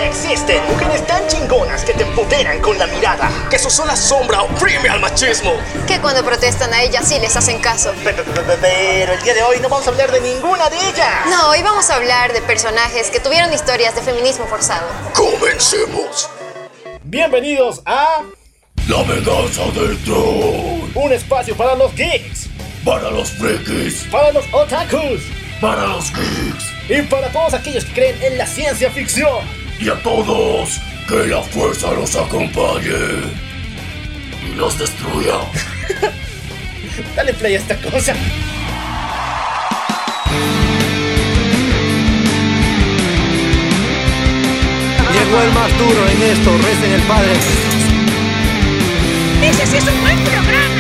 Existen mujeres tan chingonas que te empoderan con la mirada, que su sola sombra oprime al machismo, que cuando protestan a ellas sí les hacen caso. Pero el día de hoy no vamos a hablar de ninguna de ellas. No, hoy vamos a hablar de personajes que tuvieron historias de feminismo forzado. Comencemos. Bienvenidos a La venganza del troll. un espacio para los geeks, Para los frikis, para los otakus para los geeks y para todos aquellos que creen en la ciencia ficción. y a todos, que la fuerza los acompañe y los destruya. Dale play a esta cosa. Llegó el más duro en esto, recen el Padre. ¡Ese sí es un buen programa!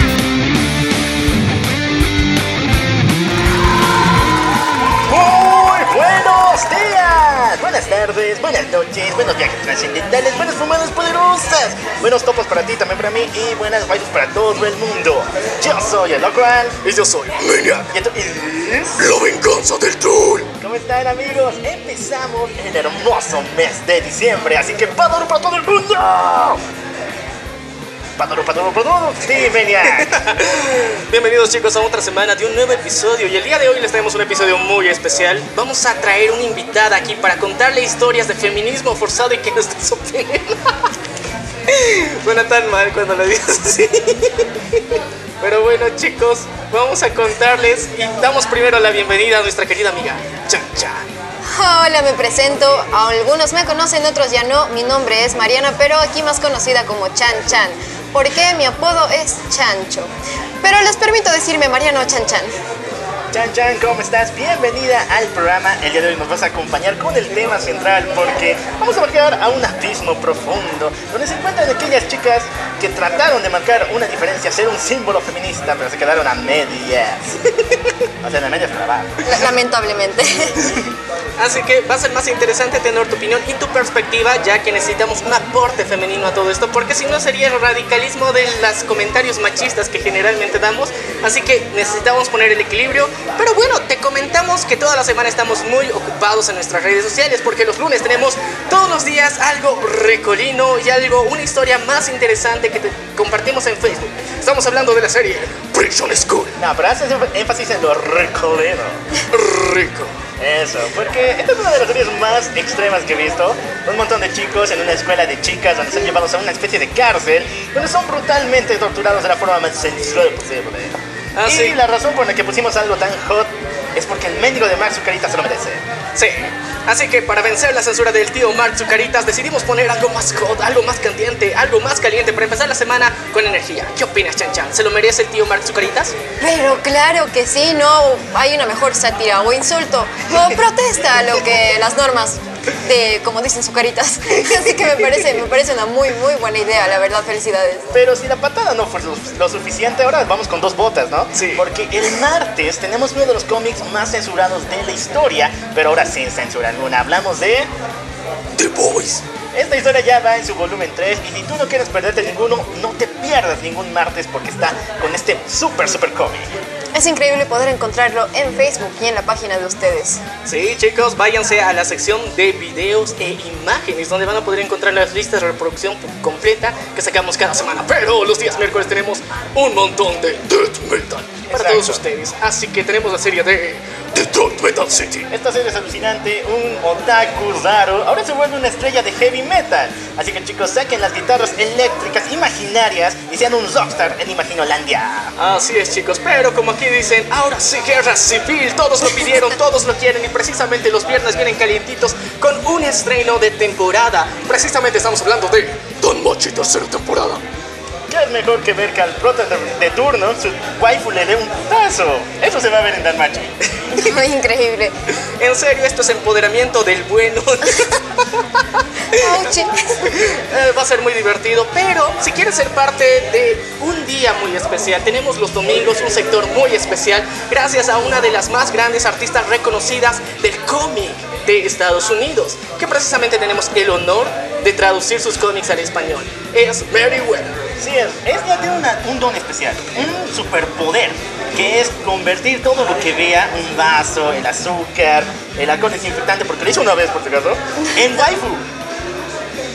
¡Muy buenos días! Buenas tardes, buenas noches, buenos viajes trascendentales, buenas fumadas poderosas, buenos topos para ti, también para mí, y buenas bailes para todo el mundo. Yo soy el Locual. Y yo soy Maniac. ¿Y esto es? La venganza del troll. ¿Cómo están, amigos? Empezamos el hermoso mes de diciembre, así que ¡padoro para todo el mundo! ¡Padoro para todos! ¡Sí, Maniac! Bienvenidos, chicos, a otra semana de un nuevo episodio. Y el día de hoy les traemos un episodio muy especial. Vamos a traer una invitada aquí para contarle historias de feminismo forzado y que nos dé su opinión. Suena tan mal cuando lo dices así. Pero bueno, chicos, vamos a contarles y damos primero la bienvenida a nuestra querida amiga Chan Chan. Hola, me presento. Algunos me conocen, otros ya no. Mi nombre es Mariana, pero aquí más conocida como Chan Chan, porque mi apodo es Chancho. Pero les permito decirme Mariana o Chan Chan. Chan Chan, ¿cómo estás? Bienvenida al programa. El día de hoy nos vas a acompañar con el tema central porque vamos a bajar a un abismo profundo donde se encuentran aquellas chicas que trataron de marcar una diferencia, ser un símbolo feminista, pero se quedaron a medias. O sea, a medias para abajo. Lamentablemente. Así que va a ser más interesante tener tu opinión y tu perspectiva, ya que necesitamos un aporte femenino a todo esto, porque si no sería el radicalismo de los comentarios machistas que generalmente damos. Así que necesitamos poner el equilibrio. Pero bueno, te comentamos que toda la semana estamos muy ocupados en nuestras redes sociales, porque los lunes tenemos todos los días algo ricolino y una historia más interesante que te compartimos en Facebook. Estamos hablando de la serie Prison School. No, pero haces énfasis en lo ricolero. Rico. Eso, porque esta es una de las series más extremas que he visto. Un montón de chicos en una escuela de chicas donde son llevados a una especie de cárcel, donde son brutalmente torturados de la forma más sensual posible. Y sí. la razón por la que pusimos algo tan hot es porque el mendigo de Mark Zucaritas se lo merece. Sí, así que para vencer la censura del tío Mark Zucaritas decidimos poner algo más hot, algo más caliente, para empezar la semana con energía. ¿Qué opinas, Chan Chan? ¿Se lo merece el tío Mark Zucaritas? Pero claro que sí, no hay una mejor sátira o insulto o protesta a lo que las normas de, como dicen, Zucaritas. Así que me parece una muy buena idea, la verdad, felicidades. Pero si la patada no fue lo suficiente, ahora vamos con dos botas, ¿no? Sí. Porque el martes tenemos uno de los cómics más censurados de la historia, pero ahora sin censura alguna. Hablamos de The Boys. Esta historia ya va en su volumen 3 y si tú no quieres perderte ninguno, no te pierdas ningún martes porque está con este super cómic. Es increíble poder encontrarlo en Facebook y en la página de ustedes. Sí, chicos, váyanse a la sección de videos e imágenes, donde van a poder encontrar las listas de reproducción completa que sacamos cada semana. Pero los días miércoles tenemos un montón de death metal para Exacto. todos ustedes. Así que tenemos la serie de Detroit Metal City. Esta serie es alucinante, un otaku raro, ahora se vuelve una estrella de heavy metal. Así que chicos, saquen las guitarras eléctricas imaginarias y sean un rockstar en Imaginolandia. Así es, chicos, pero como aquí dicen, ahora sí, guerra civil, todos lo pidieron, todos lo quieren, y precisamente los viernes vienen calientitos con un estreno de temporada. Precisamente estamos hablando de Danmachi tercera temporada. ¿Qué es mejor que ver que al prota de turno su waifu le dé un putazo? Eso se va a ver en Danmachi. Increíble. En serio, esto es empoderamiento del bueno. Ouch. Va a ser muy divertido, pero si quieres ser parte de un día muy especial, tenemos los domingos un sector muy especial gracias a una de las más grandes artistas reconocidas del cómic de Estados Unidos, que precisamente tenemos el honor de traducir sus cómics al español. Es Meriwether. Sí, ella tiene un don especial, un superpoder, que es convertir todo lo que vea, un vaso, el azúcar, el alcohol desinfectante, porque lo hizo una vez por si acaso, en waifu.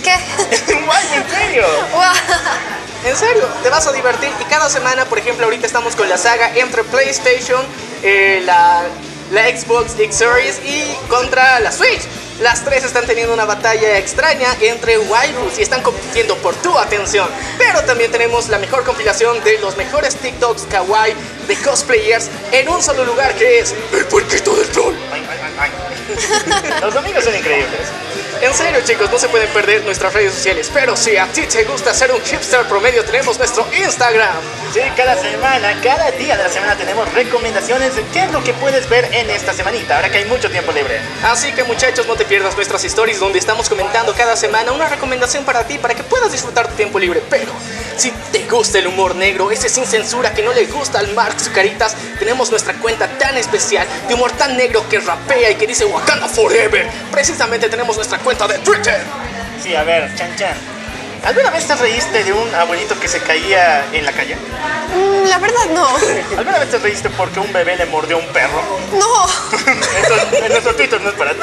¿Qué? Guay, ¿en serio? Guau. En serio, te vas a divertir y cada semana, por ejemplo, ahorita estamos con la saga entre PlayStation, la Xbox X Series y contra la Switch. Las tres están teniendo una batalla extraña entre waifus y están compitiendo por tu atención. Pero también tenemos la mejor compilación de los mejores TikToks kawaii de cosplayers en un solo lugar, que es el puerquito del troll. Ay, ay, ay, ay. Los domingos son increíbles. En serio, chicos, no se pueden perder nuestras redes sociales. Pero si a ti te gusta ser un hipster promedio, tenemos nuestro Instagram. Sí, cada semana, cada día de la semana tenemos recomendaciones de qué es lo que puedes ver en esta semanita, ahora que hay mucho tiempo libre. Así que, muchachos, no te pierdas nuestras stories donde estamos comentando cada semana una recomendación para ti, para que puedas disfrutar tu tiempo libre. Pero si te gusta el humor negro, ese sin censura que no le gusta al Mark Zucaritas, tenemos nuestra cuenta tan especial de humor tan negro que rapea y que dice Wakanda Forever. Precisamente tenemos nuestra cuenta de Twitter. Sí, a ver, Chan Chan, ¿alguna vez te reíste de un abuelito que se caía en la calle? La verdad no. ¿Alguna vez te reíste porque un bebé le mordió a un perro? No. Entonces, nuestro Twitter no es para ti.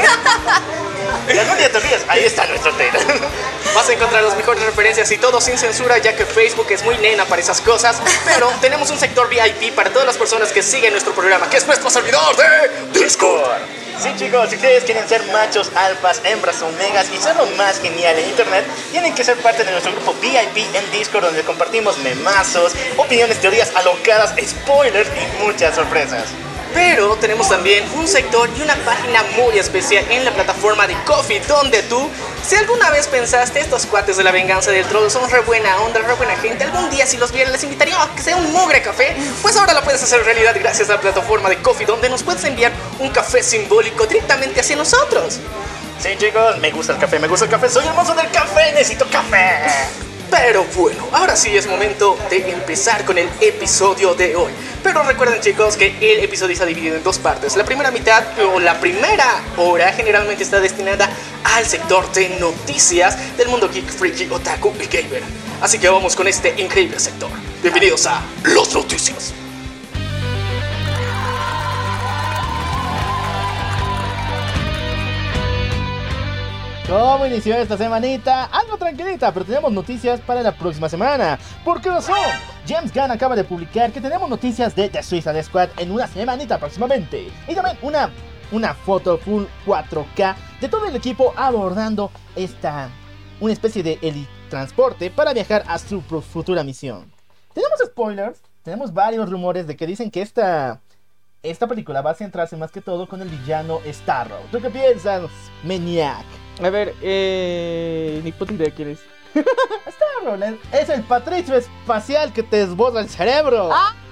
Y algún día te ríes, ahí está nuestro Twitter. Vas a encontrar las mejores referencias y todo sin censura, ya que Facebook es muy nena para esas cosas. Pero tenemos un sector VIP para todas las personas que siguen nuestro programa, que es nuestro servidor de Discord. Sí, chicos, si ustedes quieren ser machos, alfas, hembras, omegas y ser lo más genial en internet, tienen que ser parte de nuestro grupo VIP en Discord, donde compartimos memazos, opiniones, teorías alocadas, spoilers y muchas sorpresas. Pero tenemos también un sector y una página muy especial en la plataforma de Ko-fi, donde tú, si alguna vez pensaste, estos cuates de la venganza del troll son re buena onda, re buena gente, algún día si los vieran les invitaría a que sea un mugre café, pues ahora lo puedes hacer realidad gracias a la plataforma de Ko-fi, donde nos puedes enviar un café simbólico directamente hacia nosotros. Sí, chicos, me gusta el café, soy el monstruo del café, necesito café. Pero bueno, ahora sí es momento de empezar con el episodio de hoy. Pero recuerden, chicos, que el episodio está dividido en dos partes. La primera mitad o la primera hora generalmente está destinada al sector de noticias del mundo geek, freaky, otaku y gamer. Así que vamos con este increíble sector. Bienvenidos a Las Noticias. ¿Cómo inició esta semanita? Algo tranquilita, pero tenemos noticias para la próxima semana. ¿Por qué razón? James Gunn acaba de publicar que tenemos noticias de The Suicide Squad en una semanita próximamente. Y también una foto full 4K de todo el equipo abordando una especie de helitransporte para viajar a su futura misión. Tenemos spoilers, tenemos varios rumores de que dicen que esta película va a centrarse más que todo con el villano Starro. ¿Tú qué piensas, Maniac? A ver, ni puta idea quién es. Starro es el patricio espacial que te desborda el cerebro.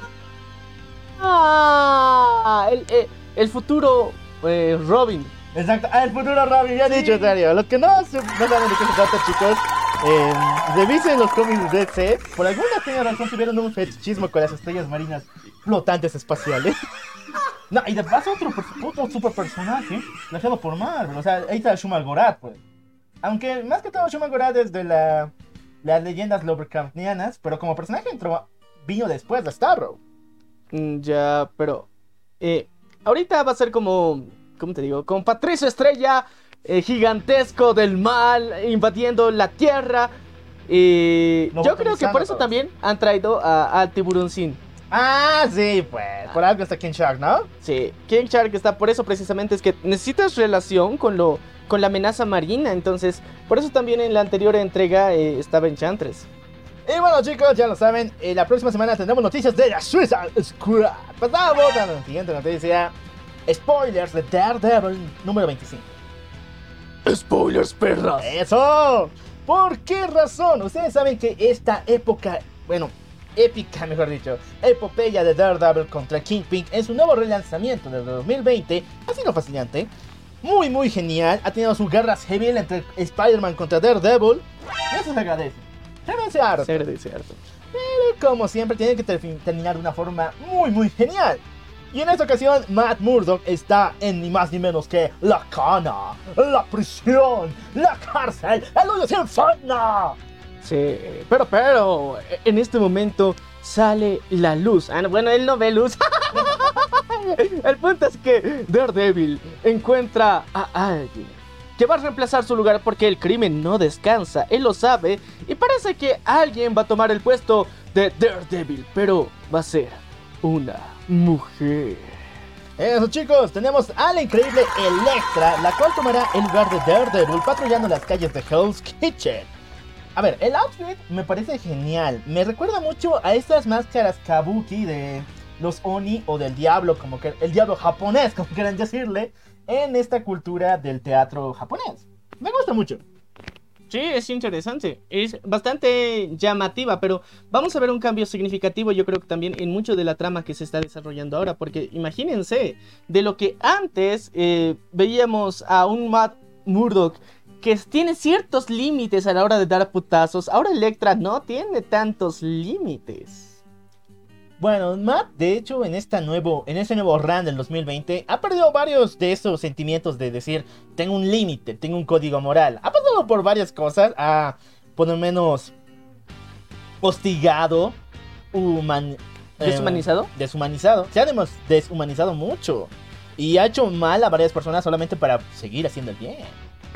El futuro Robin. Exacto, el futuro Robin, ya he dicho, en serio. Los que no saben de qué se trata, chicos, revisen los cómics de DC. Por alguna extraña razón tuvieron un fetichismo con las estrellas marinas flotantes espaciales. No, y de paso otro super personaje creado por Marvel. O sea, ahí está Shumal Gorath, pues. Aunque más que todo Shumal Gorath es de las leyendas Lovecraftianas, pero como personaje vino después de Starro. Ya, pero ahorita va a ser como, ¿cómo te digo? Con Patricio Estrella, gigantesco del mal, invadiendo la Tierra. Yo creo que por eso también han traído al Tiburoncín. Ah, sí, pues, por algo está King Shark, ¿no? Sí, King Shark está por eso precisamente, es que necesitas relación con la amenaza marina, entonces, por eso también en la anterior entrega estaba Enchantress. Y bueno, chicos, ya lo saben, la próxima semana tendremos noticias de la Suicide Squad. Pasamos a la siguiente noticia. Spoilers de Daredevil número 25. Spoilers, perras. ¡Eso! ¿Por qué razón? Ustedes saben que esta época, épica, mejor dicho, epopeya de Daredevil contra Kingpin en su nuevo relanzamiento desde 2020 ha sido fascinante, muy muy genial, ha tenido su guerra civil entre Spider-Man contra Daredevil, y eso se agradece, se agradece harto, pero como siempre tiene que terminar de una forma muy muy genial. Y en esta ocasión Matt Murdock está en ni más ni menos que la cana, la prisión, la cárcel, el hoyo sin fondo. Sí, pero en este momento sale la luz. Bueno, él no ve luz. El punto es que Daredevil encuentra a alguien que va a reemplazar su lugar porque el crimen no descansa, él lo sabe, y parece que alguien va a tomar el puesto de Daredevil, pero va a ser una mujer. Eso, chicos, tenemos a la increíble Elektra, la cual tomará el lugar de Daredevil patrullando las calles de Hell's Kitchen. A ver, el outfit me parece genial. Me recuerda mucho a estas máscaras kabuki de los Oni o del diablo, como que el diablo japonés, como quieran decirle, en esta cultura del teatro japonés. Me gusta mucho. Sí, es interesante, es bastante llamativa, pero vamos a ver un cambio significativo, yo creo que también en mucho de la trama que se está desarrollando ahora, porque imagínense, de lo que antes veíamos a un Matt Murdock que tiene ciertos límites a la hora de dar putazos, ahora Elektra no tiene tantos límites. Bueno, Matt, de hecho, en este nuevo run del 2020, ha perdido varios de esos sentimientos de decir, tengo un límite, tengo un código moral. Ha pasado por varias cosas, ha, por lo menos, hostigado, ¿Deshumanizado? Deshumanizado. Se ha deshumanizado mucho. Y ha hecho mal a varias personas solamente para seguir haciendo el bien.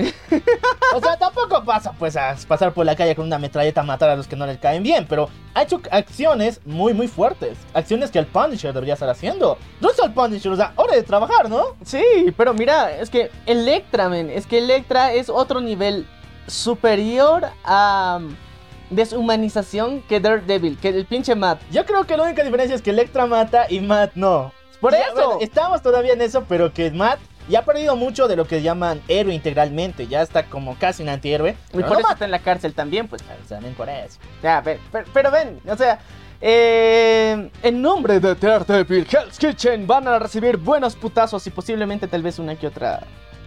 O sea, tampoco pasa pues a pasar por la calle con una metralleta a matar a los que no les caen bien, pero ha hecho acciones muy muy fuertes, acciones que el Punisher debería estar haciendo. No es el Punisher, o sea, hora de trabajar, ¿no? Sí, pero mira, es que Elektra, Elektra es otro nivel superior a deshumanización que Daredevil, que el pinche Matt. Yo creo que la única diferencia es que Elektra mata y Matt no. Por Ya, eso bueno, estamos todavía en eso, pero que Matt ya ha perdido mucho de lo que llaman héroe integralmente. Ya está como casi un antihéroe. Y por eso está en la cárcel también, pues. También por eso. Ya, pero ven, o sea, en nombre de Daredevil, Hell's Kitchen van a recibir buenos putazos y posiblemente tal vez una que otra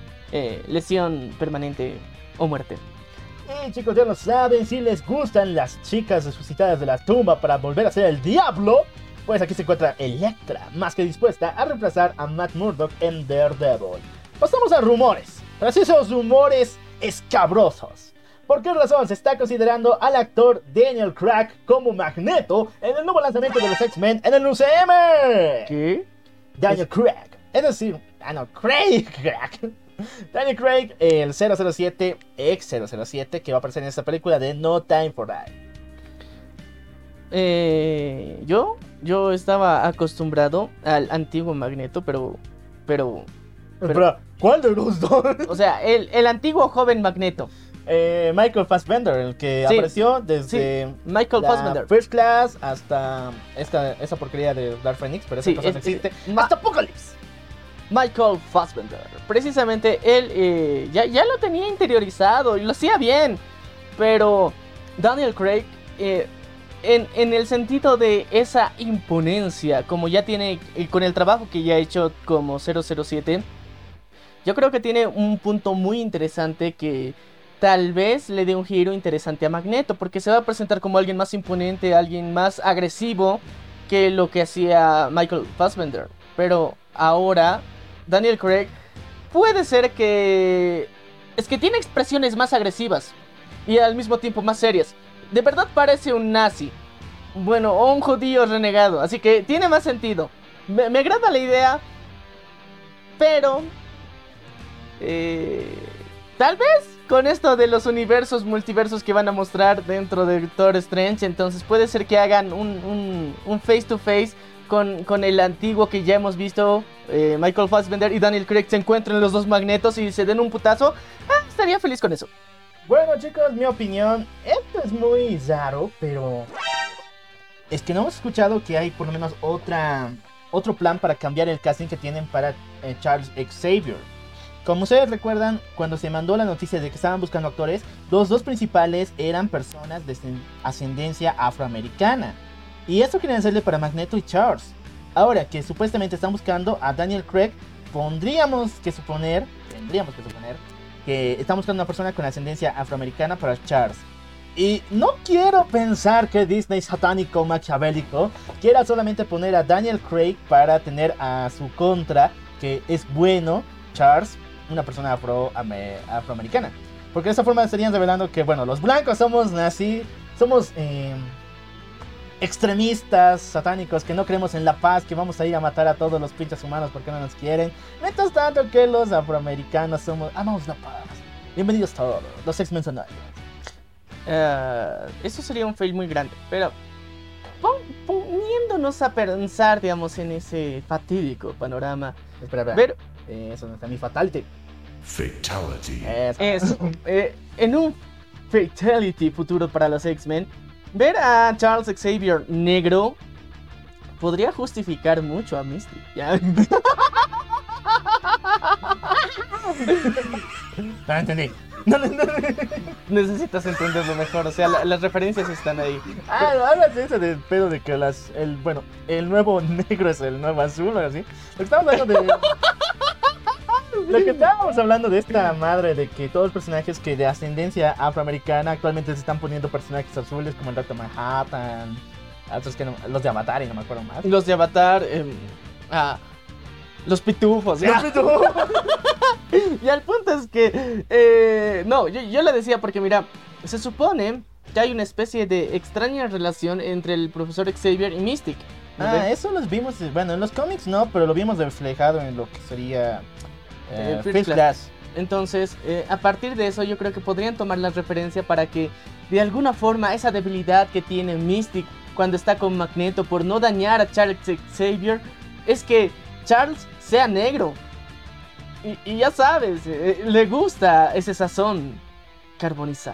lesión permanente o muerte. Y chicos, ya lo saben, si les gustan las chicas resucitadas de la tumba para volver a ser el diablo, pues aquí se encuentra Elektra, más que dispuesta a reemplazar a Matt Murdock en Daredevil. Pasamos a rumores, pero así esos rumores escabrosos. ¿Por qué razón se está considerando al actor Daniel Craig como Magneto en el nuevo lanzamiento de los X-Men en el UCM? ¿Qué? Daniel Craig, es decir, Craig. Daniel Craig, el 007, ex-007, que va a aparecer en esta película de No Time for Die. Yo estaba acostumbrado al antiguo Magneto, pero ¿cuál de los dos? o sea, el antiguo joven Magneto. Michael Fassbender, el que Sí, apareció desde sí, Michael la Fassbender. First Class hasta esa porquería de Dark Phoenix, pero esa Sí, cosa no existe. Ma- Hasta Apocalypse. Michael Fassbender. Precisamente él ya lo tenía interiorizado y lo hacía bien. Pero Daniel Craig, en el sentido de esa imponencia, como ya tiene con el trabajo que ya ha hecho como 007, yo creo que tiene un punto muy interesante que tal vez le dé un giro interesante a Magneto, porque se va a presentar como alguien más imponente, alguien más agresivo que lo que hacía Michael Fassbender. Pero ahora Daniel Craig puede ser que tiene expresiones más agresivas y al mismo tiempo más serias. De verdad parece un nazi, bueno, o un judío renegado, así que tiene más sentido. Me agrada la idea, pero tal vez con esto de los multiversos que van a mostrar dentro de Doctor Strange, entonces puede ser que hagan un face to face con el antiguo que ya hemos visto, Michael Fassbender y Daniel Craig se encuentren los dos Magnetos y se den un putazo. Estaría feliz con eso. Bueno, chicos, mi opinión, esto es muy raro, pero es que no hemos escuchado que hay por lo menos otro plan para cambiar el casting que tienen para Charles Xavier. Como ustedes recuerdan, cuando se mandó la noticia de que estaban buscando actores, los dos principales eran personas de ascendencia afroamericana. Y eso quieren hacerle para Magneto y Charles. Ahora que supuestamente están buscando a Daniel Craig, tendríamos que suponer que están buscando una persona con ascendencia afroamericana para Charles. Y no quiero pensar que Disney satánico maquiavélico quiera solamente poner a Daniel Craig para tener a su contra, que es bueno, Charles, una persona afroamericana. Porque de esa forma estarían revelando que, bueno, los blancos somos nazi, somos extremistas satánicos, que no creemos en la paz, que vamos a ir a matar a todos los pinches humanos porque no nos quieren. Mientras tanto que los afroamericanos amamos la paz. Bienvenidos todos, los X-Men son nuevos. Eso sería un fail muy grande, pero poniéndonos a pensar, digamos, en ese fatídico panorama. Espera. Ver, Eso no está mi fatality. Fatality. eso, en un fatality futuro para los X-Men, ver a Charles Xavier negro podría justificar mucho a Mystic, ¿ya? No entendí. Necesitas entenderlo mejor, o sea, las referencias están ahí. Hablas de eso del pedo de que el nuevo negro es el nuevo azul o así. Lo que estábamos hablando de esta madre de que todos los personajes que de ascendencia afroamericana actualmente se están poniendo personajes azules como el Dr. Manhattan, otros que no, los de Avatar y no me acuerdo más. Los de Avatar, los pitufos, ¿ya? Y el punto es que, no, yo le decía porque mira, se supone que hay una especie de extraña relación entre el profesor Xavier y Mystic. ¿No? Eso los vimos, bueno, en los cómics no, pero lo vimos reflejado en lo que sería First Class. Entonces, a partir de eso yo creo que podrían tomar la referencia para que de alguna forma esa debilidad que tiene Mystic cuando está con Magneto por no dañar a Charles Xavier es que Charles sea negro. Y ya sabes, le gusta ese sazón carbonizado.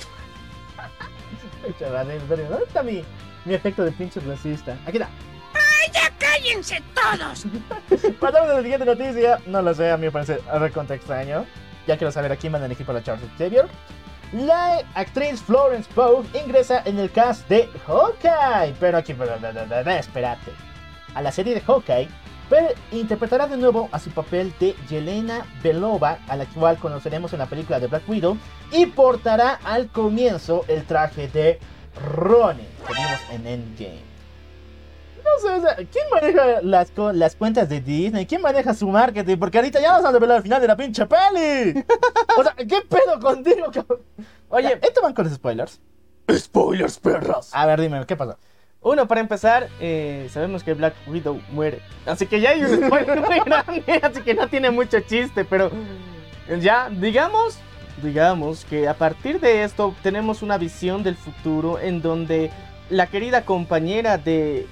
Chaval, ¿dónde está mi efecto de pinche racista? Aquí está. ¡Cállense todos! Pasamos a la siguiente noticia. No lo sé, a mí me parece recontra extraño. Ya quiero saber a quién van a elegir para Charles Xavier. La actriz Florence Pugh ingresa en el cast de Hawkeye. Pero aquí, espérate. A la serie de Hawkeye, interpretará de nuevo a su papel de Yelena Belova, a la cual conoceremos en la película de Black Widow, y portará al comienzo el traje de Ronin que vimos en Endgame. No sé, o sea, ¿quién maneja las cuentas de Disney? ¿Quién maneja su marketing? Porque ahorita ya vamos a revelar al final de la pinche peli. O sea, ¿qué pedo contigo, cabrón? Oye, ¿esto van con los spoilers? Spoilers, perras. A ver, dime, ¿qué pasa? Uno, para empezar, sabemos que Black Widow muere. Así que ya hay un spoiler muy grande, así que no tiene mucho chiste, pero ya, digamos que a partir de esto tenemos una visión del futuro en donde la querida compañera de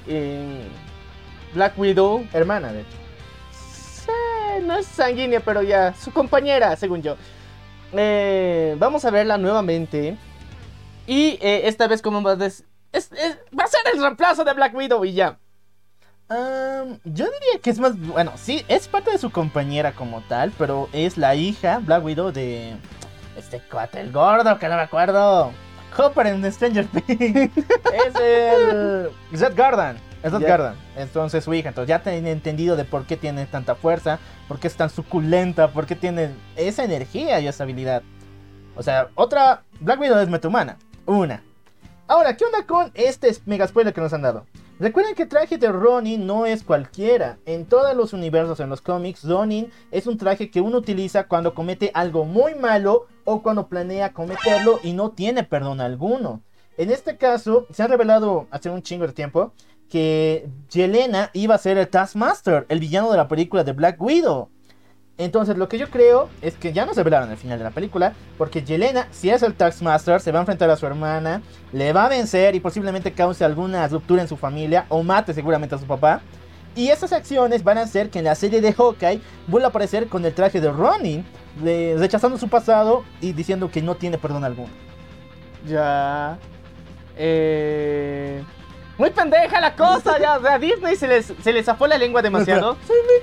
Black Widow, Hermana, de hecho. no es sanguínea, pero ya, su compañera, según yo. Vamos a verla nuevamente. Y esta vez como va a ser el reemplazo de Black Widow y ya. Yo diría que es más, bueno, sí, es parte de su compañera como tal, pero es la hija, Black Widow, de este cuate, el gordo, que no me acuerdo. Hopper en Stranger Things. Es Zed Garden. Es Zed Garden. Entonces su hija. Entonces ya tiene entendido de por qué tiene tanta fuerza, por qué es tan suculenta, por qué tiene esa energía y esa habilidad. O sea, otra, Black Widow es metahumana. Una. Ahora, ¿qué onda con este mega spoiler que nos han dado? Recuerden que el traje de Ronin no es cualquiera. En todos los universos, en los cómics, Ronin es un traje que uno utiliza cuando comete algo muy malo o cuando planea cometerlo y no tiene perdón alguno. En este caso, se ha revelado hace un chingo de tiempo que Yelena iba a ser el Taskmaster, el villano de la película de Black Widow. Entonces lo que yo creo es que ya no se revelaron el final de la película, porque Yelena, si es el Taskmaster, se va a enfrentar a su hermana, le va a vencer y posiblemente cause alguna ruptura en su familia o mate seguramente a su papá. Y esas acciones van a hacer que en la serie de Hawkeye vuelva a aparecer con el traje de Ronin, rechazando su pasado y diciendo que no tiene perdón alguno. Ya. Muy pendeja la cosa, ya. A Disney se les zafó la lengua demasiado.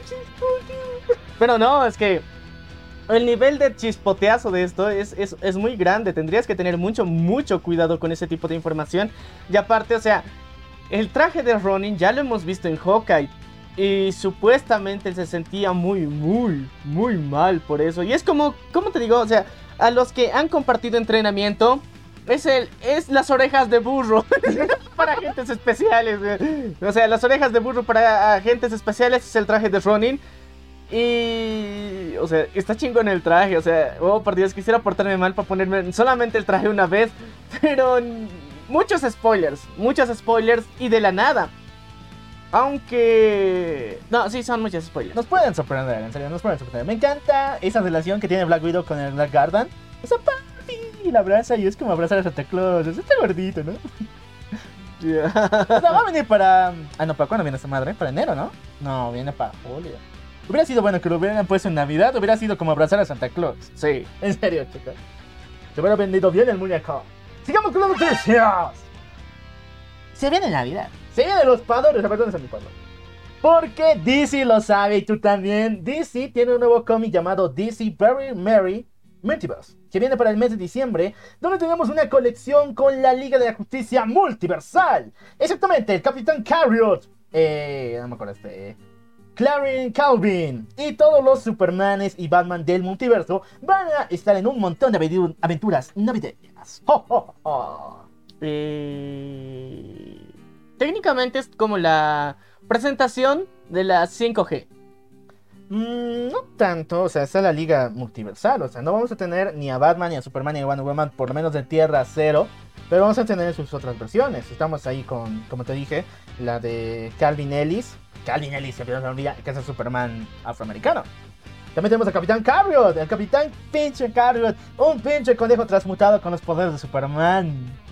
Pero no, es que el nivel de chispoteazo de esto es muy grande. Tendrías que tener mucho cuidado con ese tipo de información. Y aparte, o sea, el traje de Ronin ya lo hemos visto en Hawkeye. Y supuestamente él se sentía muy mal por eso. Y es como, ¿cómo te digo? O sea, a los que han compartido entrenamiento, es las orejas de burro para agentes especiales. O sea, las orejas de burro para agentes especiales es el traje de Ronin. Y, o sea, está chingón el traje. O sea, oh por Dios, quisiera portarme mal para ponerme solamente el traje una vez. Pero muchos spoilers y de la nada. Aunque... no, sí, son muchos spoilers. Nos pueden sorprender, en serio, nos pueden sorprender. Me encanta esa relación que tiene Black Widow con el Black Garden. O sea, papi, y la abraza y es como abrazar a Santa Claus. Está gordito, ¿no? Ya. O sea, va a venir para... Ah, no, ¿para cuándo viene esta madre? ¿Para enero, no? No, viene para julio. Hubiera sido bueno que lo hubieran puesto en Navidad. Hubiera sido como abrazar a Santa Claus. Sí. En serio, chicos. Se hubiera vendido bien el muñeco. Sigamos con las noticias. Se viene Navidad. Se vienen los padres. A ver, ¿dónde está mi padre? Porque DC lo sabe y tú también. DC tiene un nuevo cómic llamado DC Very Merry Multiverse, que viene para el mes de diciembre, donde tenemos una colección con la Liga de la Justicia Multiversal. Exactamente, el Capitán Carriot, no me acuerdo Clarence Calvin y todos los Supermanes y Batman del multiverso van a estar en un montón de aventuras navideñas. ¡Ho, ho, ho! Técnicamente es como la presentación de la 5G. No tanto, o sea, está la Liga Multiversal, o sea, no vamos a tener ni a Batman, ni a Superman, ni a Wonder Woman, por lo menos de Tierra Cero, pero vamos a tener sus otras versiones. Estamos ahí con, como te dije, la de Calvin Ellis, siempre no se me olvida, que es el Superman afroamericano. También tenemos al Capitán Carriot, el Capitán pinche Carriot, un pinche conejo transmutado con los poderes de Superman.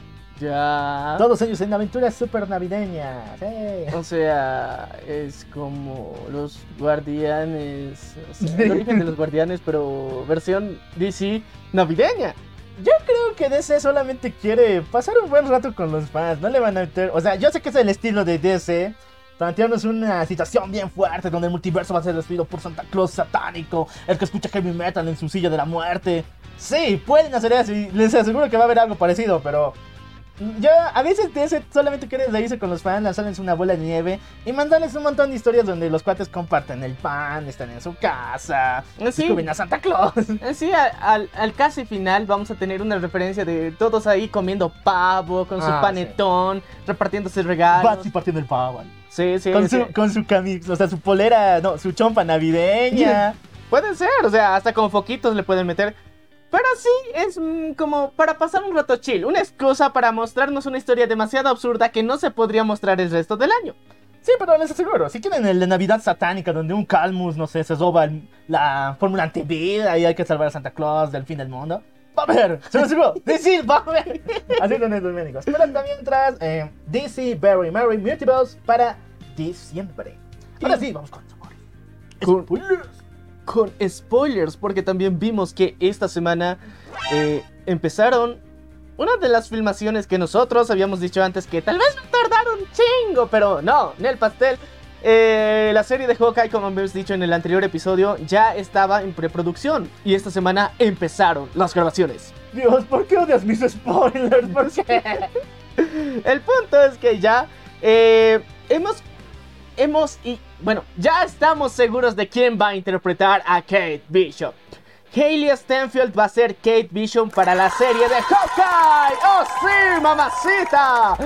Ya. Todos ellos en aventuras super navideñas. O sea, es como los Guardianes. O sea, el origen de los Guardianes, pero versión DC navideña. Yo creo que DC solamente quiere pasar un buen rato con los fans. No le van a meter. O sea, yo sé que es el estilo de DC. Plantearnos una situación bien fuerte donde el multiverso va a ser destruido por Santa Claus satánico, el que escucha heavy metal en su silla de la muerte. Sí, pueden hacer eso y les aseguro que va a haber algo parecido, pero yo a veces DC solamente quiere reírse con los fans, lanzarles una bola de nieve y mandarles un montón de historias donde los cuates comparten el pan, están en su casa, descubren a Santa Claus. Sí, al casi final vamos a tener una referencia de todos ahí comiendo pavo, con su panetón, repartiéndose regalos. Batsy partiendo el pavo. Sí, sí. Con su camisa, o sea, su polera, no, su chompa navideña. Puede ser, o sea, hasta con foquitos le pueden meter. Pero sí, es como para pasar un rato chill, una excusa para mostrarnos una historia demasiado absurda que no se podría mostrar el resto del año. Sí, pero les aseguro, si quieren el de Navidad satánica donde un Calmus, no sé, se roba la fórmula antivida y hay que salvar a Santa Claus del fin del mundo, va a ver, se lo aseguro, DC va a ver. Así con estos médicos. Pero también tras DC Very Merry Multiverse para diciembre. Ahora sí, vamos con spoilers. Con spoilers, porque también vimos que esta semana empezaron una de las filmaciones que nosotros habíamos dicho antes que tal vez va a tardar un chingo, pero no, en el pastel. La serie de Hawkeye, como habíamos dicho en el anterior episodio, ya estaba en preproducción y esta semana empezaron las grabaciones. Dios, ¿por qué odias mis spoilers? ¿Por qué? El punto es que ya ya estamos seguros de quién va a interpretar a Kate Bishop. Hailey Steinfeld va a ser Kate Bishop para la serie de Hawkeye. ¡Oh sí, mamacita!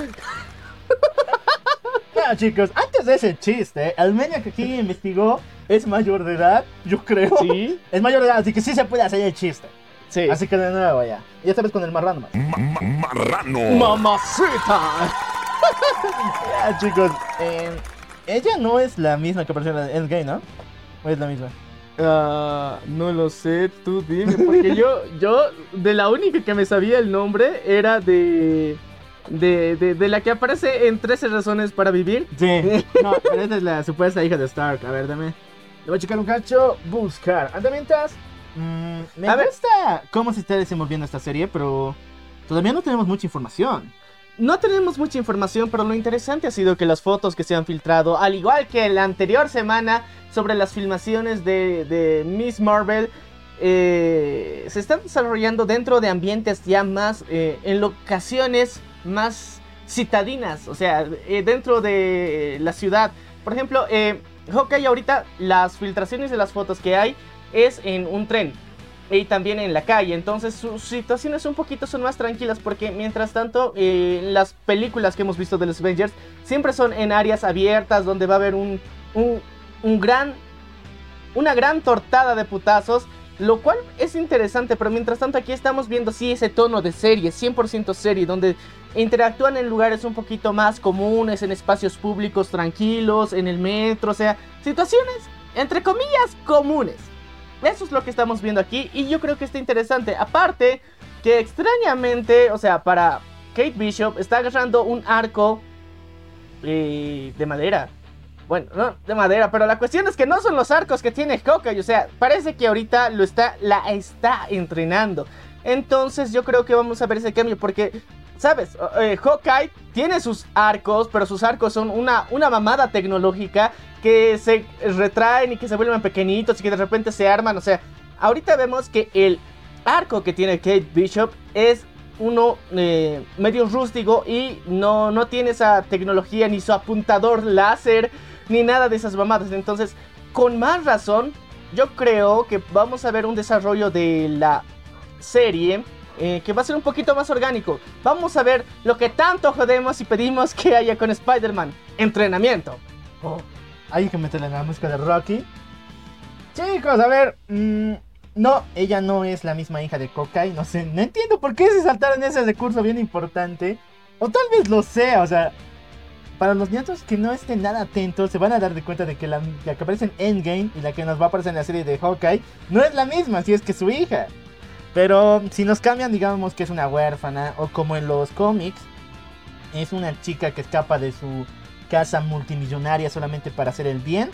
Bueno, chicos, antes de ese chiste, el media que aquí investigó es mayor de edad, yo creo. Sí. Es mayor de edad, así que sí se puede hacer el chiste. Sí. Así que de nuevo ya. Y esta vez con el marrano más. Marrano. ¡Mamacita! Ya, chicos, ella no es la misma que apareció en Endgame, ¿no? ¿O es la misma? No lo sé, tú dime, porque yo de la única que me sabía el nombre era de la que aparece en 13 razones para vivir. Sí, no, pero esta es la supuesta hija de Stark. A ver, dame. Le voy a checar un cacho, buscar. Anda, mientras, me gusta cómo se está desenvolviendo esta serie, pero todavía no tenemos mucha información. No tenemos mucha información, pero lo interesante ha sido que las fotos que se han filtrado, al igual que la anterior semana sobre las filmaciones de Miss Marvel, se están desarrollando dentro de ambientes ya más, en locaciones más citadinas, o sea, dentro de la ciudad. Por ejemplo, Hawkeye ahorita, las filtraciones de las fotos que hay es en un tren y también en la calle, entonces sus situaciones un poquito son más tranquilas porque mientras tanto las películas que hemos visto de los Avengers siempre son en áreas abiertas donde va a haber una gran tortada de putazos, lo cual es interesante, pero mientras tanto aquí estamos viendo sí ese tono de serie, 100% serie, donde interactúan en lugares un poquito más comunes, en espacios públicos tranquilos, en el metro, o sea, situaciones entre comillas comunes. eso es lo que estamos viendo aquí y yo creo que está interesante. Aparte que extrañamente, o sea, para Kate Bishop está agarrando un arco de madera. Bueno, no de madera, pero la cuestión es que no son los arcos que tiene Hawkeye. O sea, parece que ahorita la está entrenando. Entonces yo creo que vamos a ver ese cambio porque, ¿sabes? Hawkeye tiene sus arcos, pero sus arcos son una mamada tecnológica que se retraen y que se vuelven pequeñitos y que de repente se arman. O sea, ahorita vemos que el arco que tiene Kate Bishop es uno medio rústico y no tiene esa tecnología ni su apuntador láser ni nada de esas mamadas. Entonces, con más razón, yo creo que vamos a ver un desarrollo de la serie que va a ser un poquito más orgánico. Vamos a ver lo que tanto jodemos y pedimos que haya con Spider-Man: entrenamiento. Oh, hay que meterle en la música de Rocky. Chicos, a ver, no, ella no es la misma hija de Hawkeye. No sé, no entiendo por qué se saltaron ese recurso bien importante. O tal vez lo sea, o sea, para los nietos que no estén nada atentos, se van a dar de cuenta de que la que aparece en Endgame y la que nos va a aparecer en la serie de Hawkeye no es la misma, si es que su hija. Pero si nos cambian, digamos que es una huérfana, o como en los cómics, es una chica que escapa de su casa multimillonaria solamente para hacer el bien.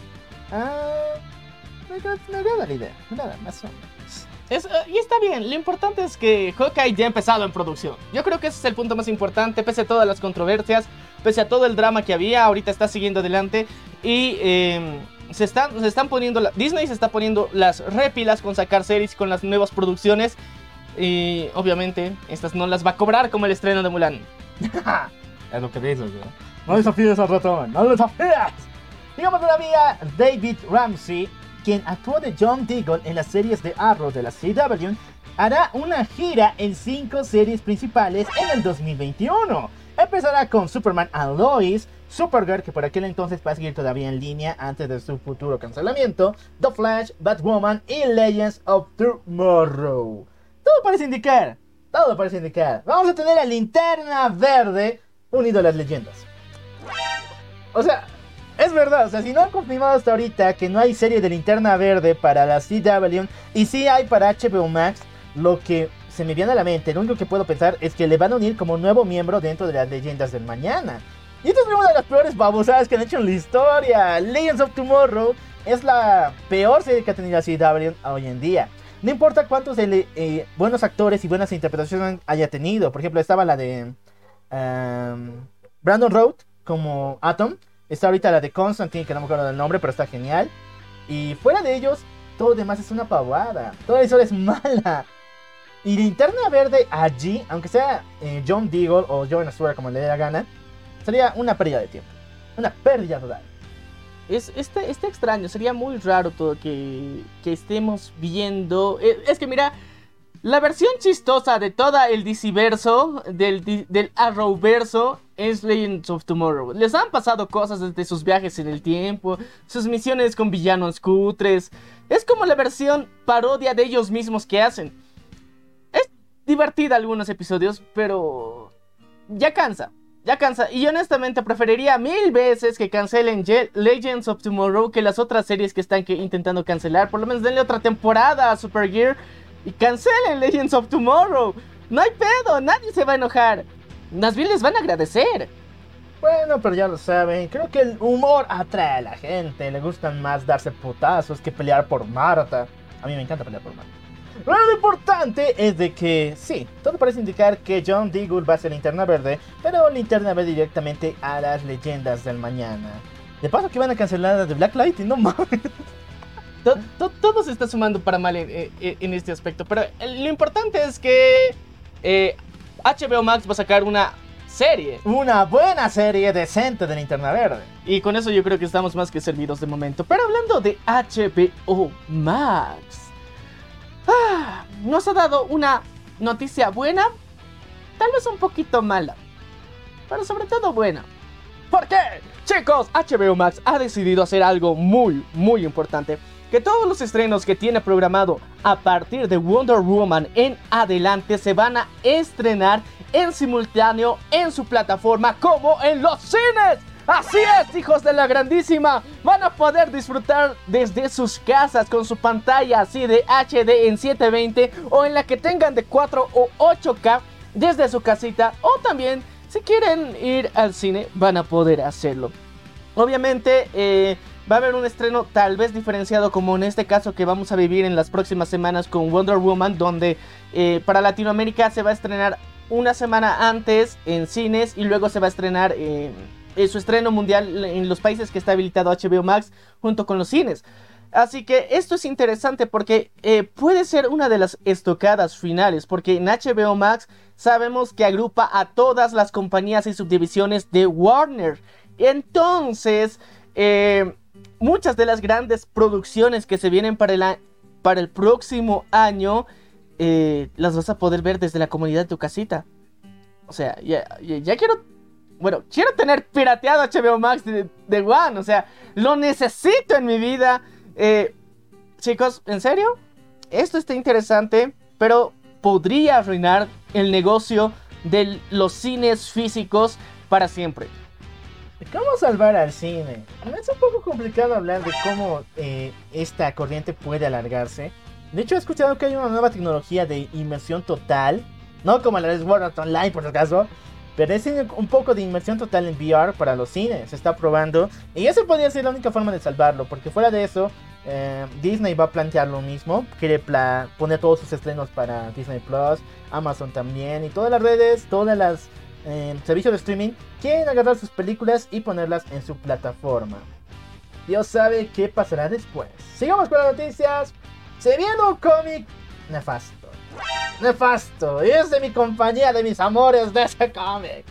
Me agrada la idea, nada más o menos. Y está bien, lo importante es que Hawkeye ya ha empezado en producción. Yo creo que ese es el punto más importante, pese a todas las controversias, pese a todo el drama que había, ahorita está siguiendo adelante. Y se están poniendo, Disney se está poniendo las repilas con sacar series, con las nuevas producciones. Y obviamente estas no las va a cobrar como el estreno de Mulan. Es lo que dices, ¿no? No desafíes al ratón, no lo desafías. Digamos todavía David Ramsey, quien actuó de John Diggle en las series de Arrow de la CW, hará una gira en 5 series principales en el 2021. Empezará con Superman and Lois, Supergirl, que por aquel entonces va a seguir todavía en línea antes de su futuro cancelamiento, The Flash, Batwoman y Legends of Tomorrow. Todo parece indicar. Vamos a tener a Linterna Verde unido a las leyendas. O sea, es verdad, o sea, si no han confirmado hasta ahorita que no hay serie de Linterna Verde para la CW y sí hay para HBO Max, lo que se me viene a la mente, lo único que puedo pensar es que le van a unir como nuevo miembro dentro de las leyendas del mañana. Y esta es una de las peores babosadas que han hecho en la historia. Legends of Tomorrow es la peor serie que ha tenido la CW hoy en día. No importa cuántos buenos actores y buenas interpretaciones haya tenido. Por ejemplo, estaba la de Brandon Routh como Atom. Está ahorita la de Constantine, que no me acuerdo del nombre, pero está genial. Y fuera de ellos, todo lo demás es una pavada. Toda la historia es mala. Y Linterna Verde allí, aunque sea John Diggle o John Stewart, como le dé la gana, sería una pérdida de tiempo. Una pérdida total. Está extraño, sería muy raro todo que estemos viendo. Es que mira, la versión chistosa de toda el DCverso, del Arrowverso, es Legends of Tomorrow. Les han pasado cosas desde sus viajes en el tiempo, sus misiones con villanos cutres. Es como la versión parodia de ellos mismos que hacen. Es divertida algunos episodios, pero ya cansa. Y honestamente preferiría 1000 veces que cancelen Legends of Tomorrow que las otras series que están intentando cancelar. Por lo menos denle otra temporada a Supergear y cancelen Legends of Tomorrow. No hay pedo, nadie se va a enojar. Más bien les van a agradecer. Bueno, pero ya lo saben, creo que el humor atrae a la gente. Le gustan más darse putazos que pelear por Marta. A mí me encanta pelear por Marta. Pero lo importante es de que, sí, todo parece indicar que John Diggle va a ser Linterna Verde, pero Linterna Verde directamente a las leyendas del mañana. De paso que van a cancelar la de Black Lightning, no mames. Todo se está sumando para mal en este aspecto, pero lo importante es que HBO Max va a sacar una serie. Una buena serie decente de Linterna Verde. Y con eso yo creo que estamos más que servidos de momento. Pero hablando de HBO Max, nos ha dado una noticia buena, tal vez un poquito mala, pero sobre todo buena. ¿Por qué? Chicos, HBO Max ha decidido hacer algo muy, muy importante. Que todos los estrenos que tiene programado a partir de Wonder Woman en adelante se van a estrenar en simultáneo en su plataforma como en los cines. Así es, hijos de la grandísima. Van a poder disfrutar desde sus casas con su pantalla así de HD en 720 o en la que tengan de 4 o 8K desde su casita, o también si quieren ir al cine van a poder hacerlo. Obviamente va a haber un estreno tal vez diferenciado, como en este caso que vamos a vivir en las próximas semanas con Wonder Woman, donde para Latinoamérica se va a estrenar una semana antes en cines y luego se va a estrenar su estreno mundial en los países que está habilitado HBO Max junto con los cines. Así que esto es interesante porque puede ser una de las estocadas finales, porque en HBO Max sabemos que agrupa a todas las compañías y subdivisiones de Warner. Entonces, muchas de las grandes producciones que se vienen para el próximo año las vas a poder ver desde la comodidad de tu casita. O sea, ya quiero tener pirateado HBO Max de One. O sea, lo necesito en mi vida. Chicos, ¿en serio? Esto está interesante, pero podría arruinar el negocio de los cines físicos para siempre. ¿Cómo salvar al cine? Es un poco complicado hablar de cómo esta corriente puede alargarse. De hecho, he escuchado que hay una nueva tecnología de inmersión total, no como la de Sword Art Online por si acaso, pero es un poco de inmersión total en VR para los cines. Se está probando y esa podría ser la única forma de salvarlo, porque fuera de eso Disney va a plantear lo mismo. Quiere poner todos sus estrenos para Disney Plus, Amazon también, y todas las redes, todas las servicios de streaming quieren agarrar sus películas y ponerlas en su plataforma. Dios sabe qué pasará después. Sigamos con las noticias. Se viene un cómic nefasto. Nefasto. Y es de mi compañía, de mis amores de ese cómic.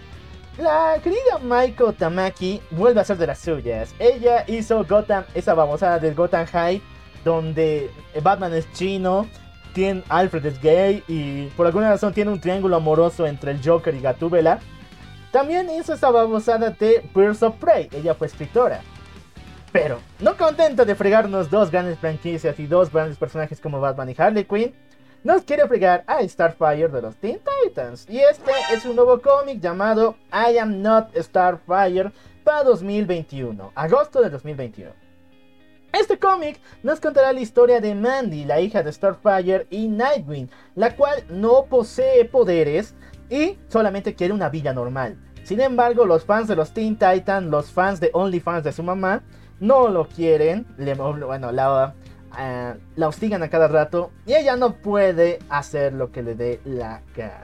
La querida Maiko Tamaki vuelve a ser de las suyas. Ella hizo Gotham, esa babosada del Gotham High, donde Batman es chino, Alfred es gay y por alguna razón tiene un triángulo amoroso entre el Joker y Gatúbela. También hizo esa babosada de Birds of Prey. Ella fue escritora. Pero no contenta de fregarnos dos grandes franquicias y dos grandes personajes como Batman y Harley Quinn, nos quiere fregar a Starfire de los Teen Titans. Y este es un nuevo cómic llamado I Am Not Starfire para 2021, agosto de 2021. Este cómic nos contará la historia de Mandy, la hija de Starfire y Nightwing, la cual no posee poderes y solamente quiere una vida normal. Sin embargo, los fans de los Teen Titans, los fans de OnlyFans de su mamá, no lo quieren, la hostigan a cada rato y ella no puede hacer lo que le dé la gana.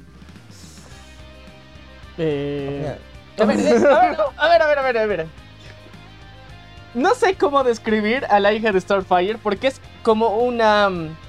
A ver. No sé cómo describir a la hija de Starfire porque es como una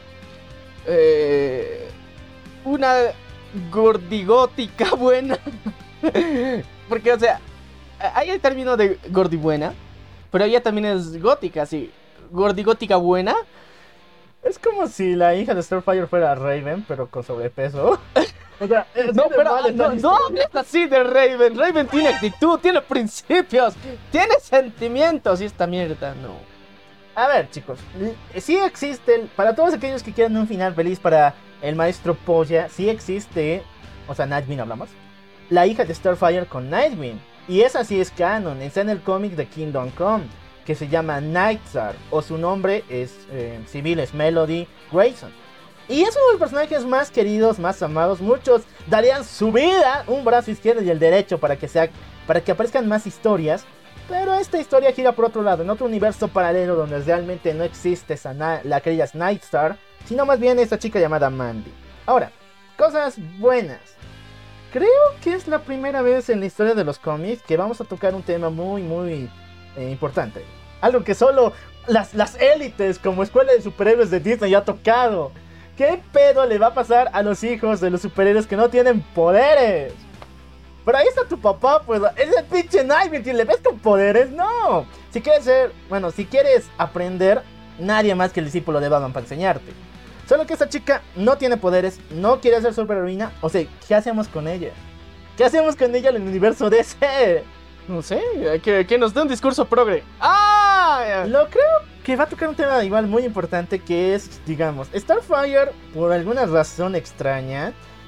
gordigótica buena. Porque, o sea, hay el término de gordibuena, pero ella también es gótica, así, gordigótica buena. Es como si la hija de Starfire fuera Raven, pero con sobrepeso. O sea, no es así de Raven. Raven tiene actitud, tiene principios, tiene sentimientos y esta mierda no. A ver, chicos, sí existe, para todos aquellos que quieran un final feliz para el maestro Polla, sí existe, o sea, Nightwing hablamos, la hija de Starfire con Nightwing. Y esa sí es canon, está en el cómic de Kingdom Come, que se llama Nightstar, o su nombre es civil, es Melody Grayson. Y es uno de los personajes más queridos, más amados. Muchos darían su vida, un brazo izquierdo y el derecho para que aparezcan más historias. Pero esta historia gira por otro lado, en otro universo paralelo donde realmente no existe la querida Nightstar, sino más bien esta chica llamada Mandy. Ahora, cosas buenas. Creo que es la primera vez en la historia de los cómics que vamos a tocar un tema muy, muy importante. Algo que solo las élites como escuela de superhéroes de Disney ya ha tocado. ¿Qué pedo le va a pasar a los hijos de los superhéroes que no tienen poderes? Pero ahí está tu papá, pues es el pinche Nightwing, ¿le ves con poderes? No. Si quieres aprender, nadie más que el discípulo de Batman para enseñarte. Solo que esta chica no tiene poderes, no quiere ser superheroína. O sea, ¿qué hacemos con ella? ¿Qué hacemos con ella en el universo DC? No sé, que nos dé un discurso progre. ¡Ah! Lo creo que va a tocar un tema igual muy importante, que es, digamos, Starfire, por alguna razón extraña,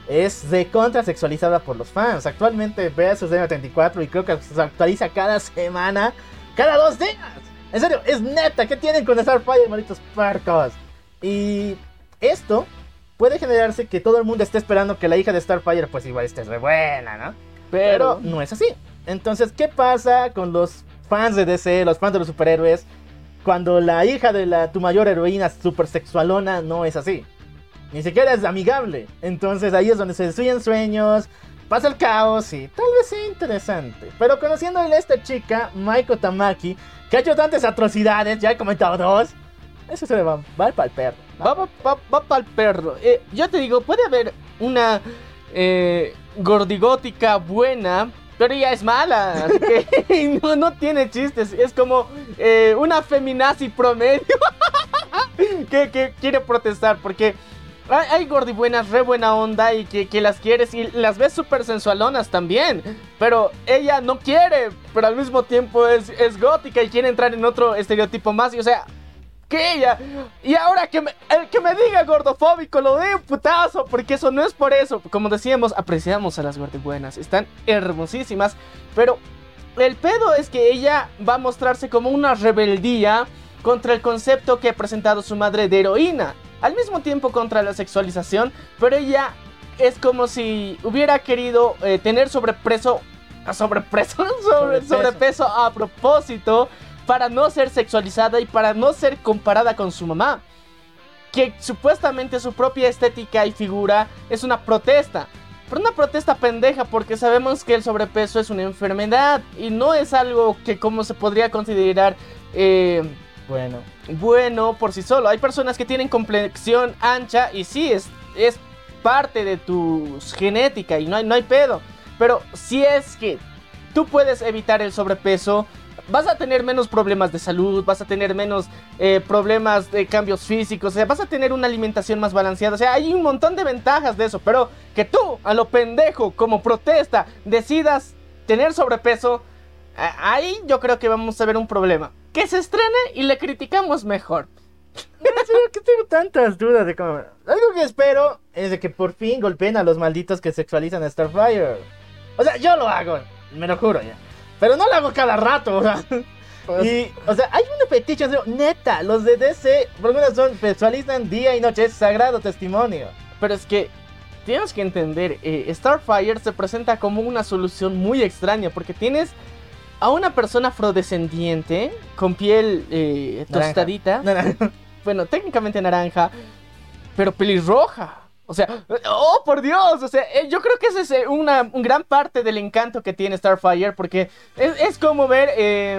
es de contra sexualizada por los fans. Actualmente ve su 34 y creo que se actualiza cada semana, cada 2 días. En serio, es neta, ¿qué tienen con Starfire, malditos puercos? Y esto puede generarse que todo el mundo esté esperando que la hija de Starfire pues igual esté re buena, ¿no? Pero no es así. Entonces, ¿qué pasa con los fans de DC, los fans de los superhéroes, cuando la hija de tu mayor heroína super sexualona no es así? Ni siquiera es amigable. Entonces ahí es donde se destruyen sueños, pasa el caos y tal vez sea interesante. Pero conociéndole a esta chica, Maiko Tamaki, que ha hecho tantas atrocidades, ya he comentado 2, eso se le va para el perro. Va para el perro. Yo te digo, puede haber una gordigótica buena, pero ella es mala. Así que no tiene chistes. Es como una feminazi promedio que quiere protestar. Porque hay gordibuenas re buena onda y que las quieres y las ves súper sensualonas también. Pero ella no quiere, pero al mismo tiempo es gótica y quiere entrar en otro estereotipo más. Y o sea, que ella. Y ahora que me diga gordofóbico, lo de un putazo, porque eso no es por eso. Como decíamos, apreciamos a las gordibuenas, están hermosísimas. Pero el pedo es que ella va a mostrarse como una rebeldía contra el concepto que ha presentado su madre de heroína, al mismo tiempo contra la sexualización. Pero ella es como si hubiera querido tener sobrepeso a propósito, para no ser sexualizada y para no ser comparada con su mamá, que supuestamente su propia estética y figura es una protesta, pero una protesta pendeja, porque sabemos que el sobrepeso es una enfermedad y no es algo que como se podría considerar bueno por sí solo. Hay personas que tienen complexión ancha y sí, es parte de tu genética y no hay pedo, pero si es que tú puedes evitar el sobrepeso, vas a tener menos problemas de salud, vas a tener menos problemas de cambios físicos, o sea, vas a tener una alimentación más balanceada. O sea, hay un montón de ventajas de eso, pero que tú, a lo pendejo, como protesta, decidas tener sobrepeso, ahí yo creo que vamos a ver un problema. Que se estrene y le criticamos mejor. Que tengo tantas dudas de cómo... Algo que espero es de que por fin golpeen a los malditos que sexualizan a Starfire. O sea, yo lo hago, me lo juro ya. Pero no lo hago cada rato, o sea. Y, o sea, hay una fetiche, en serio, neta. Los de DC, por alguna razón, sexualizan día y noche. Es sagrado testimonio. Pero es que tienes que entender, Starfire se presenta como una solución muy extraña, porque tienes a una persona afrodescendiente con piel tostadita. Naranja. Bueno, técnicamente naranja, pero pelirroja. O sea, ¡oh, por Dios! O sea, yo creo que ese es una gran parte del encanto que tiene Starfire, porque es como ver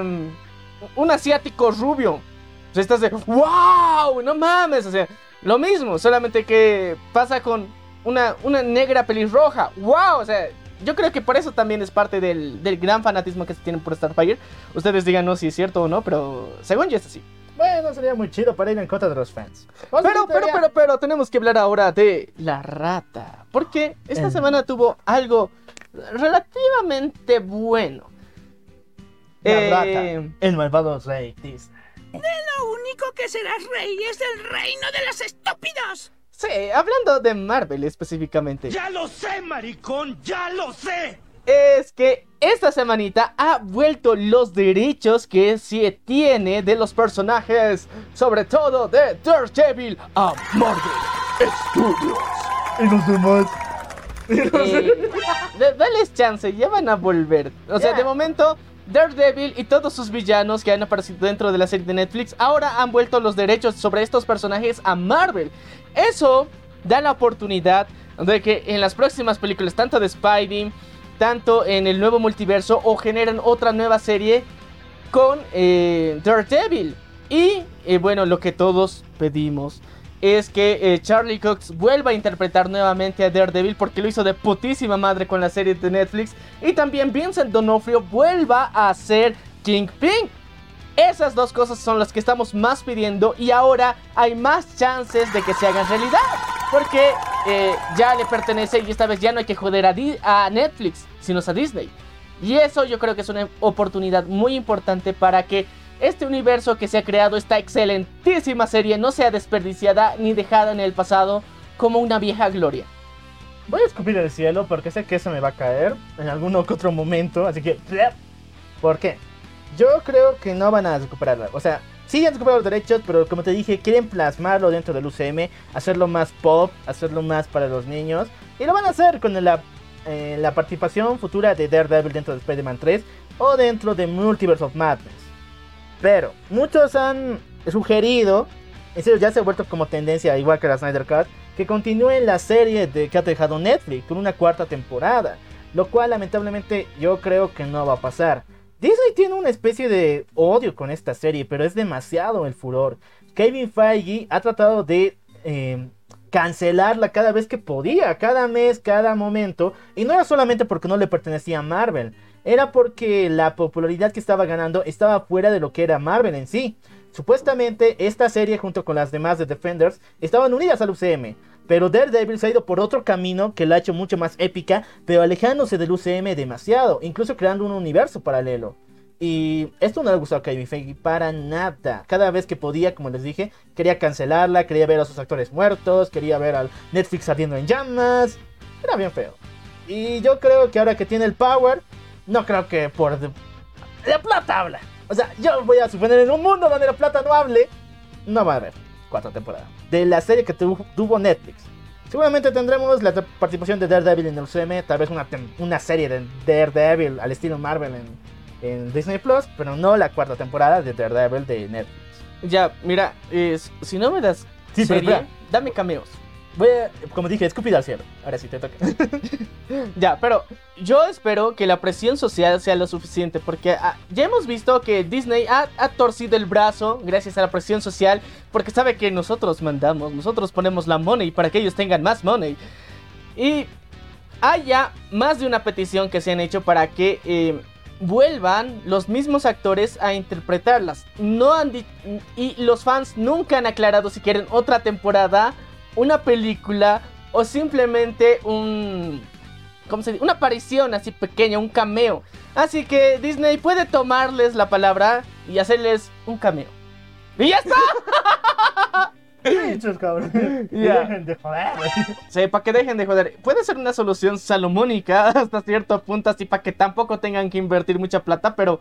un asiático rubio. O sea, estás de ¡wow! ¡No mames! O sea, lo mismo, solamente que pasa con una negra pelirroja. ¡Wow! O sea, yo creo que por eso también es parte del gran fanatismo que se tienen por Starfire. Ustedes díganos si es cierto o no, pero según yo es así. Bueno, sería muy chido para ir en contra de los fans. Pero tenemos que hablar ahora de la rata, porque esta semana tuvo algo relativamente bueno. La rata, el malvado rey Disney. Lo único que serás rey es el reino de los estúpidos. Sí, hablando de Marvel específicamente. ¡Ya lo sé, maricón! ¡Ya lo sé! Es que esta semanita ha vuelto los derechos que se tiene de los personajes, sobre todo de Daredevil, a Marvel Studios. Y los demás. Dales chance, ya van a volver. O sea, de momento, Daredevil y todos sus villanos que han aparecido dentro de la serie de Netflix ahora han vuelto los derechos sobre estos personajes a Marvel. Eso da la oportunidad de que en las próximas películas, tanto de Spidey, tanto en el nuevo multiverso, o generan otra nueva serie con Daredevil. Y bueno, lo que todos pedimos es que Charlie Cox vuelva a interpretar nuevamente a Daredevil, porque lo hizo de putísima madre con la serie de Netflix. Y también Vincent D'Onofrio vuelva a ser Kingpin. Esas dos cosas son las que estamos más pidiendo, y ahora hay más chances de que se hagan realidad, porque ya le pertenece y esta vez ya no hay que joder a Netflix, sino a Disney. Y eso yo creo que es una oportunidad muy importante para que este universo que se ha creado, esta excelentísima serie, no sea desperdiciada ni dejada en el pasado como una vieja gloria. Voy a escupir el cielo porque sé que eso me va a caer en algún otro momento, así que... ¿Por qué? Yo creo que no van a recuperarla. O sea, sí han recuperado los derechos, pero como te dije, quieren plasmarlo dentro del UCM, hacerlo más pop, hacerlo más para los niños. Y lo van a hacer con la participación futura de Daredevil dentro de Spider-Man 3 o dentro de Multiverse of Madness. Pero muchos han sugerido, en serio ya se ha vuelto como tendencia, igual que la Snyder Cut, que continúe la serie que ha dejado Netflix con una 4ª temporada. Lo cual lamentablemente yo creo que no va a pasar. Disney tiene una especie de odio con esta serie, pero es demasiado el furor. Kevin Feige ha tratado de cancelarla cada vez que podía, cada mes, cada momento. Y no era solamente porque no le pertenecía a Marvel, era porque la popularidad que estaba ganando estaba fuera de lo que era Marvel en sí. Supuestamente esta serie junto con las demás de Defenders estaban unidas al UCM, pero Daredevil se ha ido por otro camino que la ha hecho mucho más épica, pero alejándose del UCM demasiado, incluso creando un universo paralelo. Y esto no le gustó a Kevin Feige para nada. Cada vez que podía, como les dije, quería cancelarla, quería ver a sus actores muertos, quería ver al Netflix ardiendo en llamas. Era bien feo. Y yo creo que ahora que tiene el power, no creo que por la plata habla. O sea, yo voy a suponer en un mundo donde la plata no hable, no va a haber 4 temporadas de la serie que tuvo Netflix. Seguramente tendremos la participación de Daredevil en el UCM, tal vez una serie de Daredevil al estilo Marvel en Disney Plus, pero no la 4ª temporada de Daredevil de Netflix. Ya, mira, si no me das Sí, pero serie, espera. dame cameos. Voy a, como dije, escupir al cielo. Ahora sí te toca. Ya, pero yo espero que la presión social sea lo suficiente, porque ya hemos visto que Disney ha torcido el brazo gracias a la presión social, porque sabe que nosotros mandamos, nosotros ponemos la money para que ellos tengan más money. Y hay ya más de una petición que se han hecho para que vuelvan los mismos actores a interpretarlas. Y los fans nunca han aclarado si quieren otra temporada, una película o simplemente una aparición así pequeña, un cameo. Así que Disney puede tomarles la palabra y hacerles un cameo. ¡Y ya está! Dichos, cabrón. Ya. Dejen de joder. Sí, para que dejen de joder. Puede ser una solución salomónica hasta cierto punto, así para que tampoco tengan que invertir mucha plata, pero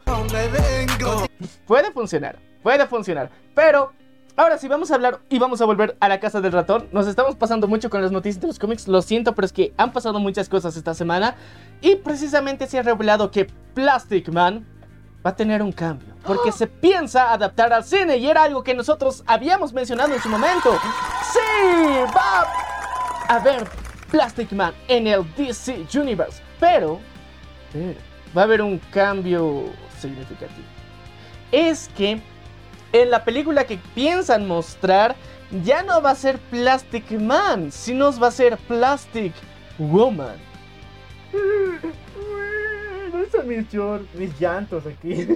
puede funcionar, pero ahora sí vamos a hablar y vamos a volver a la casa del ratón. Nos estamos pasando mucho con las noticias de los cómics, lo siento, pero es que han pasado muchas cosas esta semana y precisamente se ha revelado que Plastic Man va a tener un cambio, porque se piensa adaptar al cine y era algo que nosotros habíamos mencionado en su momento. Sí, va a haber Plastic Man en el DC Universe, pero va a haber un cambio significativo. Es que en la película que piensan mostrar ya no va a ser Plastic Man, sino va a ser Plastic Woman. ¿Dónde están mis llantos aquí?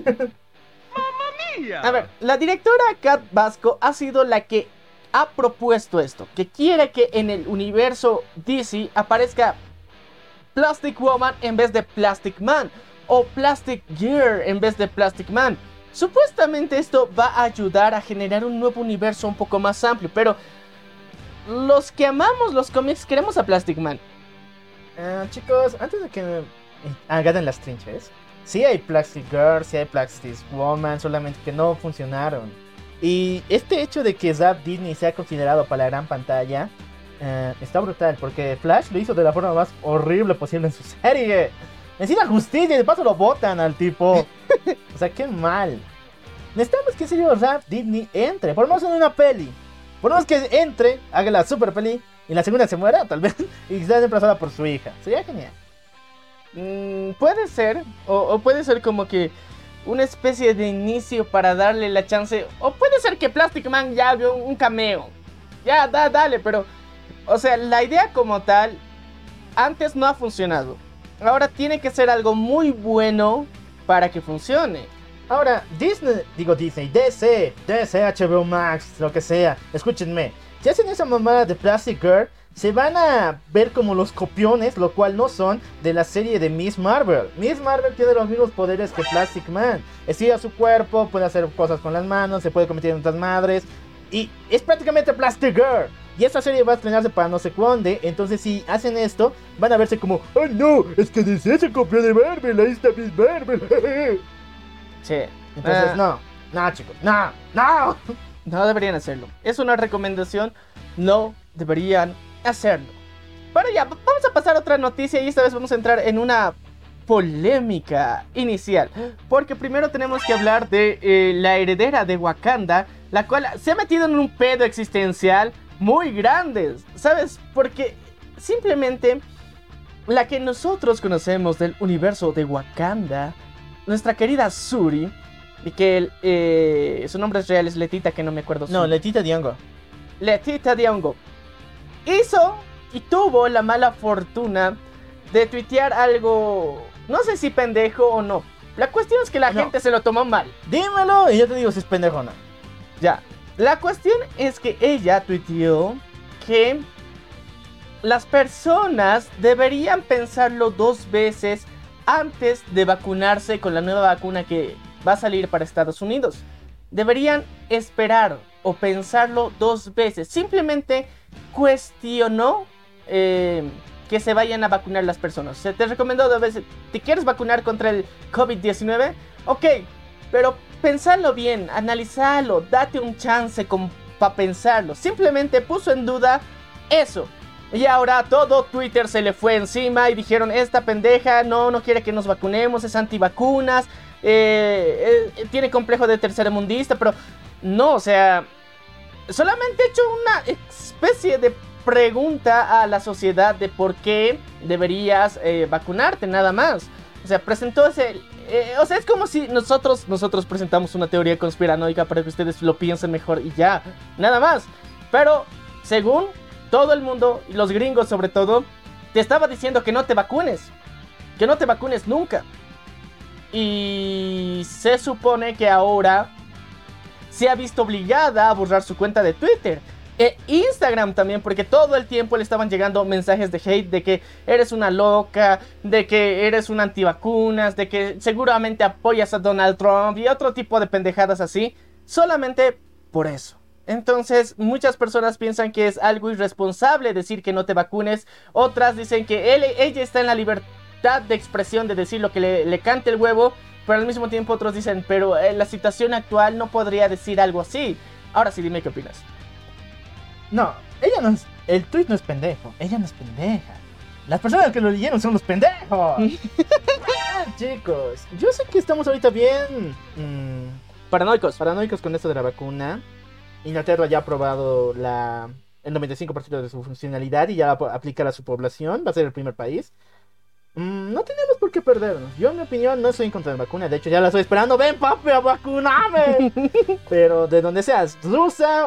A ver, la directora Kat Vasco ha sido la que ha propuesto esto, que quiere que en el universo DC aparezca Plastic Woman en vez de Plastic Man, o Plastic Girl en vez de Plastic Man. Supuestamente esto va a ayudar a generar un nuevo universo un poco más amplio, pero los que amamos los cómics queremos a Plastic Man. Chicos, antes de que hagan las trinches, sí hay Plastic Girl, sí hay Plastic Woman, solamente que no funcionaron. Y este hecho de que Zap Disney sea considerado para la gran pantalla está brutal, porque Flash lo hizo de la forma más horrible posible en su serie. Necesita justicia y de paso lo botan al tipo. O sea, qué mal. Necesitamos que en serio Zap Disney entre, por lo menos en una peli. Por lo menos que entre, haga la super peli y la segunda se muera, tal vez, y sea reemplazada por su hija. Sería genial. Puede ser, o puede ser como que una especie de inicio para darle la chance. O puede ser que Plastic Man ya haga un cameo. Ya, dale, pero... O sea, la idea como tal antes no ha funcionado. Ahora tiene que ser algo muy bueno para que funcione. Ahora, DC, HBO Max, lo que sea, escúchenme. Si hacen esa mamada de Plastic Girl, se van a ver como los copiones, lo cual no son, de la serie de Miss Marvel. Miss Marvel tiene los mismos poderes que Plastic Man. Estira su cuerpo, puede hacer cosas con las manos, se puede convertir en otras madres. Y es prácticamente Plastic Girl. Y esta serie va a estrenarse para no sé cuándo. Entonces si hacen esto, van a verse como, ¡ay no! Es que DC se copió de Marvel, ahí está Miss Marvel. Sí. Entonces no chicos, no. No deberían hacerlo. Es una recomendación. No deberían hacerlo. Pero ya, vamos a pasar a otra noticia y esta vez vamos a entrar en una polémica inicial. Porque primero tenemos que hablar de la heredera de Wakanda, la cual se ha metido en un pedo existencial muy grande. ¿Sabes? Porque simplemente la que nosotros conocemos del universo de Wakanda, nuestra querida Shuri, y que su nombre real es Letita, que no me acuerdo. No, Letita Diongo. Letita Diongo hizo y tuvo la mala fortuna de tuitear algo, no sé si pendejo o no. La cuestión es que la gente se lo tomó mal. Dímelo y yo te digo si es pendejo o no. Ya, la cuestión es que ella tuiteó que las personas deberían pensarlo 2 veces antes de vacunarse con la nueva vacuna que va a salir para Estados Unidos. Deberían esperar o pensarlo 2 veces. Simplemente cuestionó que se vayan a vacunar las personas. Se te recomendó 2 veces. ¿Te quieres vacunar contra el COVID-19? Ok, pero pensarlo bien, analizarlo, date un chance para pensarlo. Simplemente puso en duda eso. Y ahora todo Twitter se le fue encima y dijeron, esta pendeja no quiere que nos vacunemos, es antivacunas, tiene complejo de tercermundista, pero no, o sea, solamente he hecho una especie de pregunta a la sociedad de por qué deberías vacunarte, nada más. O sea, presentó ese... o sea, es como si nosotros presentamos una teoría conspiranoica para que ustedes lo piensen mejor y ya, nada más. Pero, según todo el mundo, y los gringos sobre todo, te estaba diciendo que no te vacunes. Que no te vacunes nunca. Y se supone que ahora se ha visto obligada a borrar su cuenta de Twitter. E Instagram también, porque todo el tiempo le estaban llegando mensajes de hate de que eres una loca, de que eres una antivacunas, de que seguramente apoyas a Donald Trump y otro tipo de pendejadas así, solamente por eso. Entonces muchas personas piensan que es algo irresponsable decir que no te vacunes. Otras dicen que ella está en la libertad de expresión de decir lo que le cante el huevo. Pero al mismo tiempo otros dicen, pero en la situación actual no podría decir algo así. Ahora sí, dime qué opinas. No, ella no es... El tweet no es pendejo, ella no es pendeja. Las personas que lo leyeron son los pendejos. Chicos, yo sé que estamos ahorita bien... Paranoicos con esto de la vacuna. Inglaterra ya ha aprobado el 95% de su funcionalidad y ya la aplica a su población. Va a ser el primer país. No tenemos por qué perdernos. Yo en mi opinión no estoy en contra de la vacuna. De hecho ya la estoy esperando. ¡Ven papi a vacunarme! Pero de donde seas, rusa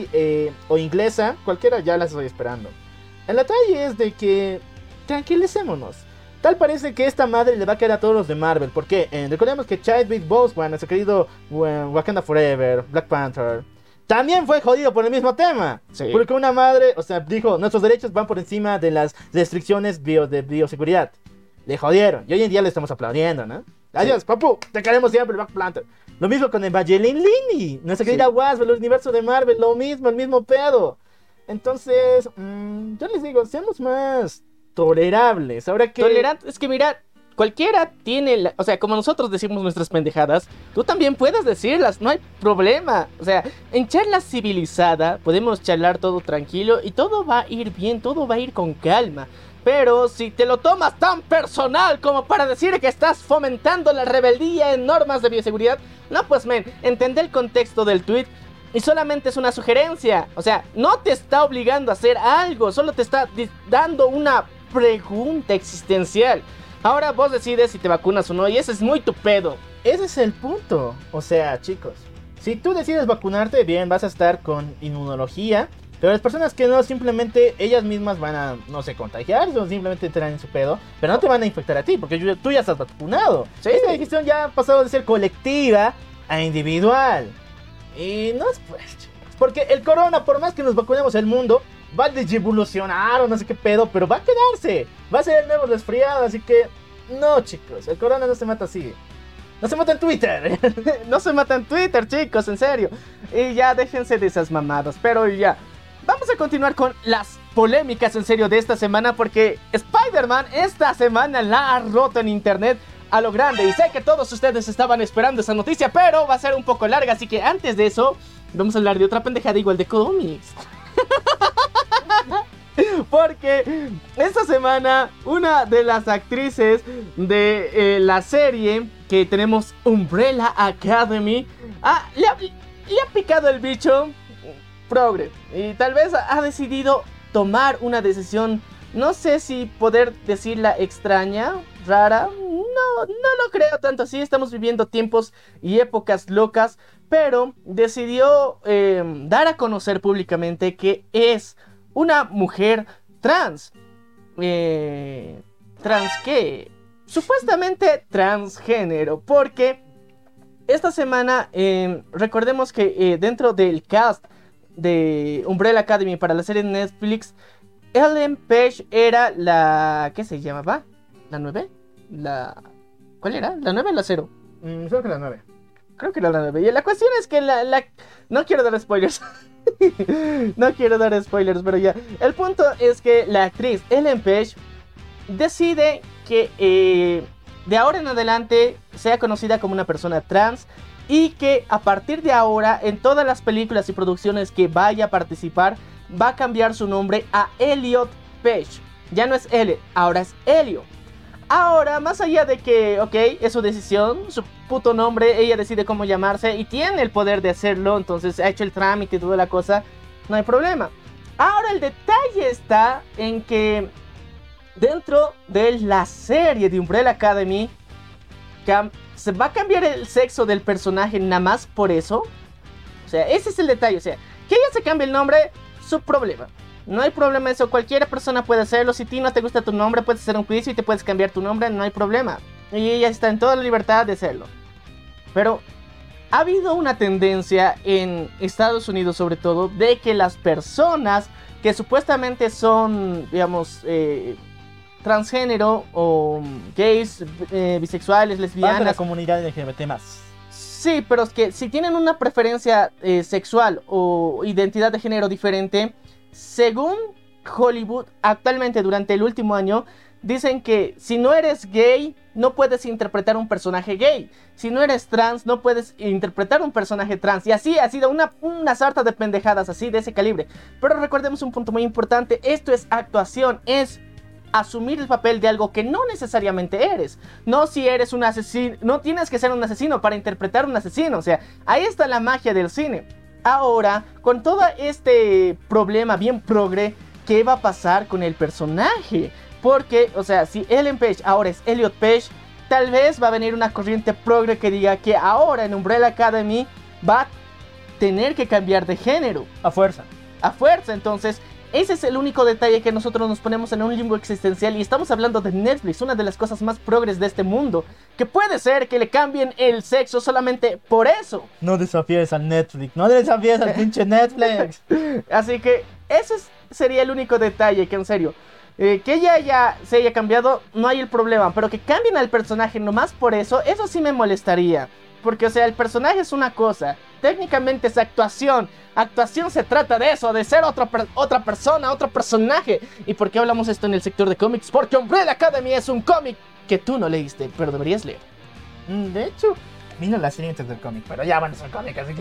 o inglesa, cualquiera, ya la estoy esperando. El detalle es de que tranquilicémonos. Tal parece que esta madre le va a caer a todos los de Marvel. ¿Por qué? Recordemos que Chadwick Boseman, nuestro querido Wakanda Forever, Black Panther, también fue jodido por el mismo tema. Sí. Porque una madre, o sea, dijo, nuestros derechos van por encima de las restricciones de bioseguridad. Le jodieron. Y hoy en día le estamos aplaudiendo, ¿no? Adiós, papu, te queremos siempre, Black Panther. Lo mismo con Evangeline Lilly, nuestra querida Wasp, el universo de Marvel, lo mismo, el mismo pedo. Entonces, yo les digo, seamos más tolerables. Ahora que... Tolerante, es que mira, cualquiera tiene, o sea, como nosotros decimos nuestras pendejadas, tú también puedes decirlas, no hay problema. O sea, en charla civilizada podemos charlar todo tranquilo y todo va a ir bien, todo va a ir con calma. Pero si te lo tomas tan personal como para decir que estás fomentando la rebeldía en normas de bioseguridad, no pues men, entendé el contexto del tweet y solamente es una sugerencia. O sea, no te está obligando a hacer algo, solo te está dando una pregunta existencial. Ahora vos decides si te vacunas o no y ese es muy tu pedo. Ese es el punto. O sea, chicos, si tú decides vacunarte, bien, vas a estar con inmunología. Pero las personas que no, simplemente ellas mismas van a, no sé, contagiarse o simplemente entrarán en su pedo. Pero no te van a infectar a ti, porque tú ya estás vacunado. Sí. Esta decisión ya ha pasado de ser colectiva a individual. Y no es pues, chicos. Porque el corona, por más que nos vacunemos el mundo, va a desevolucionar o no sé qué pedo, pero va a quedarse. Va a ser el nuevo resfriado, así que... No, chicos, el corona no se mata así. No se mata en Twitter. No se mata en Twitter, chicos, en serio. Y ya déjense de esas mamadas, pero ya... vamos a continuar con las polémicas en serio de esta semana, porque Spider-Man esta semana la ha roto en internet a lo grande. Y sé que todos ustedes estaban esperando esa noticia, pero va a ser un poco larga, así que antes de eso, vamos a hablar de otra pendejada igual de cómics. Porque esta semana una de las actrices de la serie que tenemos, Umbrella Academy, le ha picado el bicho progre. Y tal vez ha decidido tomar una decisión, no sé si poder decirla extraña, rara. No lo creo tanto así. Estamos viviendo tiempos y épocas locas. Pero decidió dar a conocer públicamente que es una mujer trans. ¿Trans qué? Supuestamente transgénero. Porque esta semana recordemos que dentro del cast de Umbrella Academy para la serie de Netflix, Ellen Page era la... ¿qué se llamaba? ¿La 9? ¿Cuál era? ¿La 9 o la 0? Creo que la 9. Creo que era la 9. Y la cuestión es que no quiero dar spoilers. No quiero dar spoilers, pero ya. El punto es que la actriz Ellen Page decide que de ahora en adelante sea conocida como una persona trans. Y que a partir de ahora, en todas las películas y producciones que vaya a participar, va a cambiar su nombre a Elliot Page. Ya no es Elliot, ahora es Elliot. Ahora, más allá de que, ok, es su decisión, su puto nombre, ella decide cómo llamarse y tiene el poder de hacerlo, entonces ha hecho el trámite y toda la cosa, no hay problema. Ahora el detalle está en que dentro de la serie de Umbrella Academy, se va a cambiar el sexo del personaje nada más por eso. O sea, ese es el detalle. O sea, que ella se cambie el nombre, su problema. No hay problema eso, cualquier persona puede hacerlo. Si a ti no te gusta tu nombre, puedes hacer un juicio y te puedes cambiar tu nombre, no hay problema. Y ella está en toda la libertad de hacerlo. Pero ha habido una tendencia en Estados Unidos sobre todo, de que las personas que supuestamente son, digamos, transgénero o gays, bisexuales, lesbianas, de la comunidad LGBT+. Sí, pero es que si tienen una preferencia sexual o identidad de género diferente, según Hollywood, actualmente durante el último año, dicen que si no eres gay, no puedes interpretar un personaje gay. Si no eres trans, no puedes interpretar un personaje trans. Y así ha sido una sarta de pendejadas así, de ese calibre. Pero recordemos un punto muy importante, esto es actuación, es asumir el papel de algo que no necesariamente eres. No si eres un asesino, no tienes que ser un asesino para interpretar un asesino. O sea, ahí está la magia del cine. Ahora, con todo este problema bien progre, ¿qué va a pasar con el personaje? Porque, o sea, si Ellen Page ahora es Elliot Page, tal vez va a venir una corriente progre que diga que ahora en Umbrella Academy va a tener que cambiar de género. A fuerza. A fuerza, entonces... ese es el único detalle que nosotros nos ponemos en un limbo existencial. Y estamos hablando de Netflix, una de las cosas más progres de este mundo. Que puede ser que le cambien el sexo solamente por eso. No desafíes al Netflix, no desafíes al pinche Netflix. Así que ese sería el único detalle, que en serio, que ella ya se haya cambiado, no hay el problema. Pero que cambien al personaje nomás por eso, eso sí me molestaría. Porque, o sea, el personaje es una cosa, técnicamente es actuación. Actuación se trata de eso, de ser otra persona, otro personaje. ¿Y por qué hablamos esto en el sector de cómics? Porque Umbrella Academy es un cómic que tú no leíste, pero deberías leer. De hecho, vino la serie antes del cómic, pero ya van a ser cómics, así que...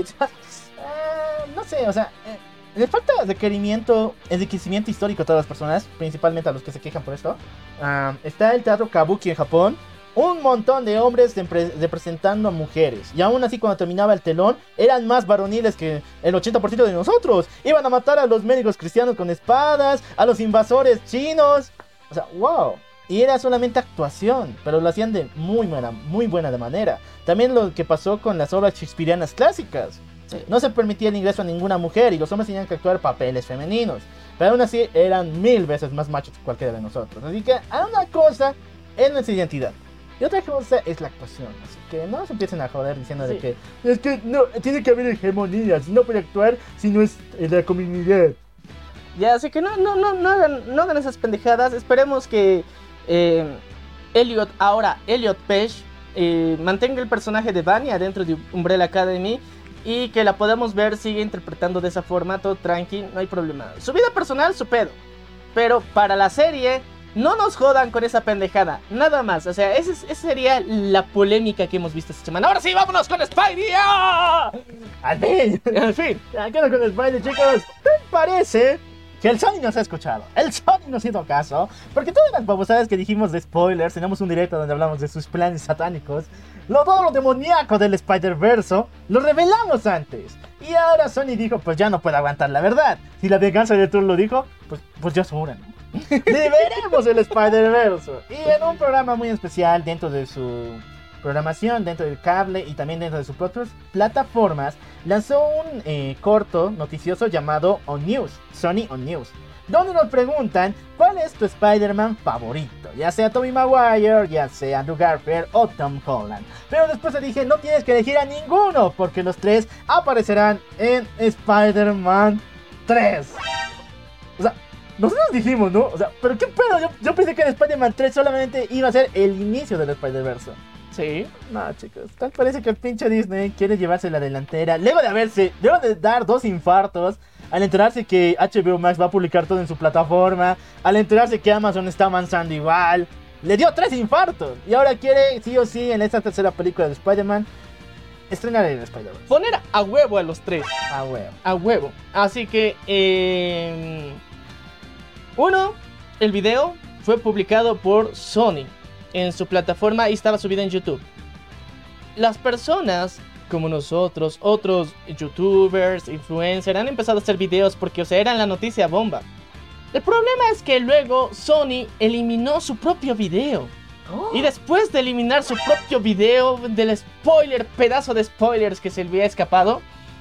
no sé, o sea... le falta requerimiento, enriquecimiento histórico a todas las personas, principalmente a los que se quejan por esto. Está el teatro Kabuki en Japón. Un montón de hombres representando a mujeres. Y aún así, cuando terminaba el telón, eran más varoniles que el 80% de nosotros. Iban a matar a los médicos cristianos con espadas, a los invasores chinos. O sea, wow. Y era solamente actuación, pero lo hacían de muy buena de manera. También lo que pasó con las obras shakespearianas clásicas. Sí. No se permitía el ingreso a ninguna mujer y los hombres tenían que actuar papeles femeninos. Pero aún así, eran 1000 veces más machos que cualquiera de nosotros. Así que, una cosa es nuestra identidad. Y otra cosa es la actuación, así que no se empiecen a joder diciendo de que es que no, tiene que haber hegemonía, si no puede actuar, si no es la comunidad. Ya, así que no hagan esas pendejadas. Esperemos que Elliot Page mantenga el personaje de Vanya dentro de Umbrella Academy. y que la podamos ver, sigue interpretando de esa forma, todo tranqui, no hay problema. Su vida personal, su pedo. Pero para la serie, no nos jodan con esa pendejada, nada más. O sea, esa sería la polémica que hemos visto esta semana. Ahora sí, vámonos con Spidey. ¡Ah! Al fin. Al fin. Ya, ¿qué onda con Spidey, chicos? ¿Te parece que el Sony nos ha escuchado? El Sony nos hizo caso. Porque todas las babosadas que dijimos de spoilers, tenemos un directo donde hablamos de sus planes satánicos. Todo lo demoníaco del Spider-Verse lo revelamos antes. Y ahora Sony dijo, pues ya no puede aguantar la verdad. Si la venganza de Thor lo dijo, pues ya es hora, ¿no? Liberemos el Spider-Verse. Y en un programa muy especial dentro de su programación, dentro del cable y también dentro de sus propias plataformas, lanzó un corto noticioso llamado On News, Sony On News, donde nos preguntan cuál es tu Spider-Man favorito, ya sea Tobey Maguire, ya sea Andrew Garfield o Tom Holland. Pero después le dije, no tienes que elegir a ninguno, porque los tres aparecerán en Spider-Man 3. O sea, nosotros dijimos, ¿no? O sea, pero qué pedo, yo pensé que en Spider-Man 3 solamente iba a ser el inicio del Spider-Verse. Sí. No, chicos, tal parece que el pinche Disney quiere llevarse la delantera. Luego de dar 2 infartos, al enterarse que HBO Max va a publicar todo en su plataforma, al enterarse que Amazon está avanzando igual, le dio 3 infartos. Y ahora quiere, sí o sí, en esta tercera película de Spider-Man, estrenar el Spider-Man. Poner a huevo a los tres. Ah, huevo. A huevo. Así que, el video fue publicado por Sony en su plataforma y estaba subido en YouTube. Las personas como nosotros, otros youtubers, influencers, han empezado a hacer videos porque, o sea, eran la noticia bomba. El problema es que luego Sony eliminó su propio video. Y después de eliminar su propio video del spoiler, pedazo de spoilers que se le había escapado,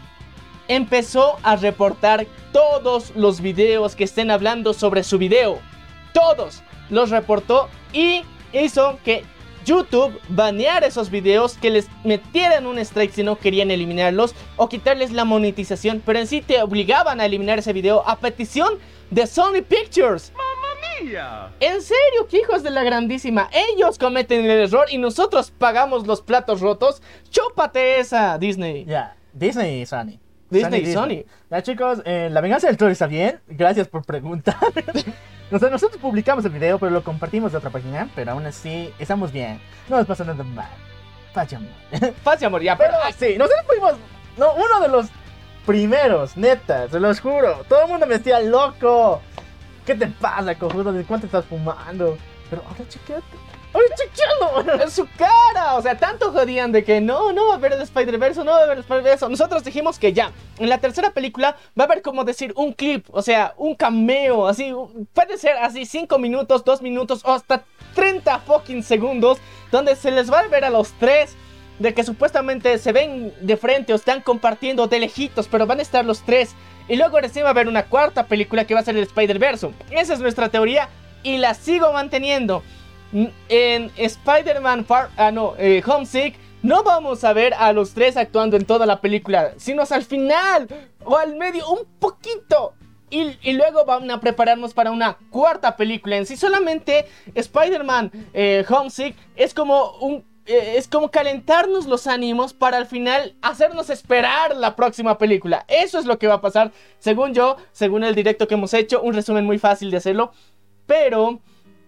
empezó a reportar todos los videos que estén hablando sobre su video. Todos los reportó y hizo que YouTube baneara esos videos, que les metieran un strike si no querían eliminarlos o quitarles la monetización, pero en sí te obligaban a eliminar ese video a petición de Sony Pictures. ¡Mamma mía! En serio, que hijos de la grandísima. Ellos cometen el error y nosotros pagamos los platos rotos. ¡Chúpate esa, Disney! Ya, Disney y Sony. Disney y Sony. Ya, chicos, la venganza del Thor está bien. Gracias por preguntar. O sea, nosotros publicamos el video, pero lo compartimos de otra página. Pero aún así, estamos bien. No nos pasa nada mal. Paz y amor. Paz y amor, ya. Pero sí, nosotros fuimos uno de los primeros, neta, se los juro. Todo el mundo me decía, loco. ¿Qué te pasa, cojudo? ¿De cuánto estás fumando? Pero ahora chequeate. ¡Ahora chequealo! En su cara. O sea, tanto jodían de que no va a haber el Spider-Verse, no va a haber el Spider-Verse. Nosotros dijimos que ya, en la tercera película va a haber como decir un clip, o sea, un cameo, así, puede ser así 5 minutos, 2 minutos o hasta 30 fucking segundos, donde se les va a ver a los tres, de que supuestamente se ven de frente o están compartiendo de lejitos, pero van a estar los tres. Y luego recién va a haber una cuarta película que va a ser el Spider-Verse. Esa es nuestra teoría y la sigo manteniendo. En Spider-Man Homesick no vamos a ver a los tres actuando en toda la película, sino al final o al medio un poquito. Y luego van a prepararnos para una cuarta película. En sí solamente Spider-Man Homesick es como calentarnos los ánimos para al final hacernos esperar la próxima película. Eso es lo que va a pasar, según yo, según el directo que hemos hecho. Un resumen muy fácil de hacerlo. Pero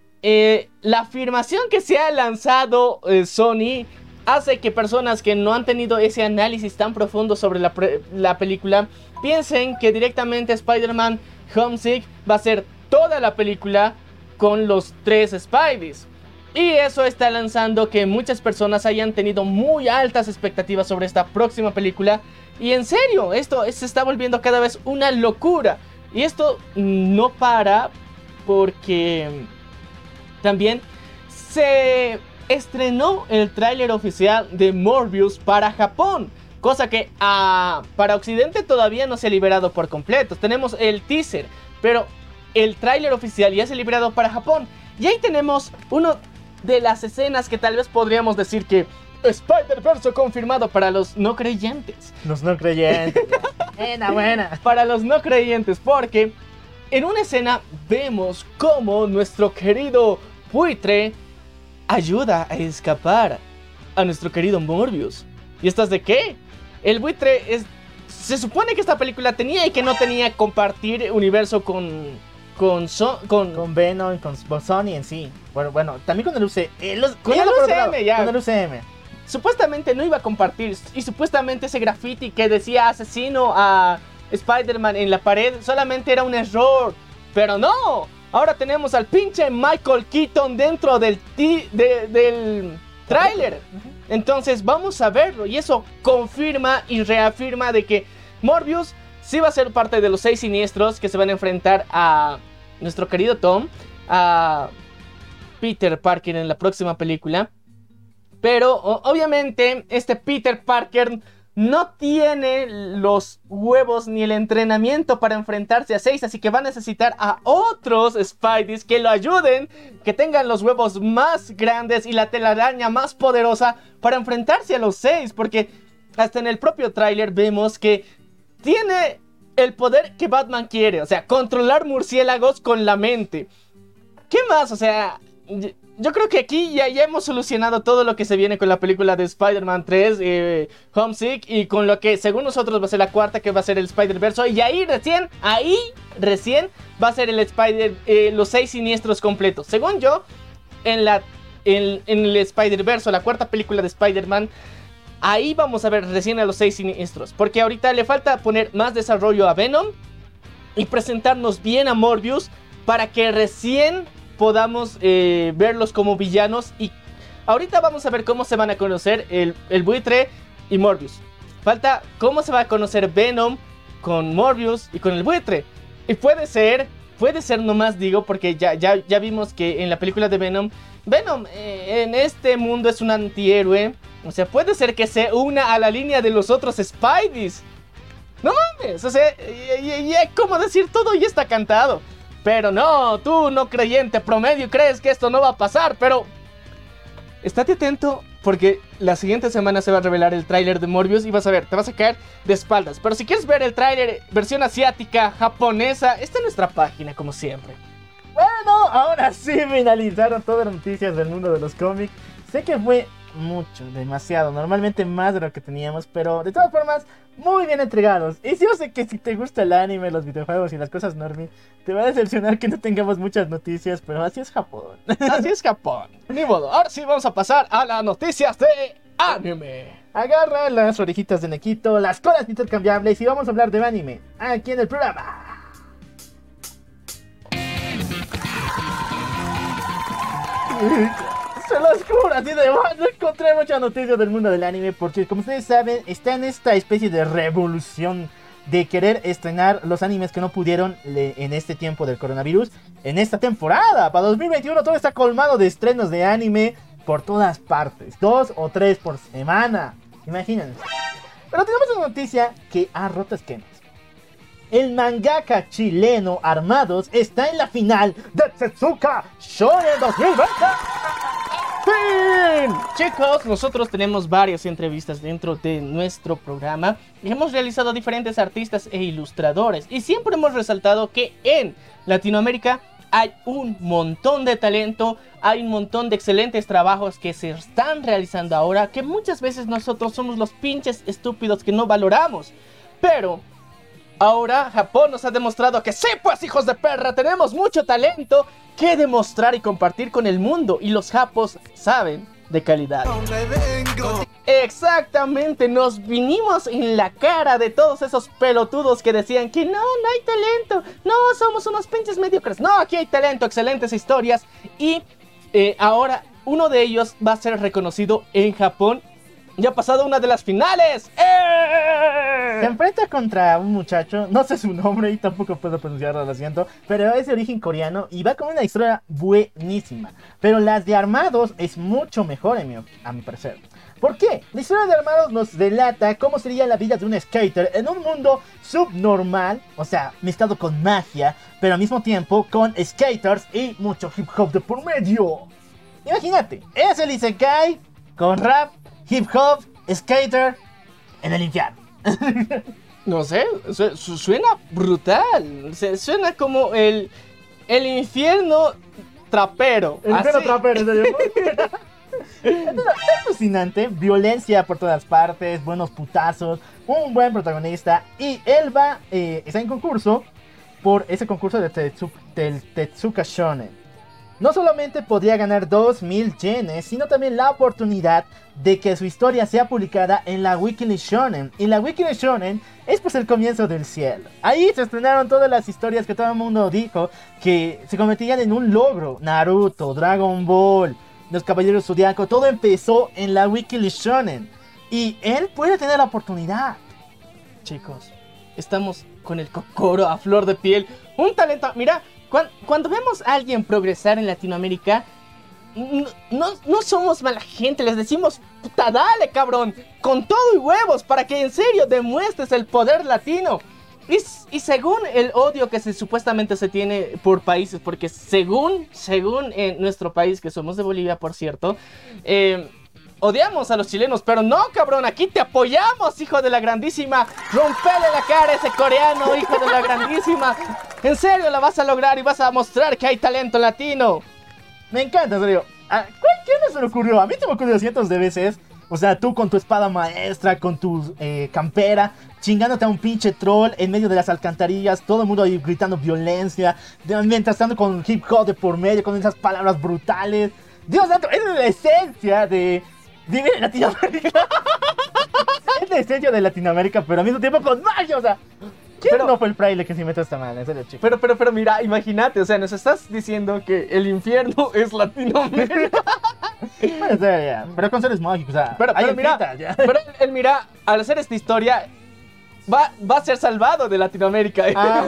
la afirmación que se ha lanzado Sony hace que personas que no han tenido ese análisis tan profundo sobre la película piensen que directamente Spider-Man Homesick va a ser toda la película con los tres Spideys. Y eso está lanzando que muchas personas hayan tenido muy altas expectativas sobre esta próxima película. Y en serio, esto se está volviendo cada vez una locura. Y esto no para porque también se estrenó el tráiler oficial de Morbius para Japón. Cosa que para Occidente todavía no se ha liberado por completo. Tenemos el teaser, pero el tráiler oficial ya se ha liberado para Japón. Y ahí tenemos uno de las escenas que tal vez podríamos decir que Spider-Verse confirmado para los no creyentes. Los no creyentes. Buena. Para los no creyentes, porque en una escena vemos cómo nuestro querido buitre ayuda a escapar a nuestro querido Morbius. ¿Y estás de qué? el buitre se supone que esta película tenía y que no tenía compartir universo con Venom, con Sony en sí. Bueno, también con el UCM. Con el UCM, ya. Con el UCM. Supuestamente no iba a compartir. Y supuestamente ese graffiti que decía asesino a Spider-Man en la pared solamente era un error. Pero no. Ahora tenemos al pinche Michael Keaton dentro del tráiler. Entonces vamos a verlo. Y eso confirma y reafirma de que Morbius sí va a ser parte de los 6 siniestros que se van a enfrentar a nuestro querido Tom, a Peter Parker en la próxima película. Pero obviamente este Peter Parker no tiene los huevos ni el entrenamiento para enfrentarse a 6, así que va a necesitar a otros Spideys que lo ayuden, que tengan los huevos más grandes y la telaraña más poderosa para enfrentarse a los 6, porque hasta en el propio tráiler vemos que tiene el poder que Batman quiere, o sea, controlar murciélagos con la mente. ¿Qué más? O sea, yo creo que aquí ya hemos solucionado todo lo que se viene con la película de Spider-Man 3, Homesick, y con lo que según nosotros va a ser la cuarta, que va a ser el Spider-Verse, y ahí recién va a ser los 6 siniestros completos. Según yo, en el Spider-Verse, la cuarta película de Spider-Man, ahí vamos a ver recién a los 6 siniestros, porque ahorita le falta poner más desarrollo a Venom y presentarnos bien a Morbius para que recién podamos verlos como villanos. Y ahorita vamos a ver cómo se van a conocer el buitre y Morbius. Falta cómo se va a conocer Venom con Morbius y con el buitre. Y puede ser nomás digo, porque ya vimos que en la película de Venom en este mundo es un antihéroe. O sea, puede ser que se una a la línea de los otros Spideys. No mames, o sea, ¿cómo decir? Todo ya está cantado. Pero no, tú no creyente promedio crees que esto no va a pasar, pero estate atento porque la siguiente semana se va a revelar el tráiler de Morbius y vas a ver, te vas a caer de espaldas. Pero si quieres ver el tráiler versión asiática, japonesa, está en nuestra página como siempre. Bueno, ahora sí finalizaron todas las noticias del mundo de los cómics. Sé que fue mucho, demasiado, normalmente más de lo que teníamos, pero de todas formas muy bien entregados. Y yo sé que si te gusta el anime, los videojuegos y las cosas normie, te va a decepcionar que no tengamos muchas noticias, pero así es Japón. Así es Japón, ni modo. Ahora sí vamos a pasar a las noticias de anime. Agarra las orejitas de Nequito, las colas intercambiables y vamos a hablar de anime aquí en el programa. Se los juro, así de no encontré muchas noticias del mundo del anime porque, como ustedes saben, está en esta especie de revolución de querer estrenar los animes que no pudieron en este tiempo del coronavirus. En esta temporada, para 2021, todo está colmado de estrenos de anime por todas partes, 2 o 3 por semana, imagínense. Pero tenemos una noticia que ha roto esquemas. El mangaka chileno Armados está en la final de Setsuka Shonen 2020. ¡Fin! Chicos, nosotros tenemos varias entrevistas dentro de nuestro programa y hemos realizado diferentes artistas e ilustradores y siempre hemos resaltado que en Latinoamérica hay un montón de talento, hay un montón de excelentes trabajos que se están realizando ahora que muchas veces nosotros somos los pinches estúpidos que no valoramos. Pero ahora Japón nos ha demostrado que sí, pues hijos de perra, tenemos mucho talento que demostrar y compartir con el mundo. Y los japos saben de calidad. Exactamente, nos vinimos en la cara de todos esos pelotudos que decían que no hay talento, no, somos unos pinches mediocres. No, aquí hay talento, excelentes historias. Y ahora uno de ellos va a ser reconocido en Japón. Ya ha pasado una de las finales. Se enfrenta contra un muchacho, no sé su nombre y tampoco puedo pronunciarlo, lo siento, pero es de origen coreano y va con una historia buenísima. Pero las de Armados es mucho mejor a mi parecer. ¿Por qué? La historia de Armados nos delata cómo sería la vida de un skater en un mundo subnormal, o sea, mezclado con magia, pero al mismo tiempo con skaters y mucho hip hop de por medio. Imagínate, es el isekai con rap, hip hop, skater en el infierno. No sé, suena brutal. Suena como el infierno trapero. El infierno trapero, ¿en serio? Es alucinante, violencia por todas partes, buenos putazos, un buen protagonista. Y él está en concurso por ese concurso del Tetsuka Shonen. No solamente podría ganar 2.000 yenes, sino también la oportunidad de que su historia sea publicada en la Weekly Shonen. Y la Weekly Shonen es pues el comienzo del cielo. Ahí se estrenaron todas las historias que todo el mundo dijo que se convertían en un logro. Naruto, Dragon Ball, Los Caballeros Zodiaco, todo empezó en la Weekly Shonen. Y él puede tener la oportunidad. Chicos, estamos con el Kokoro a flor de piel. Un talento, mira. Cuando vemos a alguien progresar en Latinoamérica, no somos mala gente, les decimos, puta, dale cabrón, con todo y huevos, para que en serio demuestres el poder latino. Y según el odio que supuestamente se tiene por países, porque según en nuestro país, que somos de Bolivia por cierto, odiamos a los chilenos, pero no, cabrón, aquí te apoyamos, hijo de la grandísima. Rompele la cara a ese coreano, hijo de la grandísima. En serio, la vas a lograr y vas a mostrar que hay talento latino. Me encanta, en serio. ¿Qué se me ocurrió? A mí se me ocurrió cientos de veces. O sea, tú con tu espada maestra, con tu campera, chingándote a un pinche troll en medio de las alcantarillas, todo el mundo ahí gritando violencia, mientras tanto con hip hop de por medio, con esas palabras brutales. Dios santo, esa es la esencia de vivir en Latinoamérica. Es la esencia de Latinoamérica, pero al mismo tiempo con magia, o sea. ¿Quién no fue el fraile que se inventó esta madre? En serio, chico. Pero mira, imagínate, o sea, nos estás diciendo que el infierno es Latinoamérica. Puede ser, ya. Pero con seres mágicos, o sea. Pero mira, pero él mira, al hacer esta historia, va a ser salvado de Latinoamérica.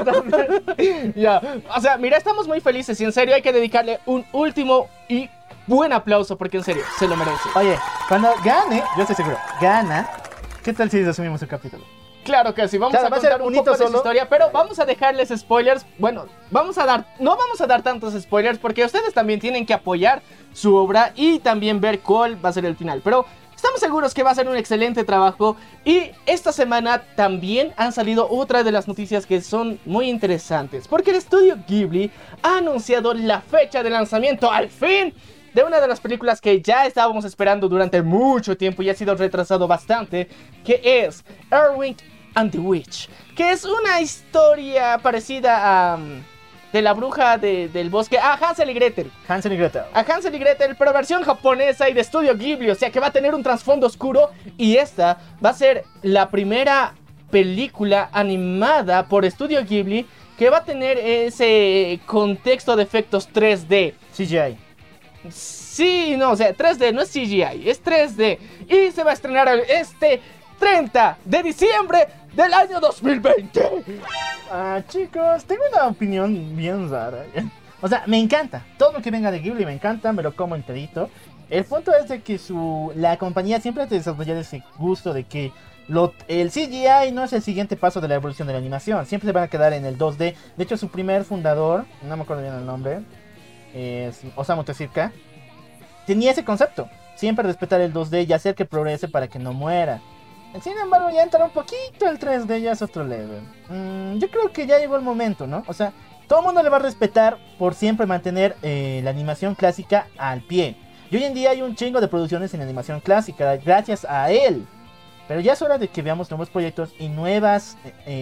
Ya, o sea, mira, estamos muy felices y en serio hay que dedicarle un último y buen aplauso porque en serio, se lo merece. Oye, cuando gane, yo estoy seguro, gana, ¿qué tal si resumimos el capítulo? Claro que sí, vamos a contar un poco de su historia, pero vamos a dejarles spoilers. Bueno, no vamos a dar tantos spoilers porque ustedes también tienen que apoyar su obra y también ver cuál va a ser el final. Pero estamos seguros que va a ser un excelente trabajo y esta semana también han salido otra de las noticias que son muy interesantes. Porque el estudio Ghibli ha anunciado la fecha de lanzamiento, al fin, de una de las películas que ya estábamos esperando durante mucho tiempo y ha sido retrasado bastante, que es Earwig and the Witch, que es una historia parecida a de la bruja del bosque, a Hansel y Gretel. A Hansel y Gretel, pero versión japonesa y de estudio Ghibli, o sea que va a tener un trasfondo oscuro y esta va a ser la primera película animada por estudio Ghibli que va a tener ese contexto de efectos 3D. CGI. Sí, no, o sea, 3D, no es CGI, es 3D. Y se va a estrenar este 30 de diciembre del año 2020. Chicos, tengo una opinión bien rara. O sea, me encanta. Todo lo que venga de Ghibli me encanta, me lo como enterito. El punto es de que la compañía siempre ha desarrollado ese gusto de que el CGI no es el siguiente paso de la evolución de la animación. Siempre se van a quedar en el 2D. De hecho, su primer fundador, no me acuerdo bien el nombre, es Osamu Tezuka, tenía ese concepto, siempre respetar el 2D y hacer que progrese para que no muera. Sin embargo, ya entra un poquito el 3D, ya es otro level. Yo creo que ya llegó el momento, ¿no? O sea, todo el mundo le va a respetar por siempre mantener la animación clásica al pie. Y hoy en día hay un chingo de producciones en animación clásica gracias a él. Pero ya es hora de que veamos nuevos proyectos y nuevas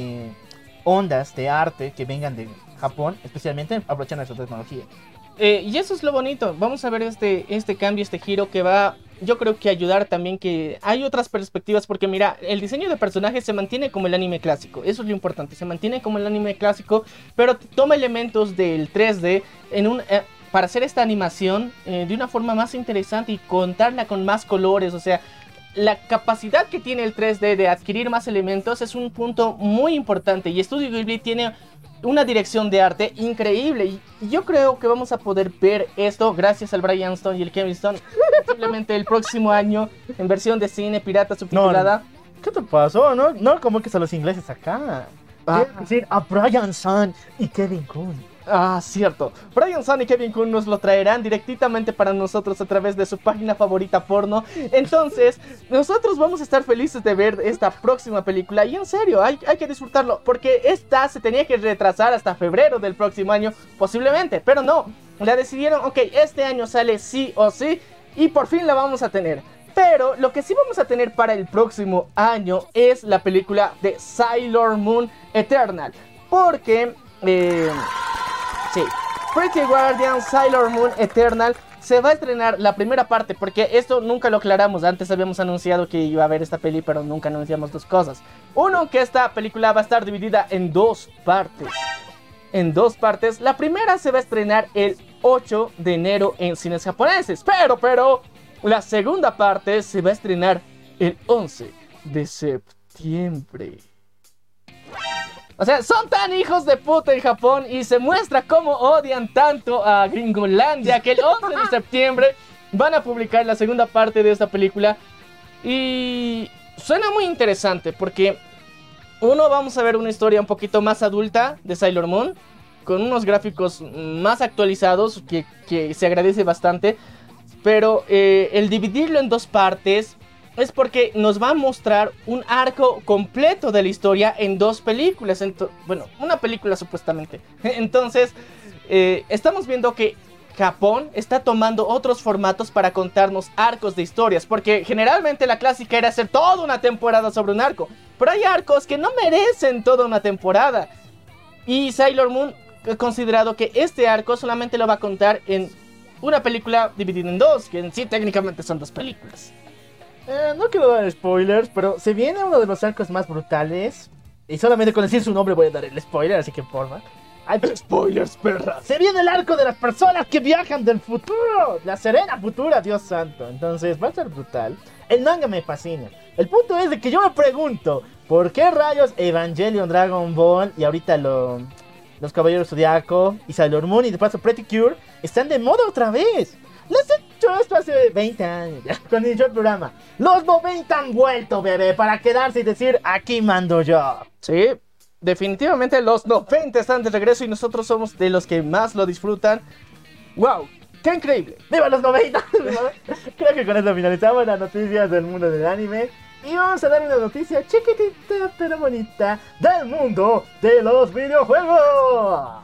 ondas de arte que vengan de Japón, especialmente aprovechando esa tecnología. Y eso es lo bonito. Vamos a ver este cambio, este giro que va, yo creo que ayudar también que hay otras perspectivas. Porque mira, el diseño de personajes se mantiene como el anime clásico. Eso es lo importante, se mantiene como el anime clásico, pero toma elementos del 3D para hacer esta animación de una forma más interesante y contarla con más colores. O sea, la capacidad que tiene el 3D de adquirir más elementos es un punto muy importante. Y Studio Ghibli tiene una dirección de arte increíble y yo creo que vamos a poder ver esto gracias al Brian Stone y el Kevin Stone posiblemente el próximo año en versión de cine pirata subtitulada. No, ¿qué te pasó? No convoques a los ingleses acá. Quiero decir a Brian Stone y Kevin Kuhn. Ah, cierto. Brian Stone y Kevin Kuhn nos lo traerán directamente para nosotros a través de su página favorita porno. Entonces, nosotros vamos a estar felices de ver esta próxima película. Y en serio, hay que disfrutarlo. Porque esta se tenía que retrasar hasta febrero del próximo año, posiblemente. Pero no, la decidieron, ok, este año sale sí o sí. y por fin la vamos a tener. Pero lo que sí vamos a tener para el próximo año es la película de Sailor Moon Eternal. Porque, sí, Pretty Guardian Sailor Moon Eternal se va a estrenar la primera parte. Porque esto nunca lo aclaramos. Antes habíamos anunciado que iba a haber esta peli, pero nunca anunciamos dos cosas. Uno, que esta película va a estar dividida en dos partes. La primera se va a estrenar el 8 de enero en cines japoneses. Pero la segunda parte se va a estrenar el 11 de septiembre. O sea, son tan hijos de puta en Japón y se muestra cómo odian tanto a Gringolandia que el 11 de septiembre van a publicar la segunda parte de esta película. Y suena muy interesante porque vamos a ver una historia un poquito más adulta de Sailor Moon, con unos gráficos más actualizados que se agradece bastante. Pero el dividirlo en dos partes es porque nos va a mostrar un arco completo de la historia en dos películas. Bueno, una película supuestamente. Entonces, estamos viendo que Japón está tomando otros formatos para contarnos arcos de historias. Porque generalmente la clásica era hacer toda una temporada sobre un arco. Pero hay arcos que no merecen toda una temporada. Y Sailor Moon ha considerado que este arco solamente lo va a contar en una película dividida en dos, que en sí técnicamente son dos películas. No quiero dar spoilers, pero se viene uno de los arcos más brutales. Y solamente con decir su nombre voy a dar el spoiler, así que porfa. ¡Hay spoilers, perra! Se viene el arco de las personas que viajan del futuro. La Serena futura, Dios santo. Entonces va a ser brutal. El manga me fascina. El punto es de que yo me pregunto, ¿por qué rayos Evangelion, Dragon Ball y ahorita los Caballeros Zodiaco y Sailor Moon y de paso Pretty Cure están de moda otra vez? Les he hecho esto hace 20 años ya, cuando inició el programa. Los 90 han vuelto, bebé, para quedarse y decir, aquí mando yo. Sí, definitivamente los 90 están de regreso y nosotros somos de los que más lo disfrutan. ¡Wow! ¡Qué increíble! ¡Viva los 90! Creo que con esto finalizamos las noticias del mundo del anime. Y vamos a dar una noticia chiquitita pero bonita del mundo de los videojuegos.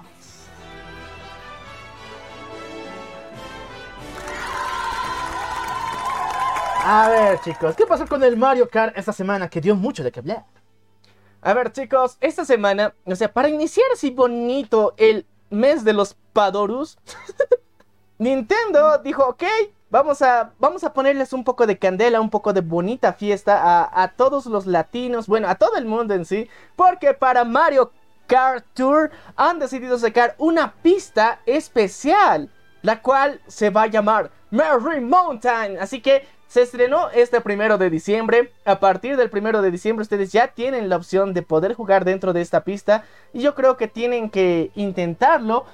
A ver, chicos, ¿qué pasó con el Mario Kart esta semana que dio mucho de qué hablar? A ver, chicos, esta semana, o sea, para iniciar así bonito el mes de los Padorus, Nintendo dijo, ok, vamos a ponerles un poco de candela, un poco de bonita fiesta a todos los latinos, bueno, a todo el mundo en sí, porque para Mario Kart Tour han decidido sacar una pista especial, la cual se va a llamar Merry Mountain, así que se estrenó este 1 de diciembre. A partir del 1 de diciembre ustedes ya tienen la opción de poder jugar dentro de esta pista. Y yo creo que tienen que intentarlo,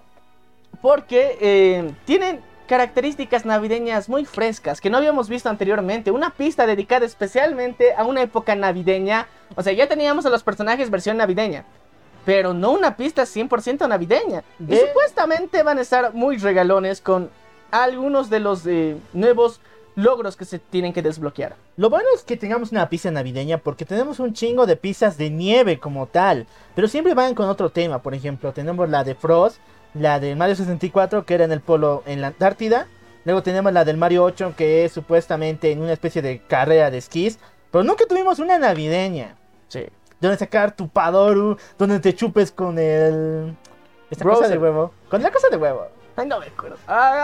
porque tienen características navideñas muy frescas que no habíamos visto anteriormente. Una pista dedicada especialmente a una época navideña. O sea, ya teníamos a los personajes versión navideña, pero no una pista 100% navideña. Y supuestamente van a estar muy regalones con algunos de los nuevos logros que se tienen que desbloquear. Lo bueno es que tengamos una pista navideña porque tenemos un chingo de pistas de nieve como tal, pero siempre van con otro tema. Por ejemplo, tenemos la de Frost, la de Mario 64 que era en el polo en la Antártida. Luego tenemos la del Mario 8 que es supuestamente en una especie de carrera de esquís. Pero nunca tuvimos una navideña. Sí. Donde sacar tu Padoru, donde te chupes con el... esta Browser. cosa de huevo. Con la cosa de huevo. Ay, no me acuerdo.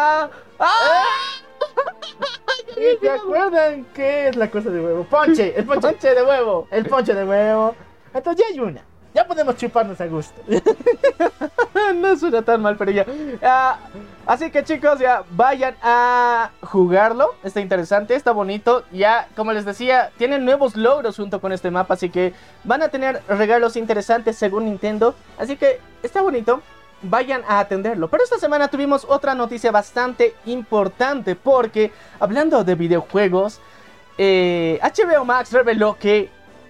¿Y se acuerdan qué es la cosa de huevo? Ponche, el ponche. Ponche de huevo. El ponche de huevo. Entonces ya hay una. Ya podemos chuparnos a gusto. No suena tan mal, pero ya. Así que chicos, ya vayan a jugarlo. Está interesante, está bonito. Ya, como les decía, tienen nuevos logros junto con este mapa. Así que van a tener regalos interesantes según Nintendo. Así que está bonito. Vayan a atenderlo. Pero esta semana tuvimos otra noticia bastante importante, porque hablando de videojuegos, HBO Max reveló que...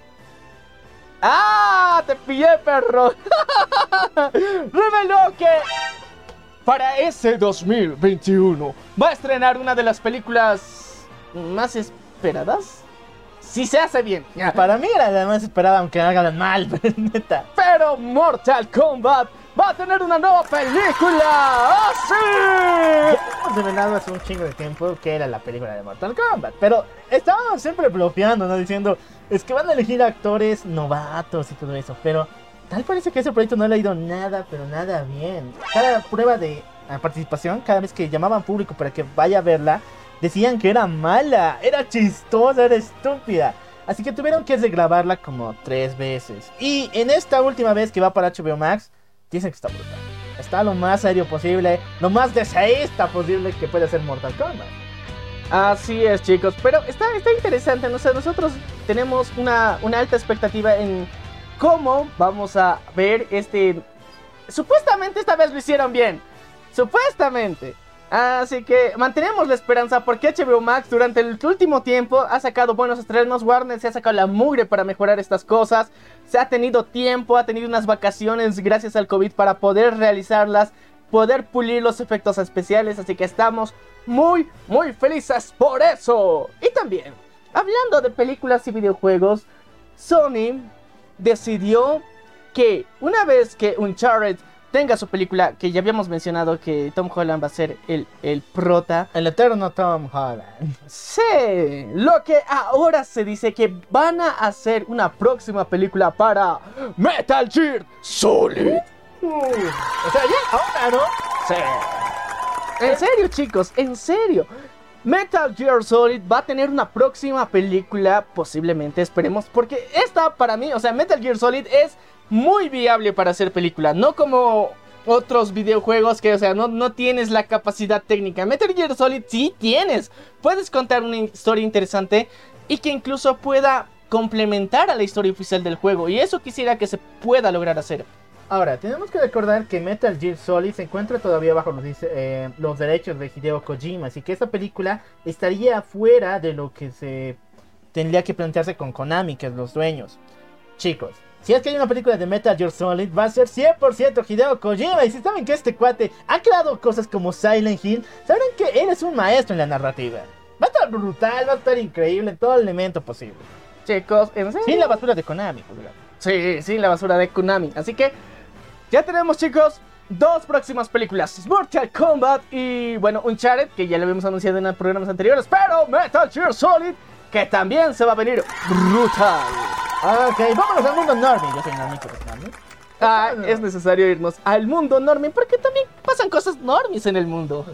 ¡Ah! ¡Te pillé, perro! Reveló que para ese 2021 va a estrenar una de las películas más esperadas. Si se hace bien. Para mí era la más esperada, aunque hagan mal, neta. Pero Mortal Kombat va a tener una nueva película. ¡Ah, sí! Hemos revelado hace un chingo de tiempo que era la película de Mortal Kombat, pero estaban siempre bloqueando, ¿no? Diciendo, es que van a elegir actores novatos y todo eso, pero tal parece que ese proyecto no le ha ido nada, pero nada bien. Cada prueba de participación, cada vez que llamaban público para que vaya a verla, decían que era mala, era chistosa, era estúpida. Así que tuvieron que regrabarla como 3 veces. Y en esta última vez que va para HBO Max, dicen que está brutal. Está lo más serio posible, lo más deseísta posible que puede hacer Mortal Kombat. Así es, chicos, pero está interesante, no sé, nosotros tenemos una alta expectativa en cómo vamos a ver supuestamente esta vez lo hicieron bien, supuestamente. Así que mantenemos la esperanza porque HBO Max durante el último tiempo ha sacado buenos estrenos. Warner se ha sacado la mugre para mejorar estas cosas. Se ha tenido tiempo, ha tenido unas vacaciones gracias al COVID para poder realizarlas, poder pulir los efectos especiales. Así que estamos muy felices por eso. Y también, hablando de películas y videojuegos, Sony decidió que una vez que Uncharted tenga su película, que ya habíamos mencionado que Tom Holland va a ser el prota. El eterno Tom Holland. Sí, lo que ahora se dice que van a hacer una próxima película para Metal Gear Solid. O sea, ya, ahora, ¿no? Sí. En serio, chicos, en serio. Metal Gear Solid va a tener una próxima película, posiblemente, esperemos, porque esta para mí, o sea, Metal Gear Solid es muy viable para hacer película, no como otros videojuegos que, o sea, no tienes la capacidad técnica. Metal Gear Solid sí tienes, puedes contar una historia interesante y que incluso pueda complementar a la historia oficial del juego, y eso quisiera que se pueda lograr hacer. Ahora, tenemos que recordar que Metal Gear Solid se encuentra todavía bajo los derechos de Hideo Kojima, así que esta película estaría fuera de lo que se tendría que plantearse con Konami, que es los dueños. Chicos, si es que hay una película de Metal Gear Solid, va a ser 100% Hideo Kojima. Y si saben que este cuate ha creado cosas como Silent Hill, sabrán que él es un maestro en la narrativa. Va a estar brutal, va a estar increíble en todo elemento posible. Chicos, ¿en serio? Sin la basura de Konami, por ejemplo. Sí, sin la basura de Konami. Así que ya tenemos, chicos, 2 próximas películas: Mortal Kombat y, bueno, Uncharted, que ya lo habíamos anunciado en los programas anteriores. Pero Metal Gear Solid, que también se va a venir brutal. Ok, vámonos al mundo normie. Yo soy normie, pero normie. Es necesario irnos al mundo normie porque también pasan cosas normies en el mundo.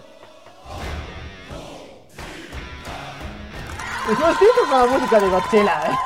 Los tipos con la música de Godzilla.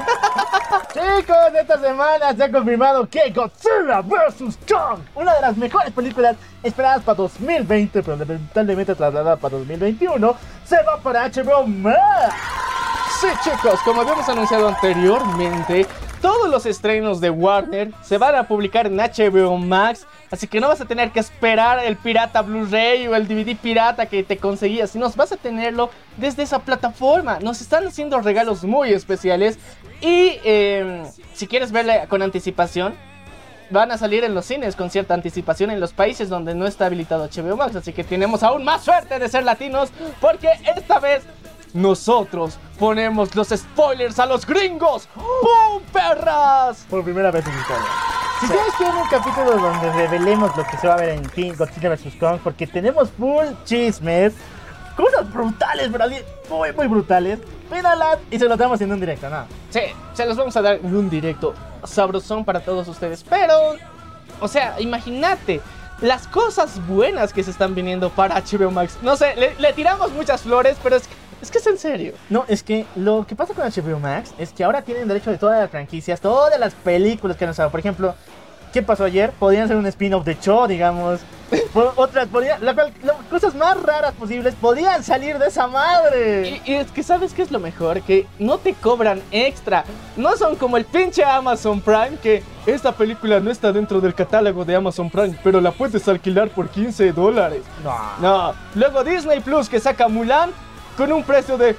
Chicos, esta semana se ha confirmado que Godzilla vs. Kong, una de las mejores películas esperadas para 2020, pero lamentablemente trasladada para 2021, se va para HBO Max. Sí, chicos, como habíamos anunciado anteriormente, todos los estrenos de Warner se van a publicar en HBO Max, así que no vas a tener que esperar el pirata Blu-ray o el DVD pirata que te conseguías, sino vas a tenerlo desde esa plataforma. Nos están haciendo regalos muy especiales y si quieres verla con anticipación, van a salir en los cines con cierta anticipación en los países donde no está habilitado HBO Max, así que tenemos aún más suerte de ser latinos, porque esta vez nosotros ponemos los spoilers a los gringos. ¡Bum, perras! Por primera vez en historia. Si sabes que hay un capítulo donde revelemos lo que se va a ver en King Godzilla vs. Kong, porque tenemos full chismes, cosas brutales, muy brutales. Míralas y se los damos en un directo, ¿no? Sí, se los vamos a dar en un directo sabrosón para todos ustedes. Pero, o sea, imagínate las cosas buenas que se están viniendo para HBO Max. No sé, le tiramos muchas flores, pero es que es en serio. No, es que lo que pasa con HBO Max es que ahora tienen derecho de todas las franquicias, todas las películas que han usado. Por ejemplo, ¿qué pasó ayer? Podrían ser un spin-off de Cho, digamos. Otras podrían, las cosas más raras posibles podían salir de esa madre. Y es que ¿sabes qué es lo mejor? Que no te cobran extra. No son como el pinche Amazon Prime, que esta película no está dentro del catálogo de Amazon Prime, pero la puedes alquilar por $15. No. Luego Disney Plus, que saca Mulan con un precio de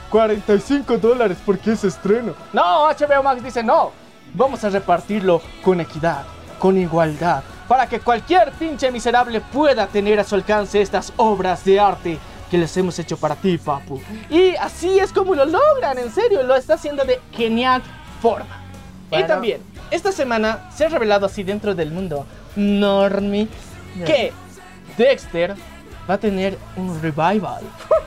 $45 porque es estreno. No, HBO Max dice no. Vamos a repartirlo con equidad, con igualdad, para que cualquier pinche miserable pueda tener a su alcance estas obras de arte que les hemos hecho para ti, papu. Y así es como lo logran, en serio, lo está haciendo de genial forma. Bueno. Y también, esta semana se ha revelado así dentro del mundo normie, que Dexter va a tener un revival.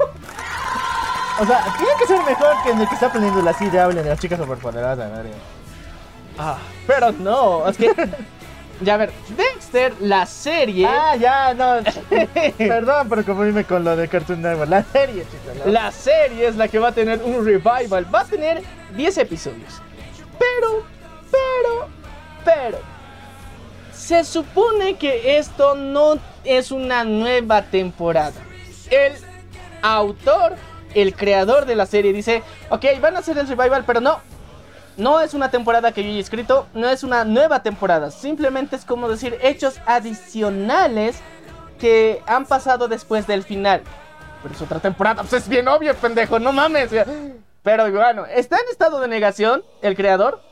O sea, tiene que ser mejor que en el que está aprendiendo la silla de las chicas superpoderosas, madre. Pero no, es que... Ya, a ver, Dexter, la serie... ya, no. Perdón por confundirme con lo de Cartoon Network. La serie, chicos. ¿No? La serie es la que va a tener un revival. Va a tener 10 episodios. Pero... Se supone que esto no es una nueva temporada. El autor, el creador de la serie dice... Ok, van a hacer el revival, pero no es una temporada que yo haya escrito, no es una nueva temporada. Simplemente es como decir hechos adicionales que han pasado después del final. Pero es otra temporada, pues es bien obvio, pendejo, no mames. Pero bueno, está en estado de negación el creador,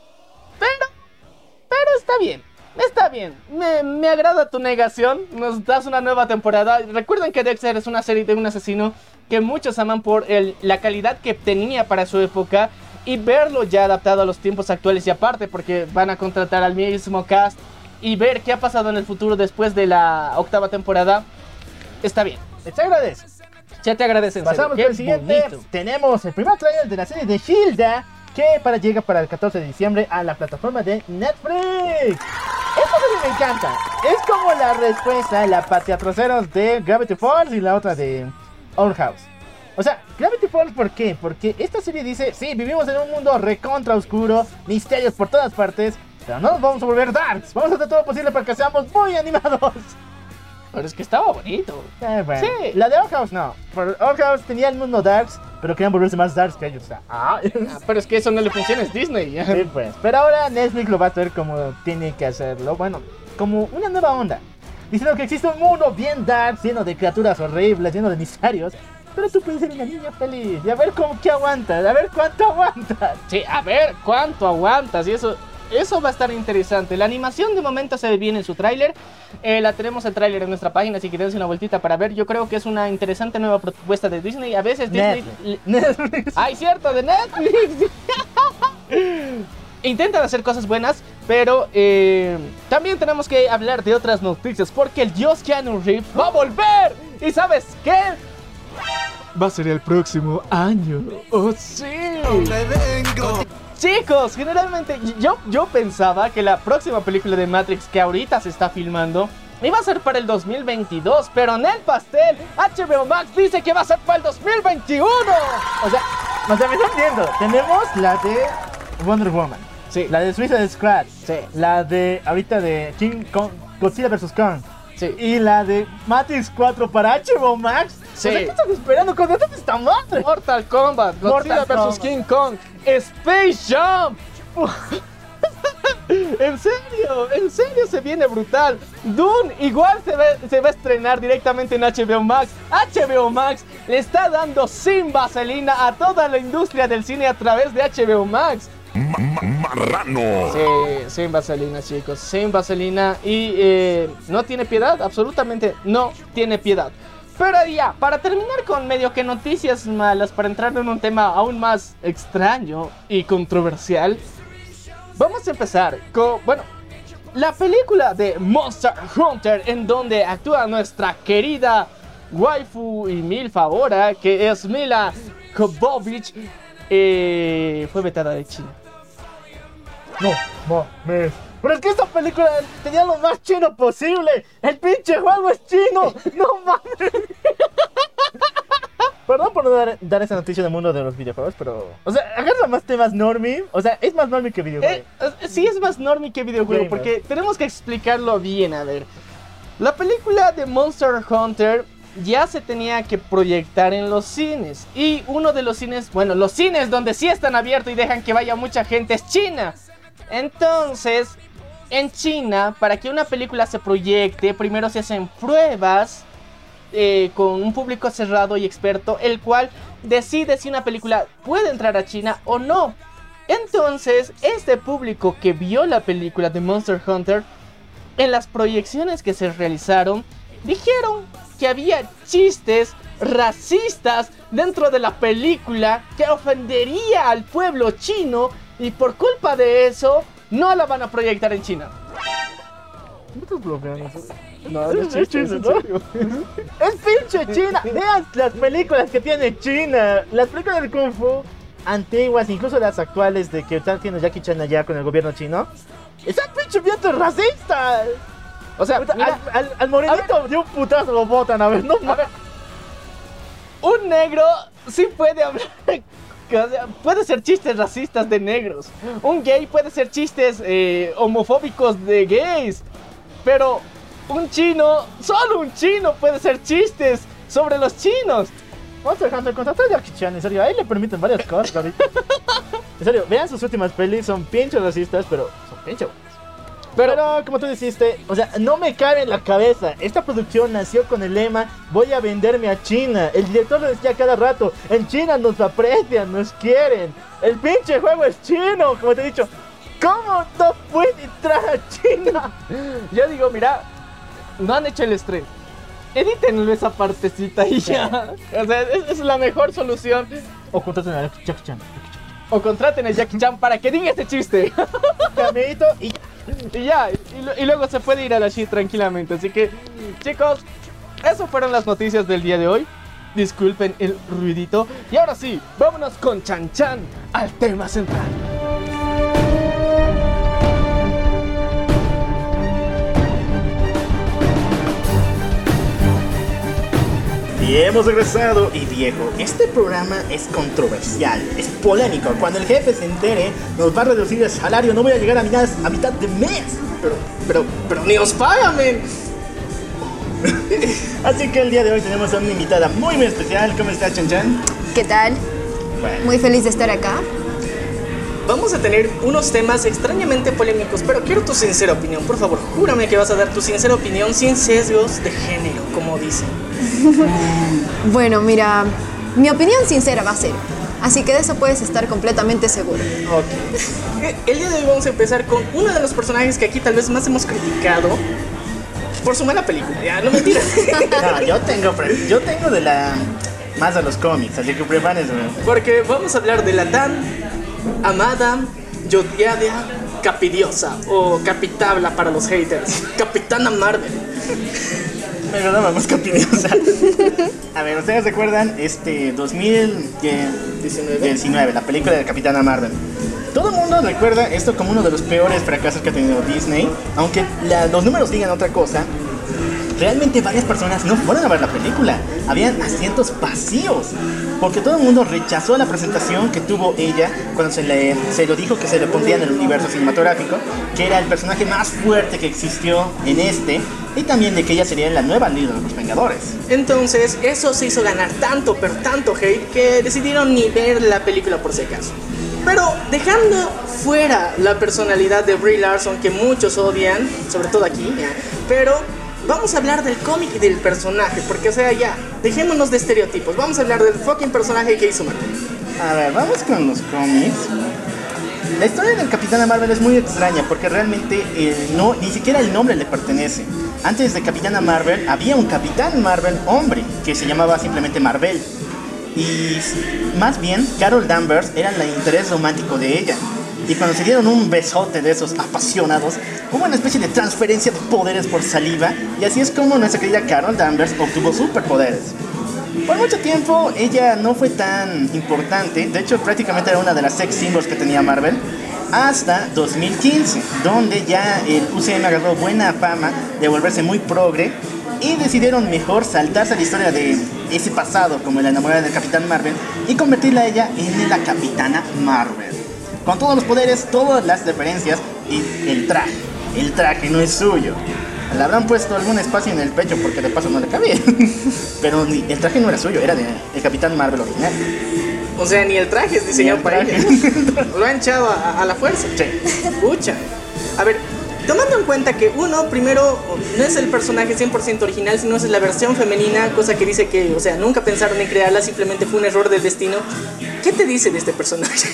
pero está bien. Está bien, me agrada tu negación. Nos das una nueva temporada. Recuerden que Dexter es una serie de un asesino que muchos aman por la calidad que tenía para su época. Y verlo ya adaptado a los tiempos actuales. Y aparte porque van a contratar al mismo cast. Y ver qué ha pasado en el futuro después de la 8ª temporada. Está bien, Se agradece. ya te agradecen. Pasamos al siguiente. Tenemos el primer trailer de la serie de Hilda, que llega para el 14 de diciembre a la plataforma de Netflix. Esta serie me encanta. Es como la respuesta a la pateatroceros de Gravity Falls y la otra de Old House. O sea, Gravity Falls, ¿por qué? Porque esta serie dice, sí, vivimos en un mundo recontra oscuro, misterios por todas partes, pero no nos vamos a volver darks. Vamos a hacer todo lo posible para que seamos muy animados. Pero es que estaba bonito. Bueno. Sí. La de Old House no. Old House tenía el mundo darks, pero querían volverse más darks que ellos. O sea, Pero es que eso no le funciona, es Disney. sí, pues. Pero ahora Netflix lo va a hacer como tiene que hacerlo. Bueno, como una nueva onda. Diciendo que existe un mundo bien dark, lleno de criaturas horribles, lleno de misterios. Pero tú puedes ser una niña feliz. Y a ver qué aguantas. A ver cuánto aguantas. Sí, a ver cuánto aguantas. Y eso va a estar interesante. La animación de momento se ve bien en su tráiler. La tenemos el tráiler en nuestra página, así que dense una vueltita para ver. Yo creo que es una interesante nueva propuesta de Disney. A veces Disney... Netflix. ¡Ay, cierto! ¡De Netflix! Intentan hacer cosas buenas, pero también tenemos que hablar de otras noticias, porque el dios Keanu Reeves va a volver. ¿Y sabes qué? Va a ser el próximo año. ¡Oh, sí! Chicos, generalmente yo pensaba que la próxima película de Matrix que ahorita se está filmando iba a ser para el 2022, pero en el pastel HBO Max dice que va a ser para el 2021. O sea, me están viendo. Tenemos la de Wonder Woman. Sí. La de Suicide Squad. Sí. La de ahorita de King Kong, Godzilla vs. Kong. Sí. Y la de Matrix 4 para HBO Max. Sí. O sea, ¿qué estás esperando? ¿Con dónde esta madre? Mortal Kombat, Godzilla Mortal vs. Kombat. King Kong, Space Jam. En serio se viene brutal. Dune igual se va a estrenar directamente en HBO Max. HBO Max le está dando sin vaselina a toda la industria del cine a través de HBO Max. Marrano. Sí, sin vaselina, chicos, sin vaselina. Y no tiene piedad, absolutamente no tiene piedad. Pero ya, para terminar con medio que noticias malas, para entrar en un tema aún más extraño y controversial, vamos a empezar con, bueno, la película de Monster Hunter, en donde actúa nuestra querida waifu y milfa ahora, que es Mila Jovovich, fue vetada de China. No mames. Pero es que esta película tenía lo más chino posible. El pinche juego es chino. No mames. Perdón por no dar esa noticia del mundo de los videojuegos, pero... O sea, agarra más temas normie. O sea, es más normie que videojuego. Sí, es más normie que videojuego, Gamer. porque tenemos que explicarlo bien. A ver, la película de Monster Hunter ya se tenía que proyectar en los cines. Y uno de los cines, bueno, los cines donde sí están abiertos y dejan que vaya mucha gente es China. Entonces, en China, para que una película se proyecte, primero se hacen pruebas con un público cerrado y experto, el cual decide si una película puede entrar a China o no. Entonces, este público que vio la película de Monster Hunter, en las proyecciones que se realizaron, dijeron que había chistes racistas dentro de la película que ofendería al pueblo chino, y por culpa de eso no la van a proyectar en China. ¿No estás bloqueando? No, no es chiste, ¿en serio? Es pinche China. Vean las películas que tiene China. Las películas de Kung Fu antiguas, incluso las actuales de que están haciendo Jackie Chan allá con el gobierno chino. Están pinche bien racistas. O sea, mira, al morenito de un putazo lo botan, a ver, no mames. un negro sí puede hablar. O sea, puede ser chistes racistas de negros. Un gay puede ser chistes homofóbicos de gays. Pero un chino, solo un chino puede ser chistes sobre los chinos. Monster Hunter contrató a Jackie Chan, en serio, ahí le permiten varias cosas ahorita. En serio, vean sus últimas pelis, son pinches racistas, pero son pinche buenas. Pero como tú dijiste, o sea, no me cabe en la cabeza. Esta producción nació con el lema: voy a venderme a China. El director lo decía cada rato: en China nos aprecian, nos quieren. El pinche juego es chino, como te he dicho. ¿Cómo no puede entrar a China? Yo digo, mira, no han hecho el estrés. Edítenlo esa partecita y ya. O sea, es la mejor solución. O contraten a Jackie Chan. O contraten a Jackie Chan para que diga este chiste. Camellito y ya. Y luego se puede ir a la shit tranquilamente. Así que, chicos, eso fueron las noticias del día de hoy. Disculpen el ruidito. Y ahora sí, vámonos con Chan Chan al tema central. Y hemos regresado. Y Diego, este programa es controversial, es polémico. Cuando el jefe se entere, nos va a reducir el salario. No voy a llegar a mitad de mes. Pero ni os pagan, men. Así que el día de hoy tenemos a una invitada muy especial. ¿Cómo estás, Chan Chan? ¿Qué tal? Bueno. Muy feliz de estar acá. Vamos a tener unos temas extrañamente polémicos, pero quiero tu sincera opinión. Por favor, júrame que vas a dar tu sincera opinión sin sesgos de género, como dicen. Bueno, mira, mi opinión sincera va a ser, así que de eso puedes estar completamente seguro. Ok. El día de hoy vamos a empezar con uno de los personajes que aquí tal vez más hemos criticado por su mala película. Ya, no mentiras. No, yo tengo de la más a los cómics, así que prepárense. Porque vamos a hablar de la tan amada, odiada, capidiosa o capitabla para los haters, Capitana Marvel. Me agradaba más capidiosa. A ver, ¿ustedes recuerdan 2019, la película de Capitana Marvel? Todo el mundo recuerda esto como uno de los peores fracasos que ha tenido Disney. Aunque los números digan otra cosa, realmente varias personas no fueron a ver la película. Habían asientos vacíos, porque todo el mundo rechazó la presentación que tuvo ella cuando se lo dijo que se le pondría en el universo cinematográfico, que era el personaje más fuerte que existió en y también de que ella sería la nueva líder de los Vengadores. Entonces eso se hizo ganar tanto, pero tanto hate, que decidieron ni ver la película por si acaso. Pero dejando fuera la personalidad de Brie Larson, que muchos odian, sobre todo aquí, pero vamos a hablar del cómic y del personaje, porque o sea, ya, dejémonos de estereotipos, vamos a hablar del fucking personaje que hizo Marvel. A ver, vamos con los cómics. La historia del Capitán Marvel es muy extraña porque realmente ni siquiera el nombre le pertenece. Antes de Capitana Marvel había un Capitán Marvel hombre que se llamaba simplemente Marvel. Y más bien Carol Danvers era el interés romántico de ella. Y cuando se dieron un besote de esos apasionados, hubo una especie de transferencia de poderes por saliva. Y así es como nuestra querida Carol Danvers obtuvo superpoderes. Por mucho tiempo ella no fue tan importante. De hecho prácticamente era una de las sex symbols que tenía Marvel, hasta 2015, donde ya el UCM agarró buena fama de volverse muy progre y decidieron mejor saltarse la historia de ese pasado como la enamorada del Capitán Marvel y convertirla a ella en la Capitana Marvel, con todos los poderes, todas las referencias y el traje no es suyo. Le habrán puesto algún espacio en el pecho porque de paso no le cabía. Pero el traje no era suyo, era del Capitán Marvel original. O sea, ni el traje es diseñado para ella. Lo han echado a la fuerza. Sí. Pucha. A ver, tomando en cuenta que uno, primero, no es el personaje 100% original, sino es la versión femenina, cosa que dice que, o sea, nunca pensaron en crearla, simplemente fue un error del destino. ¿Qué te dice de este personaje?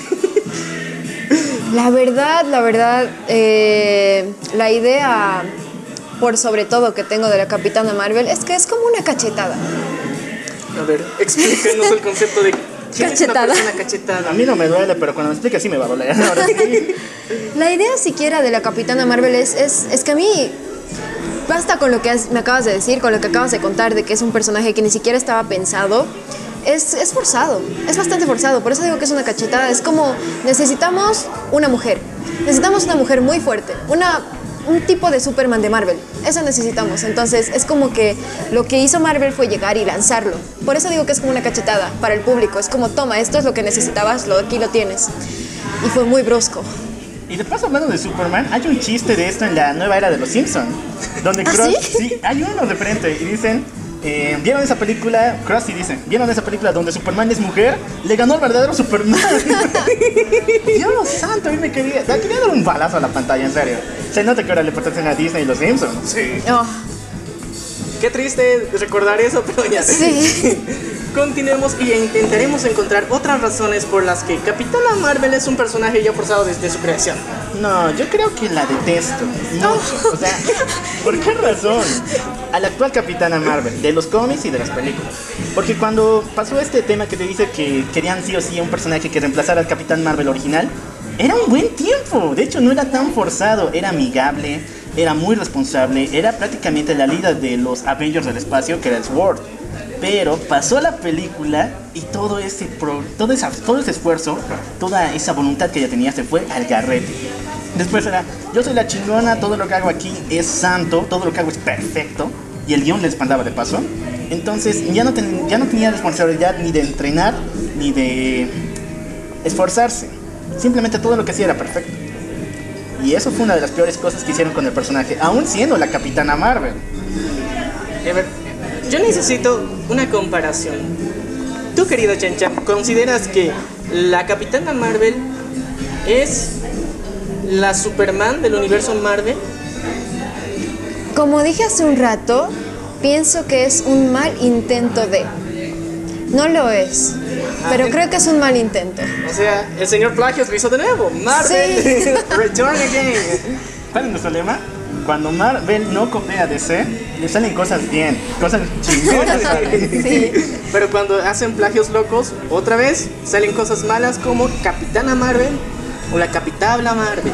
La verdad, la idea, por sobre todo que tengo de la Capitana Marvel, es que es como una cachetada. A ver, explícanos el concepto de ¿quién cachetada. Es una persona cachetada? A mí no me duele, pero cuando me explica sí me va a doler. Ahora sí. La idea siquiera de la Capitana Marvel es que a mí basta con lo que me acabas de decir, con lo que acabas de contar, de que es un personaje que ni siquiera estaba pensado. Es forzado, es bastante forzado, por eso digo que es una cachetada. Es como, necesitamos una mujer muy fuerte, un tipo de Superman de Marvel, eso necesitamos. Entonces es como que lo que hizo Marvel fue llegar y lanzarlo. Por eso digo que es como una cachetada para el público, es como, toma, esto es lo que necesitabas, aquí lo tienes. Y fue muy brusco. Y de paso, hablando de Superman, hay un chiste de esto en la nueva era de los Simpsons, donde Krusty, sí, hay uno de frente y dicen, ¿vieron esa película? Krusty dice, ¿vieron esa película donde Superman es mujer? Le ganó al verdadero Superman. Dios santo, a mí me quería dar un balazo a la pantalla, en serio. Se nota que ahora le pertenecen a Disney y los Simpsons. Sí. Oh. Qué triste recordar eso, pero ya. Sí. Continuemos y intentaremos encontrar otras razones por las que Capitana Marvel es un personaje ya forzado desde su creación. No, yo creo que la detesto mucho. O sea, ¿por qué razón? A la actual Capitana Marvel, de los cómics y de las películas. Porque cuando pasó este tema que te dice que querían sí o sí un personaje que reemplazara al Capitán Marvel original, era un buen tiempo. De hecho, no era tan forzado, era amigable, era muy responsable, era prácticamente la líder de los Avengers del espacio, que era el Sword. Pero pasó la película y todo ese esfuerzo, toda esa voluntad que ella tenía se fue al garrete. Después era, yo soy la chingona, todo lo que hago aquí es santo, todo lo que hago es perfecto. Y el guión les mandaba de paso. Entonces ya no tenía responsabilidad ni de entrenar, ni de esforzarse. Simplemente todo lo que hacía era perfecto. Y eso fue una de las peores cosas que hicieron con el personaje, aún siendo la Capitana Marvel. A ver, yo necesito una comparación. Tú, querido Chan Chan, ¿consideras que la Capitana Marvel es la Superman del universo Marvel? Como dije hace un rato, pienso que es un mal intento de... No lo es, pero creo que es un mal intento. O sea, el señor Plagios lo hizo de nuevo. Marvel, Sí. return again. ¿Cuál es nuestro lema? Cuando Marvel no copia a DC, le salen cosas bien, cosas chingonas. Sí. Pero cuando hacen plagios locos, otra vez salen cosas malas como Capitana Marvel o la Capitabla Marvel.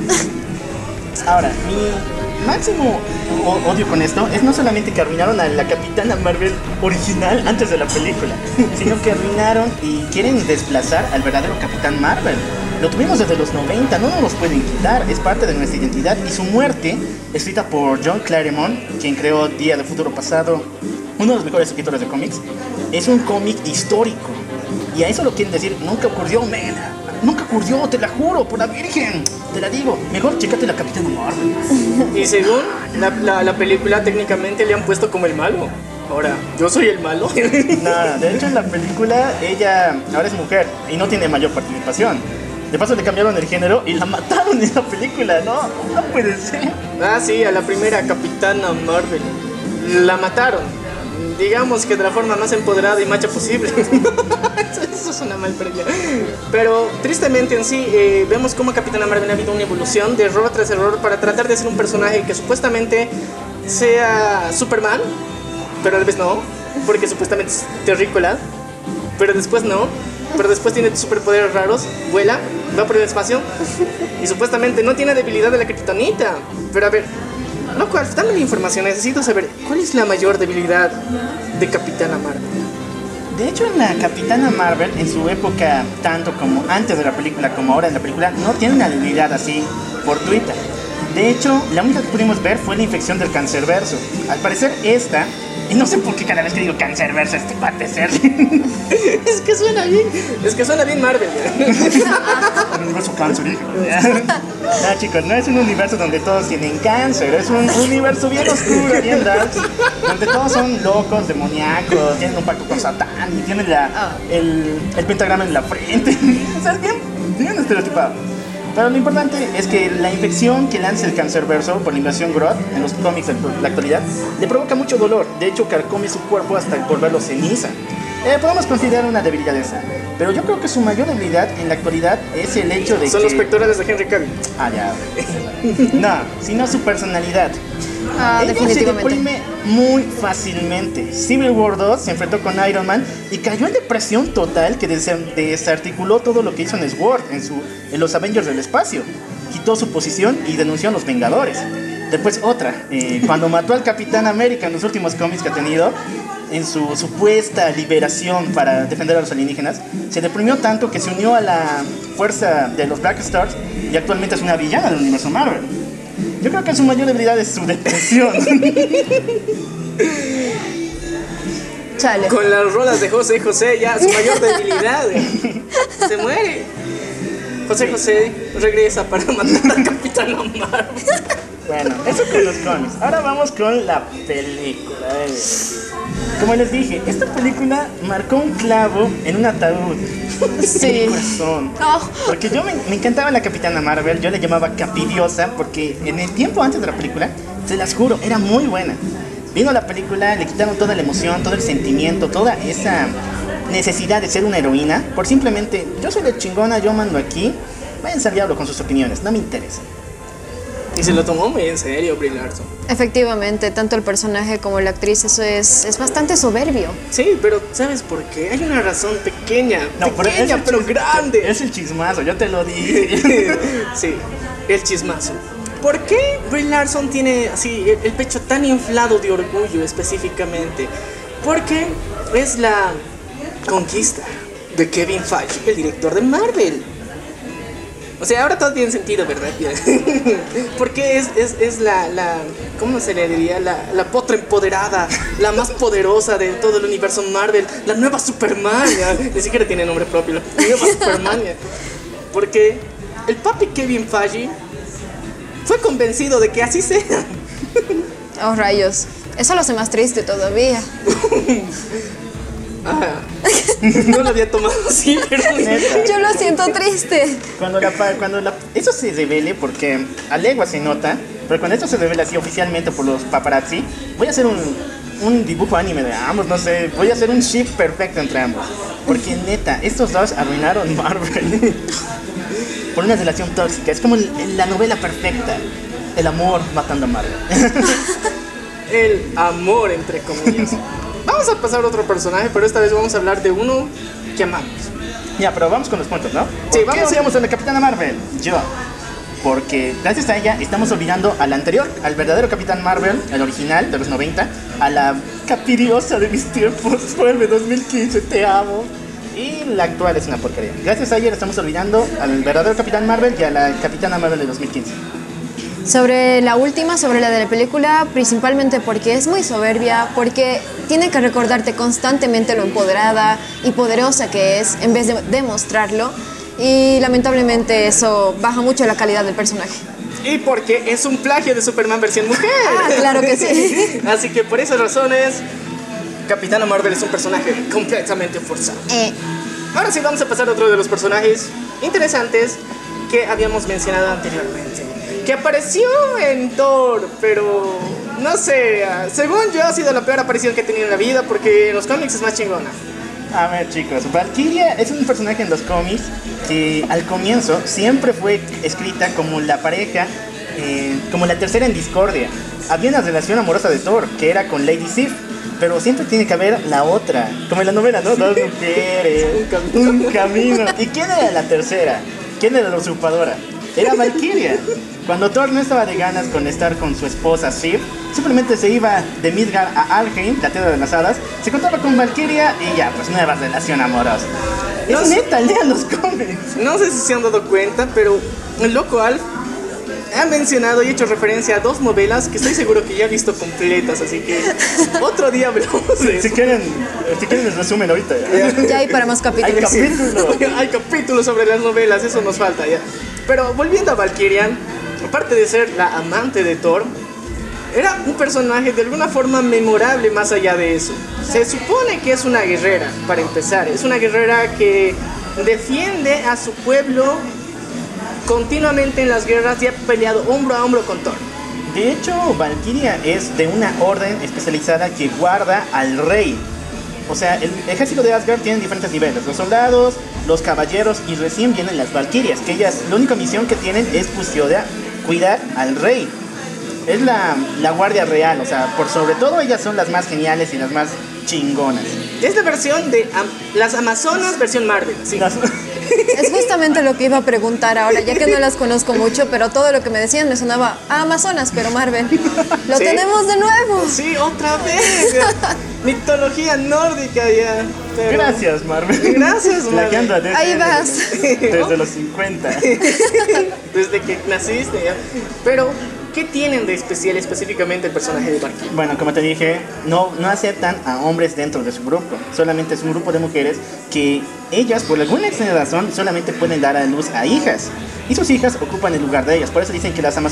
Ahora, mi máximo odio con esto es no solamente que arruinaron a la Capitana Marvel original antes de la película, sino que arruinaron y quieren desplazar al verdadero Capitán Marvel. Lo tuvimos desde los 90, no nos los pueden quitar, es parte de nuestra identidad. Y su muerte, escrita por John Claremont, quien creó Día de Futuro Pasado, uno de los mejores escritores de cómics, es un cómic histórico. Y a eso lo quieren decir, nunca ocurrió, man. Nunca ocurrió, te la juro, por la Virgen. Te la digo, mejor chécate la Capitana Marvel. Y según la película, técnicamente le han puesto como el malo. Ahora, yo soy el malo. Nada, de hecho en la película ella ahora es mujer y no tiene mayor participación. De paso le cambiaron el género y la mataron en la película, no puede ser. Ah, sí, a la primera Capitana Marvel. La mataron. Digamos que de la forma más empoderada y macha posible. Eso suena mal, pero ya. Pero tristemente en sí, vemos cómo Capitana Marvel ha habido una evolución de error tras error para tratar de ser un personaje que supuestamente sea Superman, pero a la vez no, porque supuestamente es terrícola, pero después no. Pero después tiene superpoderes raros, vuela, va por el espacio y supuestamente no tiene debilidad de la kriptonita. Pero a ver, loco, dame la información, necesito saber cuál es la mayor debilidad de Capitana Marvel. De hecho en la Capitana Marvel, en su época, tanto como antes de la película como ahora en la película, no tiene una debilidad así fortuita. De hecho, la única que pudimos ver fue la infección del cancerverso. Al parecer esta, y no sé por qué cada vez que digo cancerverso este cuate ser. Es que suena bien Marvel. El universo cáncer, hijo. No, chicos, no es un universo donde todos tienen cáncer, es un universo bien oscuro, bien dark, donde todos son locos, demoníacos, tienen un pacto con Satán y tienen el pentagrama en la frente. O sea, es bien estereotipado. Pero lo importante es que la infección que lanza el cancerverso por la invasión Grodd en los cómics de la actualidad le provoca mucho dolor. De hecho, carcome su cuerpo hasta volverlo ceniza. Podemos considerar una debilidad esa. Pero yo creo que su mayor debilidad en la actualidad es el hecho de Son que... los pectorales de Henry Cavill. Ah, ya. No, sino su personalidad. Ella Definitivamente. se deprime muy fácilmente. Civil War 2 se enfrentó con Iron Man y cayó en depresión total que desarticuló todo lo que hizo en Sword, en los Avengers del espacio. Quitó su posición y denunció a los Vengadores. Después otra, cuando mató al Capitán América en los últimos cómics que ha tenido, en su supuesta liberación para defender a los alienígenas, se deprimió tanto que se unió a la fuerza de los Black Stars y actualmente es una villana del universo Marvel. Yo creo que su mayor debilidad es su depresión. Chale. Con las rolas de José José, ya su mayor debilidad. Se muere. José José regresa para matar al Capitán Marvel. Bueno, eso con los cómics. Ahora vamos con la película. Como les dije, esta película marcó un clavo en un ataúd. Sí. En mi corazón. Oh. Porque yo me encantaba la Capitana Marvel. Yo le llamaba Capidiosa porque en el tiempo antes de la película, se las juro, era muy buena. Vino la película, le quitaron toda la emoción, todo el sentimiento, toda esa necesidad de ser una heroína por simplemente, yo soy la chingona, yo mando aquí. Váyanse al diablo con sus opiniones, no me interesa. Y se lo tomó muy en serio Brie Larson. Efectivamente, tanto el personaje como la actriz, eso es bastante soberbio. Sí, pero ¿sabes por qué? Hay una razón pequeña, pero grande. Es el chismazo, yo te lo dije. Sí, el chismazo. ¿Por qué Brie Larson tiene así el pecho tan inflado de orgullo específicamente? Porque es la conquista de Kevin Feige, el director de Marvel. O sea, ahora todo tiene sentido, ¿verdad? Porque es la ¿cómo se le diría? La potra empoderada, la más poderosa de todo el universo Marvel, la nueva Superman, ya. Ni siquiera tiene nombre propio, la nueva Superman, ya. Porque el papi Kevin Feige fue convencido de que así sea. Oh, rayos. Eso lo hace más triste todavía. No lo había tomado así, pero Yo lo siento triste. Eso se revele, porque a legua se nota, pero cuando esto se revela así oficialmente por los paparazzi, voy a hacer un dibujo anime de ambos, no sé, voy a hacer un ship perfecto entre ambos. Porque neta, estos dos arruinaron Marvel por una relación tóxica. Es como la novela perfecta, el amor matando a Marvel. El amor, entre comillas. Vamos a pasar a otro personaje, pero esta vez vamos a hablar de uno que amamos. Ya, pero vamos con los puntos, ¿no? Sí, ¿Por vamos. qué odiamos a la Capitana Marvel? Yo. Porque gracias a ella estamos olvidando al anterior, al verdadero Capitán Marvel, el original de los 90, a la capiriosa de mis tiempos, vuelve 2015, te amo. Y la actual es una porquería. Gracias a ella le estamos olvidando al verdadero Capitán Marvel y a la Capitana Marvel de 2015. Sobre la última, sobre la de la película, principalmente porque es muy soberbia, porque tiene que recordarte constantemente lo empoderada y poderosa que es, en vez de demostrarlo, y lamentablemente eso baja mucho la calidad del personaje. Y porque es un plagio de Superman versión mujer. Ah, claro que sí. Así que por esas razones, Capitana Marvel es un personaje completamente forzado. Ahora sí vamos a pasar a otro de los personajes interesantes que habíamos mencionado anteriormente, que apareció en Thor, pero no sé, según yo ha sido la peor aparición que he tenido en la vida, porque en los cómics es más chingona. A ver, chicos, Valkyria es un personaje en los cómics que al comienzo siempre fue escrita como la pareja, como la tercera en discordia. Había una relación amorosa de Thor que era con Lady Sif, pero siempre tiene que haber la otra, como en la novela, ¿no? Dos mujeres, un camino. ¿Y quién era la tercera? ¿Quién era la usurpadora? Era Valkyria. Cuando Thor no estaba de ganas con estar con su esposa Sif, simplemente se iba de Midgard a Alheim, la tierra de las hadas, se encontraba con Valkyria y ya, pues nueva relación amorosa. No Es sé. neta, lean los cómics. No sé si se han dado cuenta, pero el loco Alf ha mencionado y hecho referencia a dos novelas que estoy seguro que ya he visto completas, así que otro día hablamos de Si eso. quieren el resumen ahorita. Ya hay para más Hay capítulos. capítulo. Hay capítulos sobre las novelas, eso nos falta ya. Pero volviendo a Valkyria, aparte de ser la amante de Thor, era un personaje de alguna forma memorable más allá de eso. Se supone que es una guerrera, para empezar. Es una guerrera que defiende a su pueblo continuamente en las guerras y ha peleado hombro a hombro con Thor. De hecho, Valkyria es de una orden especializada que guarda al rey. O sea, el ejército de Asgard tiene diferentes niveles. Los soldados, los caballeros y recién vienen las Valkyrias, que ellas, la única misión que tienen es cuidar al rey. Es la guardia real, o sea, por sobre todo ellas son las más geniales y las más chingonas. Es la versión de las Amazonas versión Marvel, sí. Es justamente lo que iba a preguntar ahora, ya que no las conozco mucho, pero todo lo que me decían me sonaba a Amazonas, pero Marvel. Lo Sí. tenemos de nuevo. Sí, otra vez. Mitología nórdica ya. Pero- Gracias, Marvel. Gracias, Marvel. Plagiando a DC Ahí vas. Desde los 50. Desde que naciste ya. Pero, ¿qué tienen de especial específicamente el personaje de Valkyria? Bueno, como te dije, no aceptan a hombres dentro de su grupo. Solamente es un grupo de mujeres que ellas, por alguna extraña razón, solamente pueden dar a luz a hijas. Y sus hijas ocupan el lugar de ellas. Por eso dicen que las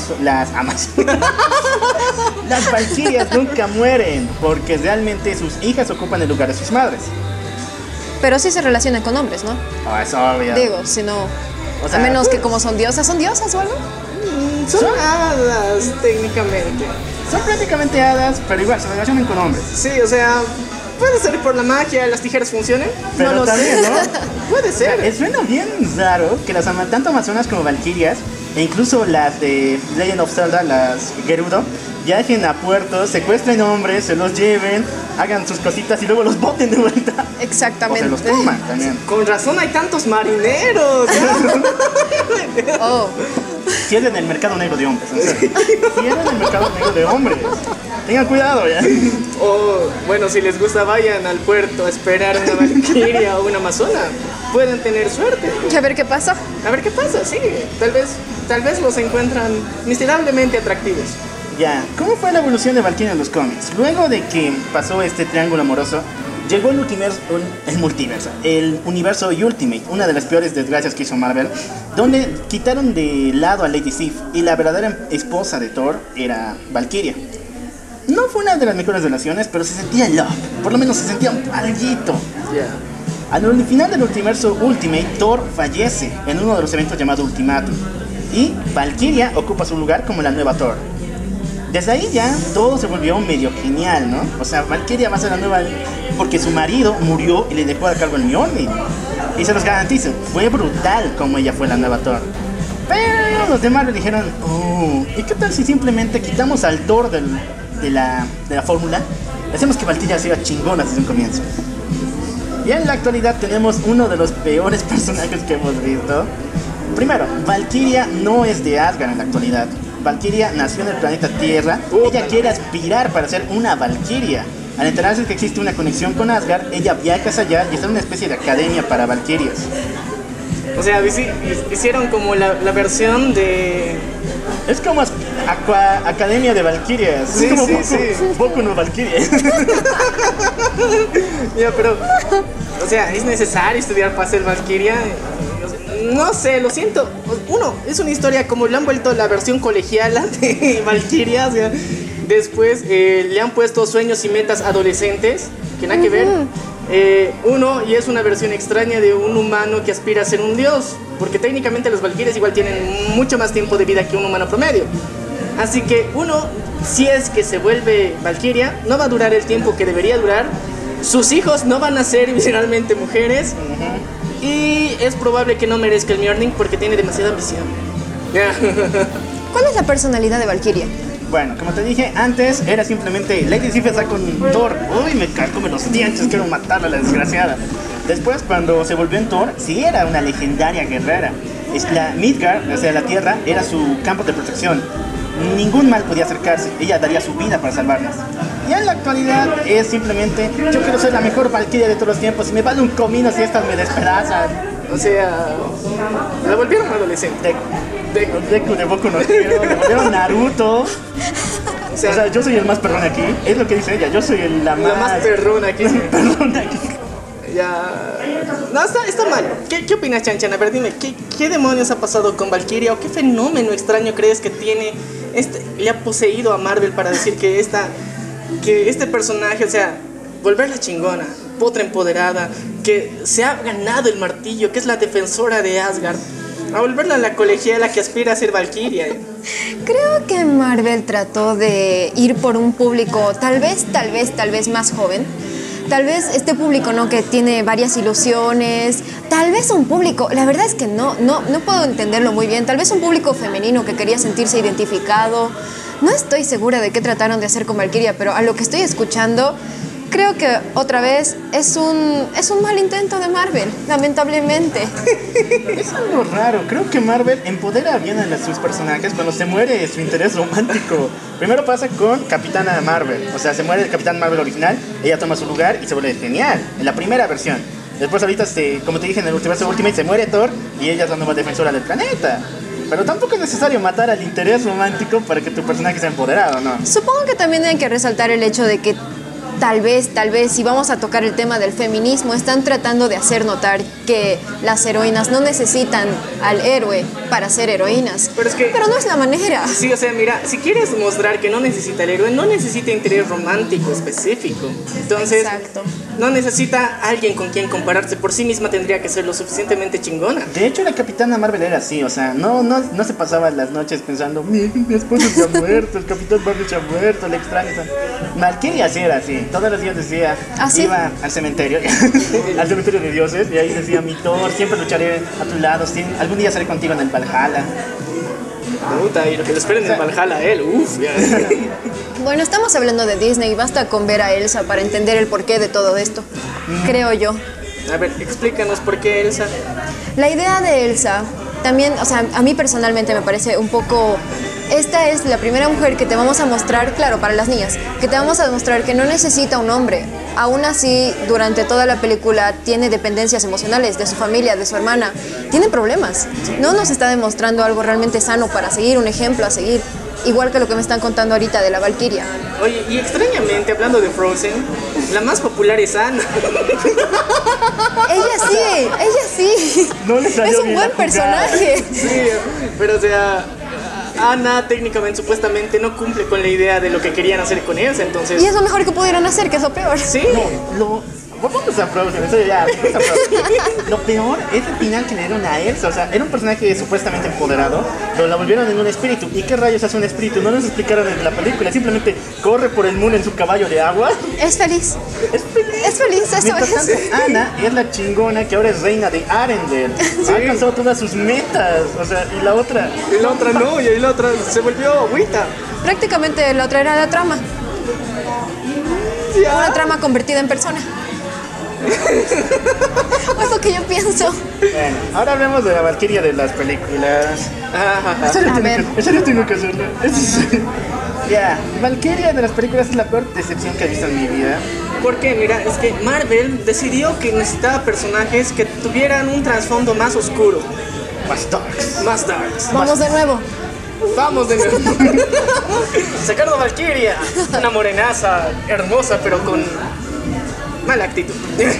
valquirias nunca mueren. Porque realmente sus hijas ocupan el lugar de sus madres. Pero sí se relacionan con hombres, ¿no? Oh, es obvio. Digo, si no... O sea, a menos que como son diosas o algo. Son hadas, técnicamente. son prácticamente hadas, pero igual se relacionan con hombres. Sí, o sea, puede ser por la magia, las tijeras funcionen. Pero no lo también, sé. ¿no? Puede ser. Suena bien raro que tanto amazonas como valquirias, e incluso las de Legend of Zelda, las Gerudo, viajen a puertos, secuestren hombres, se los lleven, hagan sus cositas y luego los boten de vuelta. O Exactamente. se los coman también. Con razón hay tantos marineros. Oh, Cierren el mercado negro de hombres. En serio. Cierren el mercado negro de hombres. Tengan cuidado ya. O, bueno, si les gusta, vayan al puerto a esperar una valquiria o una amazona. Pueden tener suerte. a ver qué pasa. A ver qué pasa, sí. Tal vez los encuentran miserablemente atractivos. Ya, ¿cómo fue la evolución de Valkyria en los cómics? Luego de que pasó este triángulo amoroso, llegó el universo Ultimate, una de las peores desgracias que hizo Marvel, donde quitaron de lado a Lady Sif y la verdadera esposa de Thor era Valkyria. No fue una de las mejores relaciones, pero se sentía love, por lo menos se sentía un alguito. Al final del universo Ultimate, Thor fallece en uno de los eventos llamado Ultimatum y Valkyria ocupa su lugar como la nueva Thor. Desde ahí ya todo se volvió medio genial, ¿no? O sea, Valkyria va a ser la nueva porque su marido murió y le dejó a cargo el Mjolnir. Y se los garantizo, fue brutal como ella fue la nueva Thor. Pero los demás le dijeron, ¿y qué tal si simplemente quitamos al Thor de la fórmula? Hacemos que Valkyria sea chingona desde un comienzo. Y en la actualidad tenemos uno de los peores personajes que hemos visto. Primero, Valkyria no es de Asgard en la actualidad. Valkyria nació en el planeta Tierra. Ella quiere aspirar para ser una Valkyria. Al enterarse de que existe una conexión con Asgard, ella viaja hacia allá y está en una especie de academia para Valkyrias. O sea, hicieron como la versión de... Es como Academia de Valkyrias. Sí, es como sí, Boku, sí. Boku no Valkyria. Ya, pero... O sea, ¿es necesario estudiar para ser Valkyria? No sé, lo siento. Uno, es una historia como le han vuelto la versión colegiala de Valkyria. O sea, después le han puesto sueños y metas adolescentes, que nada que ver. Uno, y es una versión extraña de un humano que aspira a ser un dios. Porque técnicamente los Valkyrias igual tienen mucho más tiempo de vida que un humano promedio. Así que uno, si es que se vuelve Valkyria, no va a durar el tiempo que debería durar. Sus hijos no van a ser literalmente mujeres. Y es probable que no merezca el Mjolnir porque tiene demasiada ambición. ¿Cuál es la personalidad de Valkyria? Bueno, como te dije antes, era simplemente Lady Sif está con Thor. Uy, me carcome los dientes, quiero matarla, la desgraciada. Después, cuando se volvió en Thor, sí era una legendaria guerrera. La Midgard, o sea, la Tierra, era su campo de protección. Ningún mal podía acercarse, ella daría su vida para salvarnos. Y en la actualidad es simplemente, yo quiero ser la mejor Valkyria de todos los tiempos y me vale un comino si estas me despedazan. O sea, la volvieron adolescente. Deku de Boku no Hero, le volvieron Naruto. O O sea, yo soy el más perrón aquí, es lo que dice ella, yo soy la la más perrona aquí. perrón aquí. Ya. No, está mal. ¿Qué opinas, Chanchan? A ver, dime, ¿qué demonios ha pasado con Valkyria? ¿O qué fenómeno extraño crees que tiene le ha poseído a Marvel para decir que este personaje, o sea, volverla chingona, potra empoderada, que se ha ganado el martillo, que es la defensora de Asgard, a volverla la colegiala que aspira a ser Valkyria? Creo que Marvel trató de ir por un público tal vez más joven. Tal vez este público, ¿no? Que tiene varias ilusiones. Tal vez un público, la verdad es que no puedo entenderlo muy bien. Tal vez un público femenino que quería sentirse identificado. No estoy segura de qué trataron de hacer con Valkyria, pero a lo que estoy escuchando, creo que otra vez es un mal intento de Marvel, lamentablemente. Es algo raro, creo que Marvel empodera bien a sus personajes cuando se muere su interés romántico. Primero pasa con Capitana Marvel, o sea, se muere el Capitán Marvel original, ella toma su lugar y se vuelve genial, en la primera versión. Después ahorita, como te dije en el universo Ultimate, se muere Thor y ella es la nueva defensora del planeta. Pero tampoco es necesario matar al interés romántico para que tu personaje sea empoderado, ¿no? Supongo que también hay que resaltar el hecho de que tal vez, si vamos a tocar el tema del feminismo, están tratando de hacer notar que las heroínas no necesitan al héroe para ser heroínas. Pero no es la manera. Sí, o sea, mira, si quieres mostrar que no necesita el héroe, no necesita interés romántico específico. Entonces, exacto, no necesita alguien con quien compararse. Por sí misma tendría que ser lo suficientemente chingona. De hecho, la Capitana Marvel era así, o sea, no se pasaba las noches pensando, mi esposo se ha muerto, el Capitán Marvel se ha muerto, le extraño. Valkyria sí era así. Todos los días decía, iba al cementerio, al cementerio de dioses, y ahí decía, mi Thor, siempre lucharé a tu lado, algún día seré contigo en el Valhalla. Puta, y lo que le esperen en el Valhalla a él, uff. Bueno, estamos hablando de Disney y basta con ver a Elsa para entender el porqué de todo esto, creo yo. A ver, explícanos por qué Elsa. La idea de Elsa también, o sea, a mí personalmente me parece un poco... Esta es la primera mujer que te vamos a mostrar, claro, para las niñas, que te vamos a mostrar que no necesita un hombre. Aún así, durante toda la película tiene dependencias emocionales de su familia, de su hermana. Tiene problemas. No nos está demostrando algo realmente sano para seguir, un ejemplo a seguir. Igual que lo que me están contando ahorita de la Valkyria. Oye, y extrañamente, hablando de Frozen, la más popular es Anna. Ella sí. No le salió es un bien buen la jugada. personaje. Sí, pero o sea... Ana técnicamente, supuestamente no cumple con la idea de lo que querían hacer con Elsa, entonces... Y es lo mejor que pudieron hacer, que es lo peor. Sí. Vamos a Frozen, en serio, ya. Vamos a Frozen. Lo peor es el final que le dieron a Elsa. O sea, era un personaje supuestamente empoderado, pero la volvieron en un espíritu. ¿Y qué rayos hace un espíritu? No nos explicaron en la película. Simplemente corre por el mundo en su caballo de agua. Es feliz. Es feliz, eso Mientras es. tanto, Ana es la chingona que ahora es reina de Arendelle. Ha alcanzado todas sus metas. O sea, y la otra no, y la otra se volvió agüita. Prácticamente la otra era la trama. Una trama convertida en persona. Es lo que yo pienso. Bueno, ahora hablemos de la Valkyria de las películas. En serio tengo que hacerlo. Ya, Valkyria de las películas es la peor decepción que he visto en mi vida. Porque mira, es que Marvel decidió que necesitaba personajes que tuvieran un trasfondo más oscuro. Más darks. Vamos de nuevo. Sacaron a Valkyria, una morenaza hermosa, pero con mala actitud.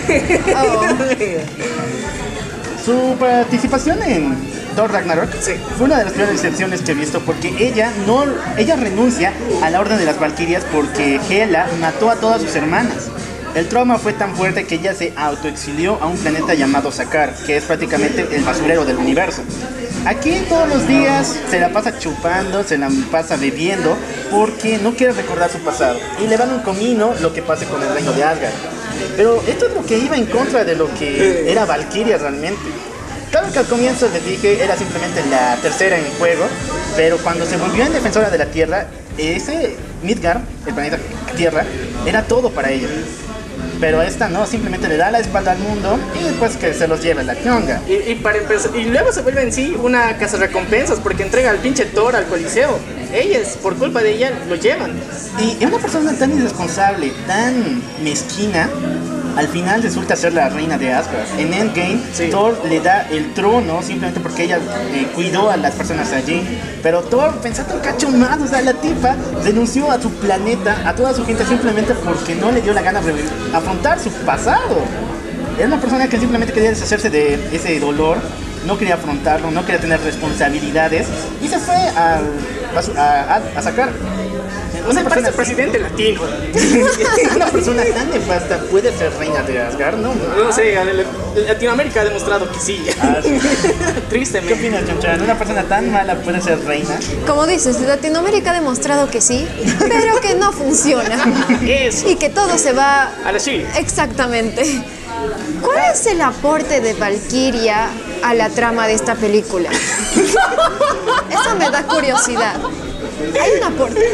Su participación en Thor Ragnarok fue una de las peores decepciones que he visto, porque ella renuncia a la Orden de las Valkyrias porque Hela mató a todas sus hermanas. El trauma fue tan fuerte que ella se autoexilió a un planeta llamado Sakaar, que es prácticamente el basurero del universo. Aquí todos los días se la pasa chupando, se la pasa bebiendo, porque no quiere recordar su pasado. Y le van un comino lo que pase con el reino de Asgard. Pero esto es lo que iba en contra de lo que era Valkyria realmente. Claro que al comienzo les dije, era simplemente la tercera en juego, pero cuando se volvió en defensora de la Tierra, ese Midgard, el planeta Tierra, era todo para ella. Pero esta no, simplemente le da la espalda al mundo y después que se los lleve la Kionga. Y luego se vuelve en sí una cazarrecompensas porque entrega al pinche Thor al Coliseo. Ellas, por culpa de ella, lo llevan. Y es una persona tan irresponsable, tan mezquina, al final resulta ser la reina de Asgard. En Endgame, Thor le da el trono simplemente porque ella cuidó a las personas allí. Pero Thor, pensando un cacho más, o sea, la tipa renunció a su planeta, a toda su gente, simplemente porque no le dio la gana de afrontar su pasado. Era una persona que simplemente quería deshacerse de ese dolor, no quería afrontarlo, no quería tener responsabilidades y se fue a sacar. O sea, parece presidente latino. Una persona tan nefasta puede ser reina de Asgard, ¿no? No sé, Latinoamérica ha demostrado que sí. Tristemente. ¿Qué opinas, Chonchan? ¿Una persona tan mala puede ser reina? Como dices, Latinoamérica ha demostrado que sí, pero que no funciona. Eso. Y que todo se va... a la Chile. Exactamente. ¿Cuál es el aporte de Valkyria a la trama de esta película? Eso me da curiosidad. Hay un aporte.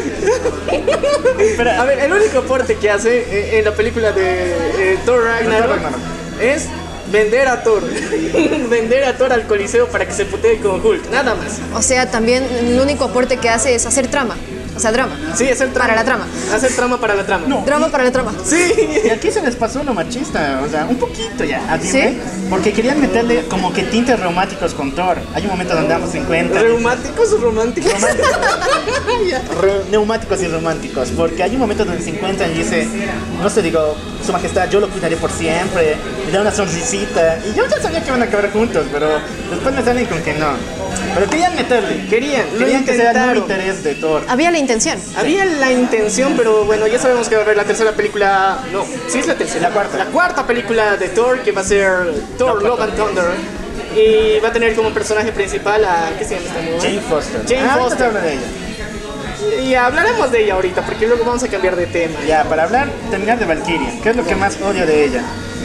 Pero, a ver, el único aporte que hace en la película de Thor Ragnarok es vender a Thor. Vender a Thor al Coliseo para que se putee con Hulk, nada más. O sea, también el único aporte que hace es hacer trama. O sea, drama. Sí, hacer trama. Para la trama. Hacer trama para la trama. No. Drama para la trama. Sí. Y aquí se les pasó lo machista, o sea, un poquito ya, a Disney, ¿Sí? porque querían meterle como que tintes románticos con Thor. Hay un momento donde ambos se encuentran. ¿Reumáticos o románticos? Neumáticos y románticos, porque hay un momento donde se encuentran y dice, no sé, digo, su majestad, yo lo cuidaré por siempre, le da una sonrisita, y yo ya sabía que iban a acabar juntos, pero después me salen con que no. Pero querían meterle, Querían que sea el nuevo intentaron. interés de Thor. Había la intención. Había la intención, pero bueno, ya sabemos que va a haber la tercera película. No, sí es la tercera. La cuarta. La cuarta película de Thor, que va a ser Thor Love and Thunder. Y va a tener como personaje principal a. ¿Qué se llama esta mujer? Jane Foster. Jane Ahorita Foster. te hablo de ella. Y hablaremos de ella ahorita, porque luego vamos a cambiar de tema. Ya, para terminar de Valkyria, ¿qué es lo que más odio de ella?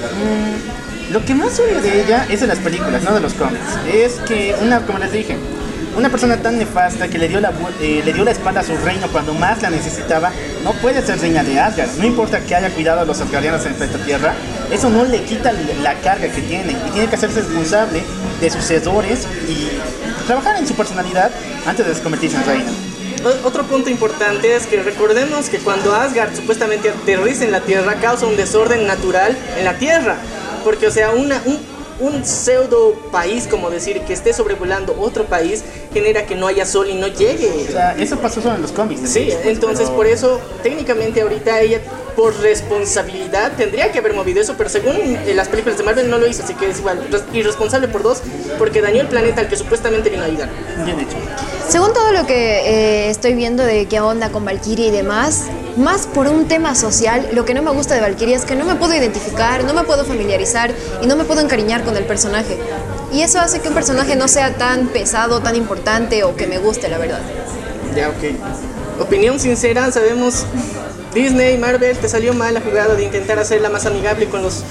Lo que más odio de ella es de las películas, no de los cómics. Es que, como les dije, una persona tan nefasta que le dio la espalda a su reino cuando más la necesitaba, no puede ser reina de Asgard. No importa que haya cuidado a los asgardianos en el planeta Tierra, eso no le quita la carga que tiene. Y tiene que hacerse responsable de sus errores y trabajar en su personalidad antes de convertirse en reina. Otro punto importante es que recordemos que cuando Asgard supuestamente aterriza en la Tierra, causa un desorden natural en la Tierra. Porque, o sea, un pseudo país, como decir, que esté sobrevolando otro país, genera que no haya sol y no llegue. O sea, eso pasó solo en los cómics. Sí, entonces por eso técnicamente ahorita ella por responsabilidad tendría que haber movido eso, pero según las películas de Marvel no lo hizo, así que es igual irresponsable por dos, porque dañó el planeta al que supuestamente vino a ayudar. Bien hecho. Según todo lo que estoy viendo de qué onda con Valkyria y demás, más por un tema social, lo que no me gusta de Valkyria es que no me puedo identificar, no me puedo familiarizar y no me puedo encariñar con el personaje. Y eso hace que un personaje no sea tan pesado, tan importante o que me guste, la verdad. Ya, ok. Opinión sincera, sabemos, Disney, Marvel, te salió mal la jugada de intentar hacerla más amigable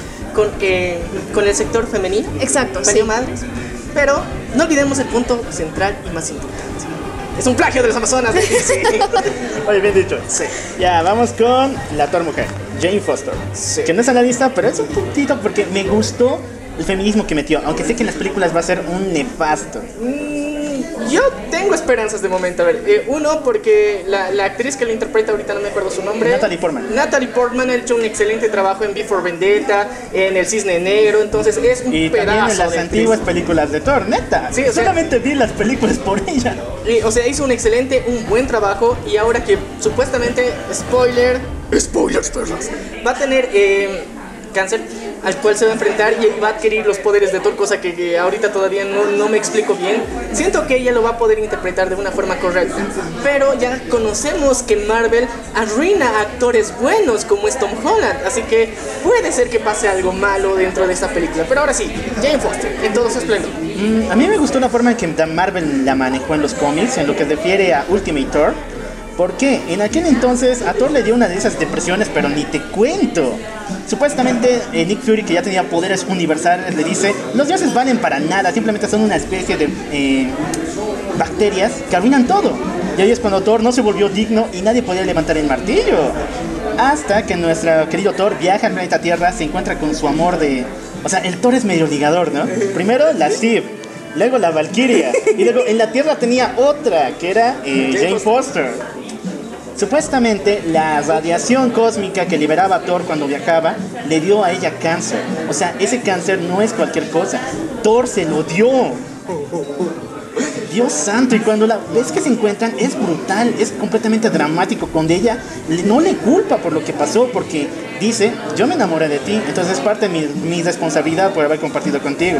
con el sector femenino. Exacto, Salió sí. mal, pero no olvidemos el punto central y más importante. Es un plagio de las Amazonas. Sí. Oye, bien dicho. Sí. Ya, vamos con la Thor mujer, Jane Foster. Sí. Que no está en la lista, pero es un puntito porque me gustó el feminismo que metió. Aunque sé que en las películas va a ser un nefasto. Yo tengo esperanzas de momento. A ver, uno, porque la actriz que lo interpreta ahorita no me acuerdo su nombre. Natalie Portman. Natalie Portman ha hecho un excelente trabajo en Before Vendetta, en El Cisne Negro, entonces es un Y pedazo también en las de antiguas actriz. películas de Thor, neta. Sí, o sea- solamente vi las películas por ella. Y, o sea, hizo un buen trabajo y ahora que supuestamente, spoilers perras, va a tener cáncer al cual se va a enfrentar y va a adquirir los poderes de Thor, cosa que ahorita todavía no me explico bien. Siento que ella lo va a poder interpretar de una forma correcta, pero ya conocemos que Marvel arruina a actores buenos como es Tom Holland, así que puede ser que pase algo malo dentro de esta película. Pero ahora sí, Jane Foster, en todo su esplendor. A mí me gustó la forma en que Marvel la manejó en los cómics, en lo que se refiere a Ultimate Thor. ¿Por qué? En aquel entonces a Thor le dio una de esas depresiones, pero ni te cuento. Supuestamente Nick Fury, que ya tenía poderes universales, le dice: los dioses valen para nada, simplemente son una especie de bacterias que arruinan todo. Y ahí es cuando Thor no se volvió digno y nadie podía levantar el martillo. Hasta que nuestro querido Thor viaja al planeta Tierra, se encuentra con su amor de... O sea, el Thor es medio ligador, ¿no? Primero la Sif, luego la Valkyria, y luego en la Tierra tenía otra, que era Jane Foster. Supuestamente la radiación cósmica que liberaba Thor cuando viajaba le dio a ella cáncer. O sea, ese cáncer no es cualquier cosa. Thor se lo dio. Dios santo, y cuando la ves que se encuentran es brutal, es completamente dramático. Cuando ella no le culpa por lo que pasó, porque dice: yo me enamoré de ti, entonces es parte de mi responsabilidad por haber compartido contigo.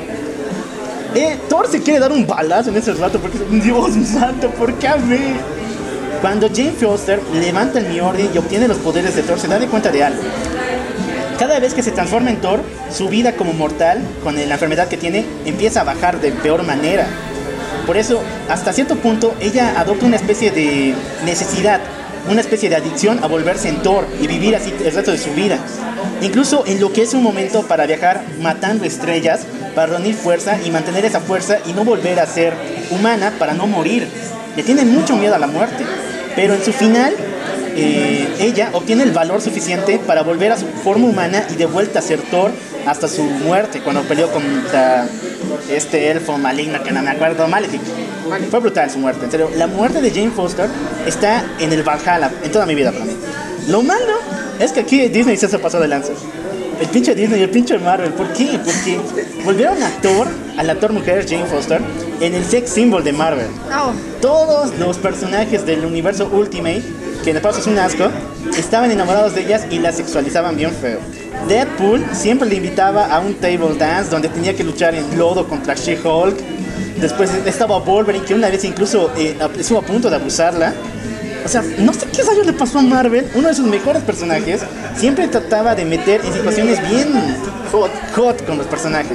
Thor se quiere dar un balazo en ese rato porque Dios santo, ¿por qué a mí? Cuando Jane Foster levanta el Mjolnir y obtiene los poderes de Thor, se da de cuenta de algo. Cada vez que se transforma en Thor, su vida como mortal, con la enfermedad que tiene, empieza a bajar de peor manera. Por eso, hasta cierto punto, ella adopta una especie de necesidad, una especie de adicción a volverse en Thor y vivir así el resto de su vida. Incluso enloquece un momento para viajar matando estrellas, para reunir fuerza y mantener esa fuerza y no volver a ser humana para no morir. le tiene mucho miedo a la muerte, pero en su final ella obtiene el valor suficiente para volver a su forma humana y de vuelta a ser Thor hasta su muerte, cuando peleó contra este elfo maligno que no me acuerdo, Malefic. Fue brutal su muerte, en serio. La muerte de Jane Foster está en el Valhalla en toda mi vida para mí. Lo malo es que aquí Disney se pasó de lanza. El pinche Disney y el pinche Marvel. ¿Por qué? Porque volvieron a la Thor mujer Jane Foster en el sex symbol de Marvel. Oh. Todos los personajes del universo Ultimate, que de paso es un asco, estaban enamorados de ellas y las sexualizaban bien feo. Deadpool siempre le invitaba a un table dance donde tenía que luchar en lodo contra She-Hulk. Después estaba Wolverine, que una vez incluso estuvo a punto de abusarla. O sea, no sé qué rayos le pasó a Marvel. Uno de sus mejores personajes siempre trataba de meter en situaciones bien hot con los personajes.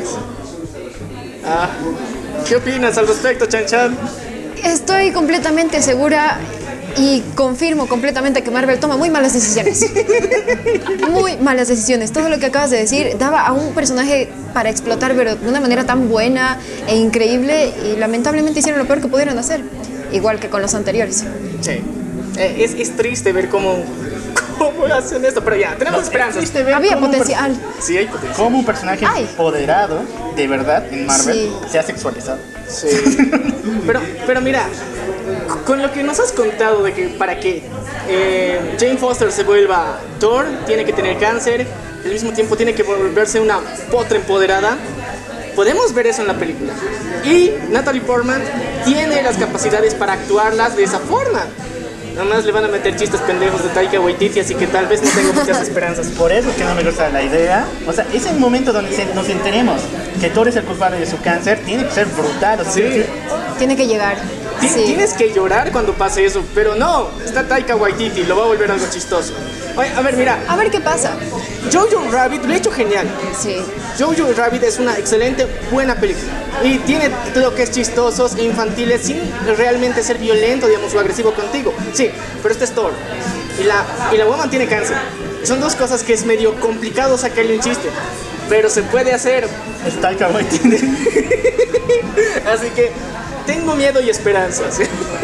¿Qué opinas al respecto, Chan Chan? Estoy completamente segura y confirmo completamente que Marvel toma muy malas decisiones. Muy malas decisiones. Todo lo que acabas de decir daba a un personaje para explotar, pero de una manera tan buena e increíble, y lamentablemente hicieron lo peor que pudieron hacer. Igual que con los anteriores. Sí. Es triste ver cómo hacen esto, pero ya, tenemos esperanzas. Había potencial. Sí, hay potencial. Como un personaje empoderado, de verdad, en Marvel, se ha sexualizado. Sí. pero mira, con lo que nos has contado de que para que Jane Foster se vuelva Thor, tiene que tener cáncer, al mismo tiempo tiene que volverse una potra empoderada. Podemos ver eso en la película. Y Natalie Portman tiene las capacidades para actuarlas de esa forma. Nada más le van a meter chistes pendejos de Taika Waititi, así que tal vez no tengo muchas esperanzas. Por eso es que no me gusta la idea. O sea, ese momento donde nos enteremos que Thor es el culpable de su cáncer tiene que ser brutal. O sea, Sí. Tiene que llegar. Sí. Tienes que llorar cuando pase eso, pero no, está Taika Waititi, lo va a volver algo chistoso. Oye, a ver, mira, A ver qué pasa. Jojo Rabbit lo he hecho genial. Sí. Jojo Rabbit es una excelente, buena película. Y tiene toques chistosos e infantiles sin realmente ser violento, digamos, o agresivo contigo. Sí, pero este es Thor. Y la woman tiene cáncer. Son dos cosas que es medio complicado sacarle un chiste. Pero se puede hacer. es Taika Waititi. Así que tengo miedo y esperanzas.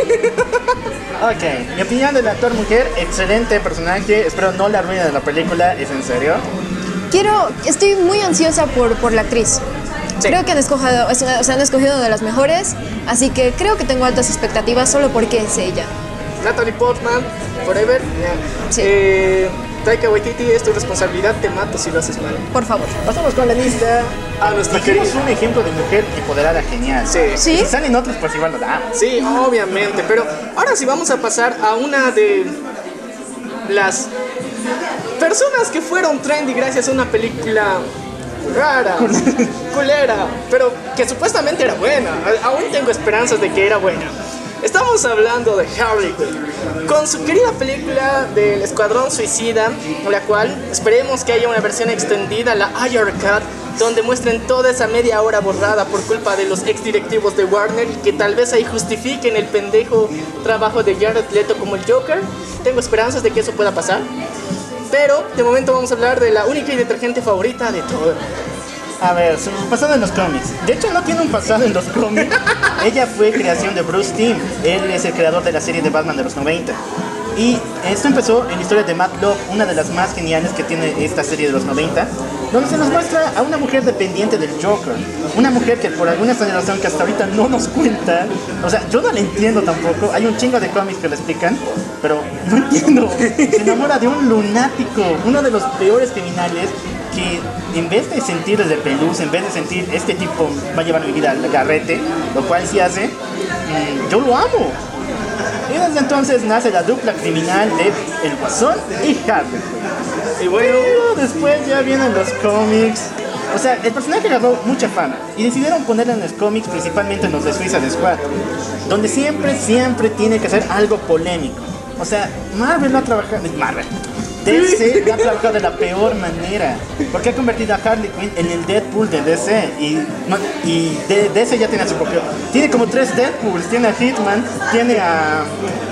Ok, mi opinión del actor mujer, excelente personaje. Espero no la arruine de la película, es en serio. Estoy muy ansiosa por la actriz. Sí. Creo que han escogido de las mejores, así que creo que tengo altas expectativas solo porque es ella. Natalie Portman, Forever. Sí. Taika Waititi, es tu responsabilidad, te mato si lo haces mal. Por favor. Pasamos con la lista. Nuestra Dijimos querida. un ejemplo de mujer empoderada genial. Sí. ¿Sí? Si salen otros, pues igual lo damos. Sí, obviamente, pero ahora sí vamos a pasar a una de las personas que fueron trendy gracias a una película rara, culera, pero que supuestamente era buena. Aún tengo esperanzas de que era buena. Estamos hablando de Harley Quinn, con su querida película del Escuadrón Suicida, la cual esperemos que haya una versión extendida, la Ayer Cut, donde muestren toda esa media hora borrada por culpa de los ex directivos de Warner y que tal vez ahí justifiquen el pendejo trabajo de Jared Leto como el Joker. Tengo esperanzas de que eso pueda pasar, pero de momento vamos a hablar de la única y detergente favorita de todo. A ver, su pasado en los cómics. De hecho, no tiene un pasado en los cómics. Ella fue creación de Bruce Timm. Él es el creador de la serie de Batman de los 90. Y esto empezó en la historia de Matt Love, una de las más geniales que tiene esta serie de los 90, donde se nos muestra a una mujer dependiente del Joker. Una mujer que por alguna razón que hasta ahorita no nos cuenta. O sea, yo no la entiendo tampoco. Hay un chingo de cómics que la explican, pero no entiendo. Se enamora de un lunático, uno de los peores criminales, que en vez de sentir el repelús, en vez de sentir este tipo va a llevar mi vida al garrete, lo cual sí hace, yo lo amo. Y desde entonces nace la dupla criminal de El Guasón y Harley. Y bueno, Pero después ya vienen los cómics. O sea, el personaje agarró mucha fama y decidieron ponerla en los cómics, principalmente en los de Suicide Squad, donde siempre tiene que hacer algo polémico. O sea, Marvel no ha trabajado... DC lo ha trabajado de la peor manera, porque ha convertido a Harley Quinn en el Deadpool de DC y DC ya tiene a su propio... Tiene como 3 Deadpools, tiene a Hitman, tiene a...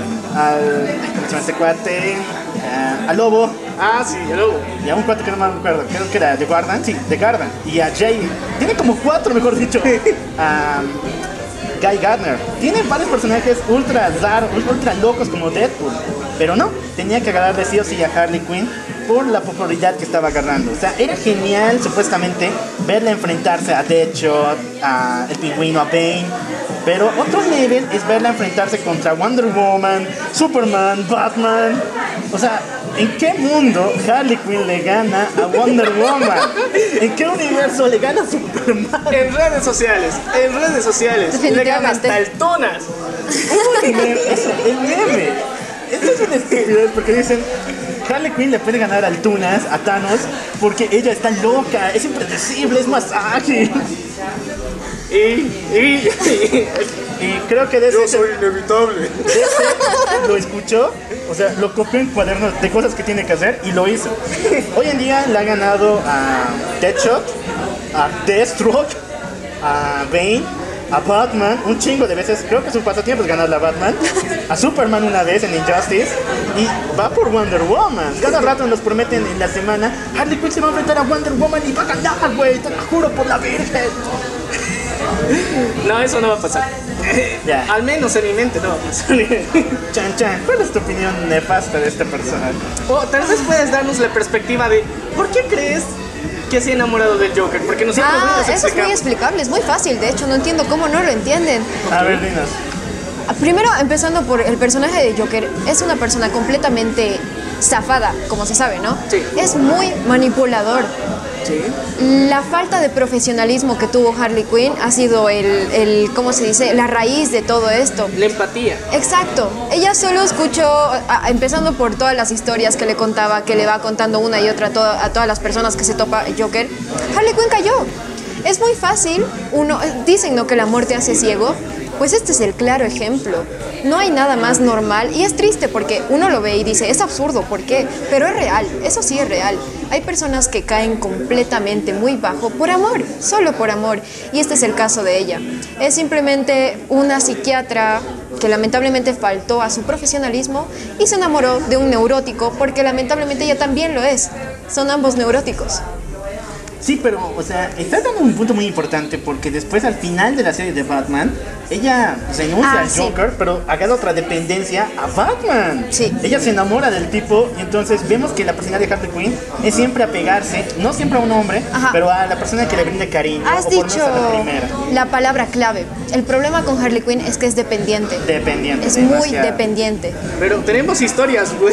¿cómo se llama este cuate? A Lobo. sí, el lobo. Y a un cuate que no me acuerdo, creo que era The Guardian, sí, The Guardian. Y a Jay, tiene como 4, mejor dicho. Guy Gardner. Tiene varios personajes ultra raros, ultra locos como Deadpool. Pero no, tenía que agarrarle sí o sí a Harley Quinn por la popularidad que estaba agarrando. O sea, era genial supuestamente verla enfrentarse a Deadshot, a El Pingüino, a Bane. Pero otro nivel es verla enfrentarse contra Wonder Woman, Superman, Batman. O sea, ¿en qué mundo Harley Quinn le gana a Wonder Woman? ¿En qué universo le gana a Superman? En redes sociales, le gana hasta el Tunas. El meme. Esto es una estupidez porque dicen Harley Quinn le puede ganar al Tunas, a Thanos, porque ella está loca, es impredecible, es más ágil. Y creo que de ese... Yo soy inevitable. De ese lo escuchó, o sea, lo copió en cuadernos de cosas que tiene que hacer y lo hizo. Hoy en día le ha ganado a Deadshot, a Deathstroke, a Bane, a Batman un chingo de veces. Creo que su pasatiempo es ganarle a Batman, a Superman una vez en Injustice, y va por Wonder Woman. Cada rato nos prometen en la semana Harley Quinn se va a enfrentar a Wonder Woman y va a ganar, güey, te lo juro por la virgen. No, eso no va a pasar. Ya. Al menos en mi mente no va a pasar. Chan Chan, ¿cuál es tu opinión nefasta de este personaje? O tal vez puedes darnos la perspectiva de ¿por qué crees que se ha enamorado del Joker? Porque nosotros no nos Eso es muy explicamos. explicable, es muy fácil. De hecho, no entiendo cómo no lo entienden. A ver, dinos. Primero, empezando por el personaje de Joker, es una persona completamente zafada, como se sabe, ¿no? Sí. Es muy manipulador. Sí. La falta de profesionalismo que tuvo Harley Quinn ha sido ¿cómo se dice? La raíz de todo esto. La empatía. Exacto. Ella solo escuchó, empezando por todas las historias que le contaba, que le va contando una y otra a todas las personas que se topa Joker. Harley Quinn cayó. Es muy fácil. Dicen, ¿no?, que la muerte hace ciego. Pues este es el claro ejemplo. No hay nada más normal y es triste porque uno lo ve y dice, es absurdo, ¿por qué? Pero es real, eso sí es real. Hay personas que caen completamente muy bajo por amor, solo por amor. Y este es el caso de ella. Es simplemente una psiquiatra que lamentablemente faltó a su profesionalismo y se enamoró de un neurótico porque lamentablemente ella también lo es. Son ambos neuróticos. Sí, pero, o sea, estás dando un punto muy importante porque después al final de la serie de Batman, ella renuncia al sí. Joker, pero agarra otra dependencia a Batman. Sí. Ella se enamora del tipo y entonces vemos que la personalidad de Harley Quinn es siempre apegarse, no siempre a un hombre, Ajá. pero a la persona que le brinde cariño. Has o por lo menos dicho a la primera. la palabra clave. El problema con Harley Quinn es que es dependiente. Dependiente. Es muy demasiado. dependiente. Pero tenemos historias, güey.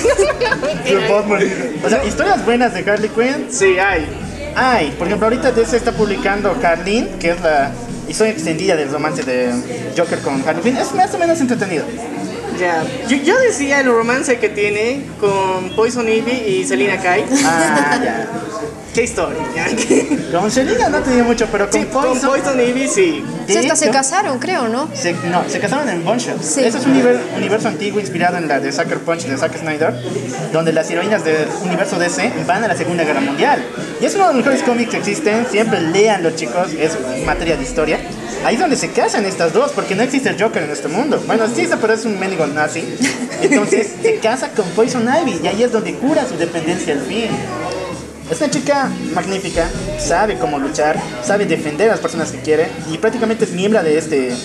De Batman. O sea, historias buenas de Harley Quinn. Sí, hay. Ay, por ejemplo, ahorita se está publicando Carlin, que es la historia extendida del romance de Joker con Harley Quinn. Es más o menos entretenido. Ya. Yo decía el romance que tiene con Poison Ivy y Selina Kyle. Ah, ya. ¿Qué historia? Con Selina no tenía mucho, pero con Sí, con Poison... Poison Ivy sí. de Hasta se hecho, casaron, creo, ¿no? se casaron en Bombshell. Sí. Ese es un universo antiguo inspirado en la de Sucker Punch de Zack Snyder, donde las heroínas del universo DC van a la Segunda Guerra Mundial. Y es uno de los mejores cómics que existen. Siempre léanlo, chicos. Es materia de historia. Ahí es donde se casan estas dos, porque no existe el Joker en este mundo. Bueno, existe, pero es un mendigo nazi. Entonces se casa con Poison Ivy y ahí es donde cura su dependencia al fin. Es una chica magnífica, sabe cómo luchar, sabe defender a las personas que quiere y prácticamente es miembro de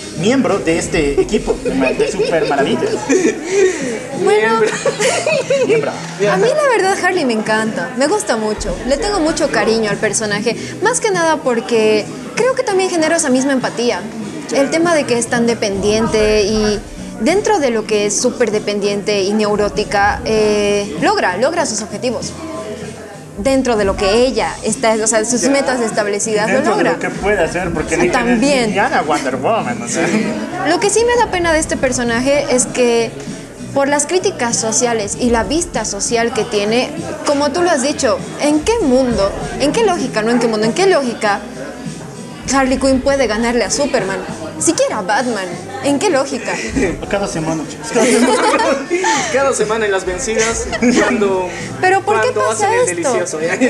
este equipo de Super Maravillas. Bueno, Miembro. a mí la verdad Harley me encanta, me gusta mucho, le tengo mucho cariño al personaje, más que nada porque creo que también genera esa misma empatía. El tema de que es tan dependiente y dentro de lo que es súper dependiente y neurótica, logra sus objetivos. Dentro de lo que ella está, o sea, sus metas establecidas, lo Dentro de logra. lo que puede hacer, porque ni También. gana Wonder Woman, o sea. Lo que sí me da pena de este personaje es que por las críticas sociales y la vista social que tiene, como tú lo has dicho, ¿en qué mundo, en qué lógica, no en qué mundo, en qué lógica Harley Quinn puede ganarle a Superman? Siquiera a Batman, ¿en qué lógica? Cada semana, chicos. Cada semana. Cada semana en las vencidas, cuando, Pero ¿por qué cuando pasa hacen el esto? delicioso. ¿ya?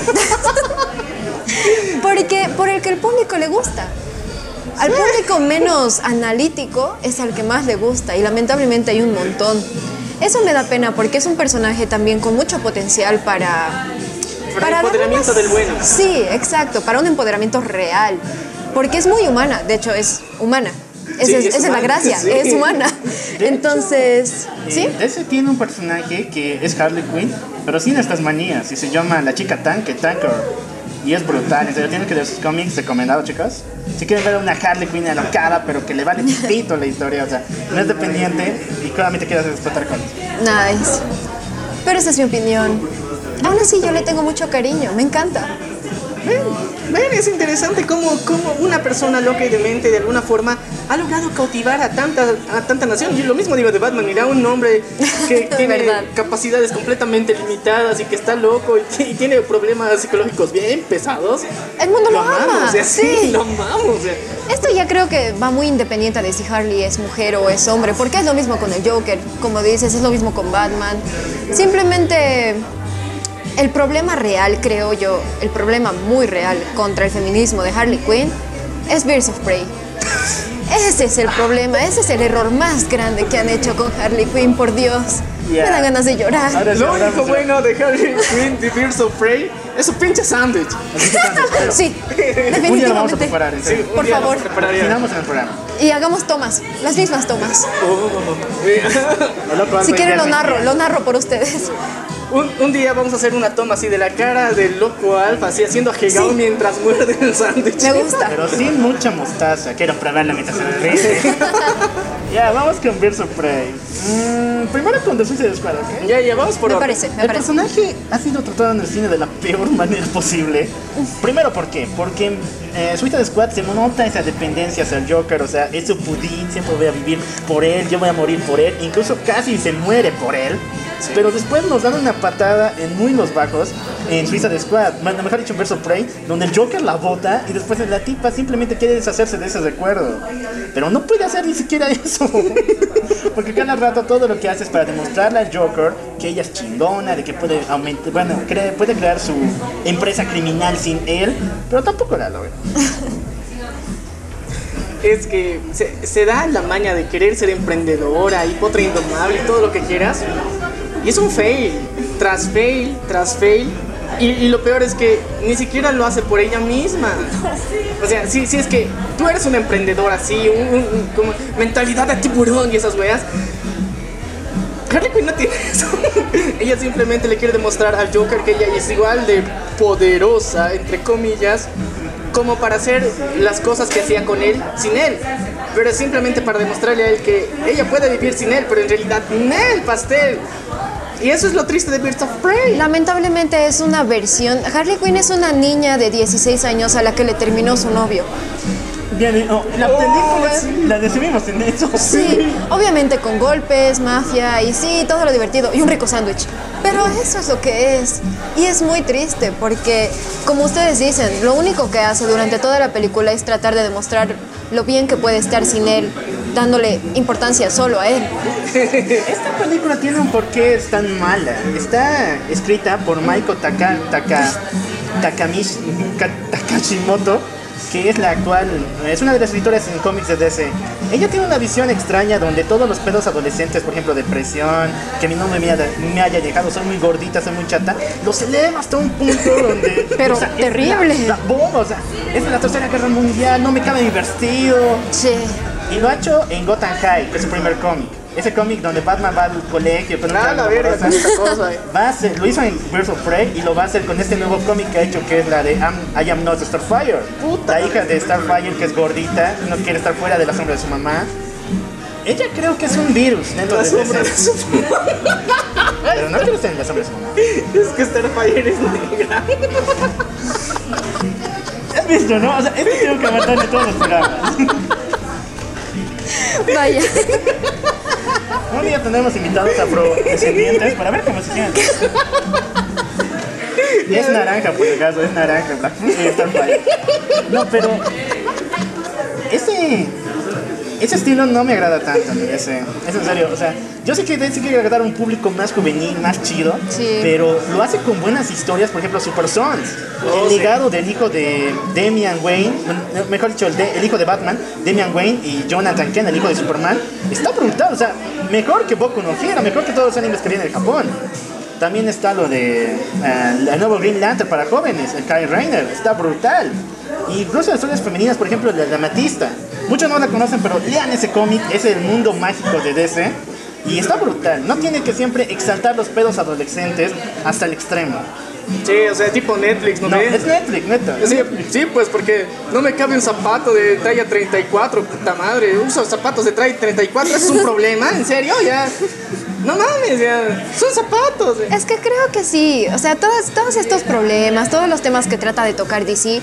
Por el que al público le gusta. Al público menos analítico es al que más le gusta y lamentablemente hay un montón. Eso me da pena porque es un personaje también con mucho potencial para Para el empoderamiento del bueno. Sí, exacto, para un empoderamiento real. porque es muy humana, de hecho es humana. Esa es la humana, gracia, sí. es humana. De Entonces, ¿sí? DC tiene un personaje que es Harley Quinn, pero sin estas manías, y se llama la chica Tanker. Y es brutal, en serio, tienen que leer sus cómics recomendados, chicos. Si quieren ver una Harley Quinn alocada, pero que le vale pito la historia, o sea, no es dependiente y claramente quiere explotar con eso. Nice. Pero esa es mi opinión. Aún así, yo le tengo mucho cariño, me encanta. Ven, es interesante cómo una persona loca y demente de alguna forma ha logrado cautivar a tanta nación. Y lo mismo digo de Batman, mira, un hombre que tiene verdad. capacidades completamente limitadas y que está loco y tiene problemas psicológicos bien pesados. El mundo lo ama, amamos, o sea, sí. lo amamos. O sea. Esto ya creo que va muy independiente de si Harley es mujer o es hombre, porque es lo mismo con el Joker, como dices, es lo mismo con Batman. Simplemente el problema real, creo yo, el problema muy real contra el feminismo de Harley Quinn es Birds of Prey. Ese es el problema, ese es el error más grande que han hecho con Harley Quinn, por Dios. Yeah. Me dan ganas de llorar. Ahora sí, Lo único hablamos de- bueno de Harley Quinn de Birds of Prey es su pinche sándwich. Sí, Un día lo vamos a definitivamente. preparar, en serio. Por favor. Finamos en el programa. Y hagamos tomas, las mismas tomas. Lo loco, Si algo quieren ideal, lo narro por ustedes. Un día vamos a hacer una toma así de la cara del loco Alfa, así haciendo ajegao Sí. mientras muerde el sándwich. Me gusta. Pero sin mucha mostaza. Quiero probarla mientras se derrite. Ya, vamos con Birds of Prey. Primero con The Suicide Squad, ¿ok? Ya, vamos por Me orden. parece, me El parece. personaje ha sido tratado en el cine de la peor manera posible. Primero, ¿por qué? Porque Suicide Squad se nota esa dependencia hacia el Joker, o sea, es su pudín, siempre voy a vivir por él, yo voy a morir por él, incluso casi se muere por él. Pero después nos dan una patada en muy los bajos en Suicide Squad, bueno, mejor dicho en Birds of Prey, donde el Joker la bota y después la tipa simplemente quiere deshacerse de ese recuerdo. Pero no puede hacer ni siquiera eso. Porque cada rato todo lo que hace es para demostrarle al Joker que ella es chingona, de que puede aumentar, bueno, puede crear su empresa criminal sin él, pero tampoco la logra. Es que se da la maña de querer ser emprendedora y potra indomable y todo lo que quieras. Y es un fail, tras fail, tras fail. Y lo peor es que ni siquiera lo hace por ella misma. O sea, si es que tú eres una emprendedora así, como mentalidad de tiburón y esas weas. Harley Quinn no tiene eso. Ella simplemente le quiere demostrar al Joker que ella es igual de poderosa, entre comillas, como para hacer las cosas que hacía con él sin él. Pero es simplemente para demostrarle a él que ella puede vivir sin él, pero en realidad ¡nel, pastel! Y eso es lo triste de Birds of Prey. Lamentablemente es una versión. Harley Quinn es una niña de 16 años a la que le terminó su novio. Bien, la película la decidimos en eso. Sí, obviamente con golpes, mafia y sí, todo lo divertido y un rico sándwich. Pero eso es lo que es. Y es muy triste porque, como ustedes dicen, lo único que hace durante toda la película es tratar de demostrar lo bien que puede estar sin él, dándole importancia solo a él. Esta película tiene un porqué es tan mala. Está escrita por Maiko Takashimoto, que es la actual, es una de las escritoras en cómics de DC. Ella tiene una visión extraña donde todos los pedos adolescentes, por ejemplo depresión, que mi nombre me haya llegado, soy muy gordita, soy muy chata, los eleva hasta un punto donde... Pero o sea, es terrible. la bomba, o sea, es de la Tercera Guerra Mundial, no me cabe mi vestido. Sí. Y lo ha hecho en Gotham High, que es su primer cómic. Ese cómic donde Batman va al colegio con un Ah, la verga, amorosa. esta cosa. Va a hacer, lo hizo en Birds of Prey y lo va a hacer con este nuevo cómic que ha hecho, que es la de I Am Not Starfire. La hija de Starfire, que es gordita, no quiere estar fuera de la sombra de su mamá. Ella creo que es un virus dentro La de sombra DC. de su Pero no quiere estar en la sombra de su mamá. Es que Starfire es negra. ¿Has visto, no? O sea, este tengo que matarle todos los programas. Vaya. Un día tendremos invitados afrodescendientes para ver cómo se sienten. Y es naranja, por el caso, es naranja, Black Starfire. No, pero ese estilo no me agrada tanto, es en serio, o sea, yo sé que DC quiere agradar a un público más juvenil, más chido, Sí. pero lo hace con buenas historias, por ejemplo, Super Sons, el legado del hijo de Damian Wayne, mejor dicho, el hijo de Batman, Damian Wayne y Jonathan Kent, el hijo de Superman, está brutal, o sea, mejor que Boku no Hero, mejor que todos los animes que vienen de Japón. También está lo de el nuevo Green Lantern para jóvenes, el Kyle Rayner, está brutal. Y incluso las historias femeninas, por ejemplo, la Amatista. Muchos no la conocen, pero lean ese cómic, es el mundo mágico de DC. Y está brutal, no tiene que siempre exaltar los pedos adolescentes hasta el extremo. Sí, o sea, tipo Netflix, ¿no? No, es Netflix, neta. Sí, sí, pues porque no me cabe un zapato de talla 34, puta madre. Uso zapatos de talla 34, ¿eso es un problema? ¿En serio? Ya. No mames, ya. Son zapatos. Es que creo que sí, o sea, todos estos problemas, todos los temas que trata de tocar DC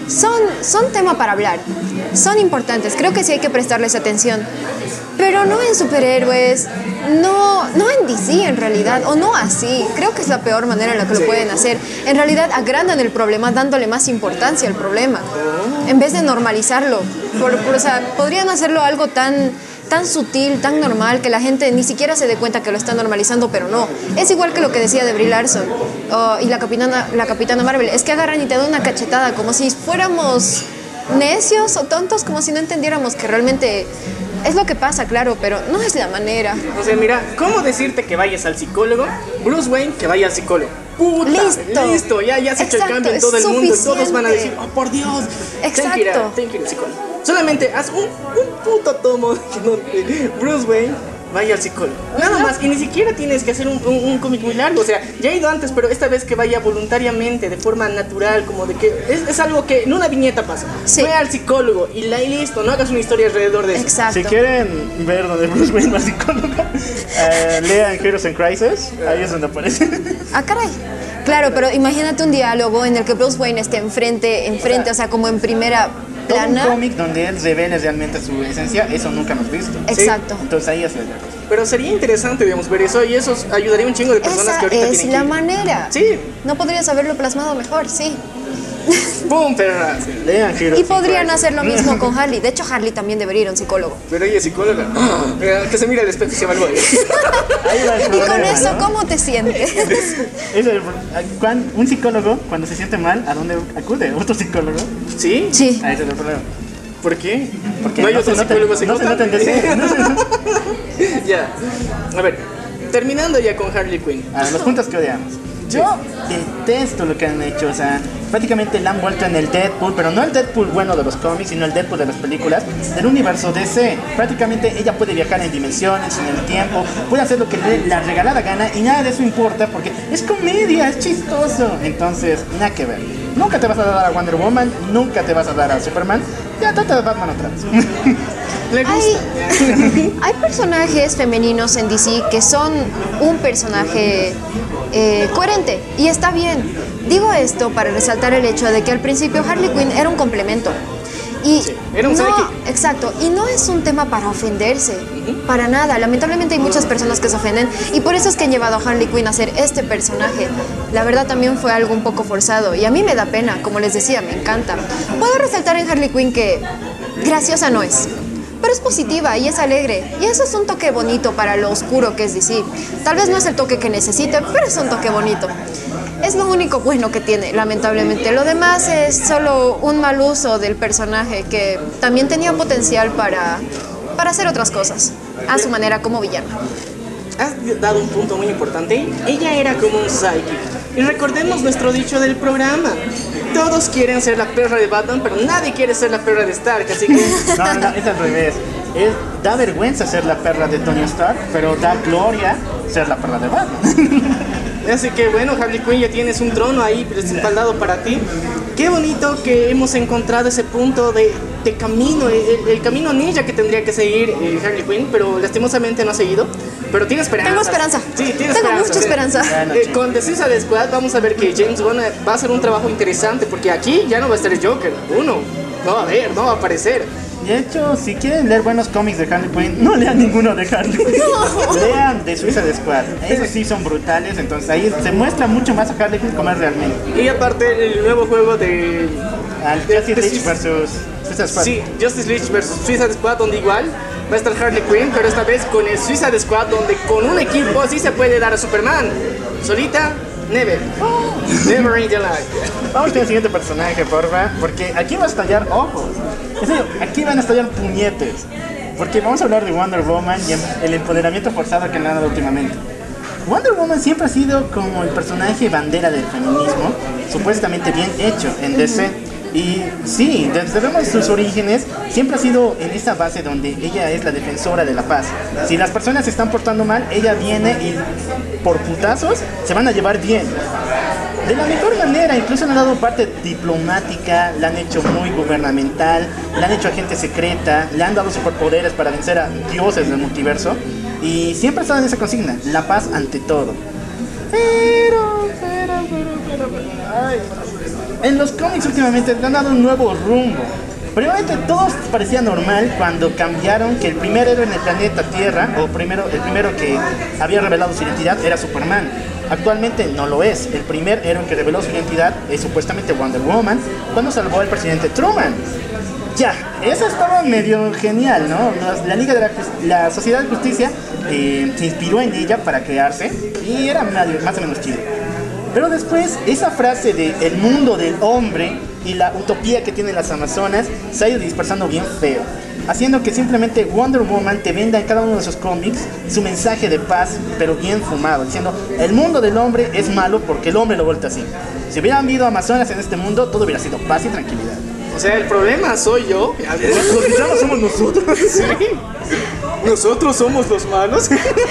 son tema para hablar, son importantes, creo que sí hay que prestarles atención, pero no en superhéroes, no en DC en realidad, o no así, creo que es la peor manera en la que lo pueden hacer. En realidad agrandan el problema dándole más importancia al problema, en vez de normalizarlo. O sea, podrían hacerlo algo tan sutil, tan normal, que la gente ni siquiera se dé cuenta que lo está normalizando, pero no. Es igual que lo que decía de Brie Larson y la Capitana Marvel, es que agarran y te dan una cachetada, como si fuéramos necios o tontos, como si no entendiéramos que realmente es lo que pasa, claro, pero no es la manera. O sea, mira, ¿cómo decirte que vayas al psicólogo? Bruce Wayne, que vaya al psicólogo. ¡Puta! Listo. Ya se ha hecho el Exacto, cambio en es todo el mundo y todos suficiente. van a decir, ¡oh, por Dios! Exacto. Ten que ir al psicólogo. Solamente haz un puto tomo donde Bruce Wayne vaya al psicólogo. Nada más, y ni siquiera tienes que hacer un cómic muy largo. O sea, ya he ido antes, pero esta vez que vaya voluntariamente, de forma natural, como de que es algo que en una viñeta pasa. Sí. Ve al psicólogo y listo, no hagas una historia alrededor de eso. Exacto. Si quieren ver donde Bruce Wayne va al psicólogo, lean Heroes in Crisis, ahí es donde aparece. Ah, caray. Claro, pero imagínate un diálogo en el que Bruce Wayne esté enfrente, o sea, como en primera Todo un plana. cómic donde él revele realmente su esencia, eso nunca hemos visto. Exacto. Entonces ahí es la cosa. Pero sería interesante, digamos, ver eso y eso ayudaría a un chingo de personas Esa que ahorita es tienen la que ir. manera. Sí. No podrías haberlo plasmado mejor, sí. ¡Pum, perra! Lean Heroes Y in podrían Crisis. hacer lo mismo con Harley. De hecho, Harley también debería ir a un psicólogo. Pero ella es psicóloga. Que se mira al espejo y se evalúa. Ahí va el Y con problema, eso, ¿no? ¿cómo te sientes? Un psicólogo, cuando se siente mal, ¿a dónde acude? ¿Otro psicólogo? ¿Sí? Sí. Ahí está el problema. ¿Por qué? Porque no hay no otro se nota- psicólogo no se psicópata. nota en DC, no Ya. A ver, terminando ya con Harley Quinn. Los puntos que odiamos. Yo detesto lo que han hecho, o sea, prácticamente la han vuelto en el Deadpool, pero no el Deadpool bueno de los cómics, sino el Deadpool de las películas, del universo DC. Prácticamente ella puede viajar en dimensiones, en el tiempo, puede hacer lo que le la regalada gana y nada de eso importa porque es comedia, es chistoso. Entonces, nada que ver. Nunca te vas a dar a Wonder Woman, nunca te vas a dar a Superman, ya trata de Batman otra vez. ¿Le gusta? Hay personajes femeninos en DC que son un personaje coherente y está bien. Digo esto para resaltar el hecho de que al principio Harley Quinn era un complemento. Y era un sidekick. exacto, y no es un tema para ofenderse, para nada. Lamentablemente hay muchas personas que se ofenden y por eso es que han llevado a Harley Quinn a ser este personaje. La verdad también fue algo un poco forzado y a mí me da pena, como les decía, me encanta. Puedo resaltar en Harley Quinn que graciosa no es, pero es positiva y es alegre. Y eso es un toque bonito para lo oscuro que es DC. Tal vez no es el toque que necesite, pero es un toque bonito. Es lo único bueno que tiene, lamentablemente. Lo demás es solo un mal uso del personaje que también tenía potencial para hacer otras cosas, a su manera como villana. Has dado un punto muy importante. Ella era como un psychic. Y recordemos nuestro dicho del programa. Todos quieren ser la perra de Batman, pero nadie quiere ser la perra de Stark, así que... No, es al revés. Da vergüenza ser la perra de Tony Stark, pero da gloria ser la perra de Batman. Así que bueno, Harley Quinn, ya tienes un trono ahí respaldado para ti. Qué bonito que hemos encontrado ese punto de camino, el camino ninja que tendría que seguir Harley Quinn, pero lastimosamente no ha seguido. Pero tiene esperanza. Tengo esperanza. Sí, tienes Tengo esperanza. mucha esperanza. Con The Suicide Squad vamos a ver que James Gunn va a hacer un trabajo interesante, porque aquí ya no va a estar el Joker, no va a aparecer. De hecho, si quieren leer buenos cómics de Harley Quinn, no lean ninguno de Harley Quinn. Lean The Suicide Squad. Esos sí son brutales, entonces ahí se muestra mucho más a Harley Quinn como es realmente. Y aparte el nuevo juego de... Justice League versus Suicide Squad. Sí, Justice League versus Suicide Squad, donde igual va a estar Harley Quinn, pero esta vez con el Suicide Squad, donde con un equipo sí se puede dar a Superman. Solita, never. Never in the life. Vamos con el siguiente personaje, porfa, porque aquí va a estallar ojos. En serio, aquí van a estallar puñetes. Porque vamos a hablar de Wonder Woman y el empoderamiento forzado que le han dado últimamente. Wonder Woman siempre ha sido como el personaje bandera del feminismo, supuestamente bien hecho en DC. Y sí, desde vemos sus orígenes, siempre ha sido en esa base donde ella es la defensora de la paz. Si las personas se están portando mal, ella viene y por putazos se van a llevar bien. De la mejor manera, incluso le han dado parte diplomática, la han hecho muy gubernamental, la han hecho agente secreta, le han dado superpoderes para vencer a dioses del multiverso. Y siempre ha estado en esa consigna, la paz ante todo. Pero, ay. En los cómics últimamente le han dado un nuevo rumbo. Primeramente todo parecía normal cuando cambiaron que el primer héroe en el planeta Tierra, o el primero que había revelado su identidad era Superman. Actualmente no lo es. El primer héroe que reveló su identidad es supuestamente Wonder Woman cuando salvó al presidente Truman. Ya, eso estaba medio genial, ¿no? La Sociedad de Justicia se inspiró en ella para crearse y era más o menos chido. Pero después, esa frase de el mundo del hombre y la utopía que tienen las Amazonas se ha ido dispersando bien feo, haciendo que simplemente Wonder Woman te venda en cada uno de sus cómics su mensaje de paz, pero bien fumado, diciendo el mundo del hombre es malo porque el hombre lo vuelve así. Si hubieran habido Amazonas en este mundo, todo hubiera sido paz y tranquilidad. O sea, el problema soy yo. Los villanos somos nosotros. Sí. Nosotros somos los malos.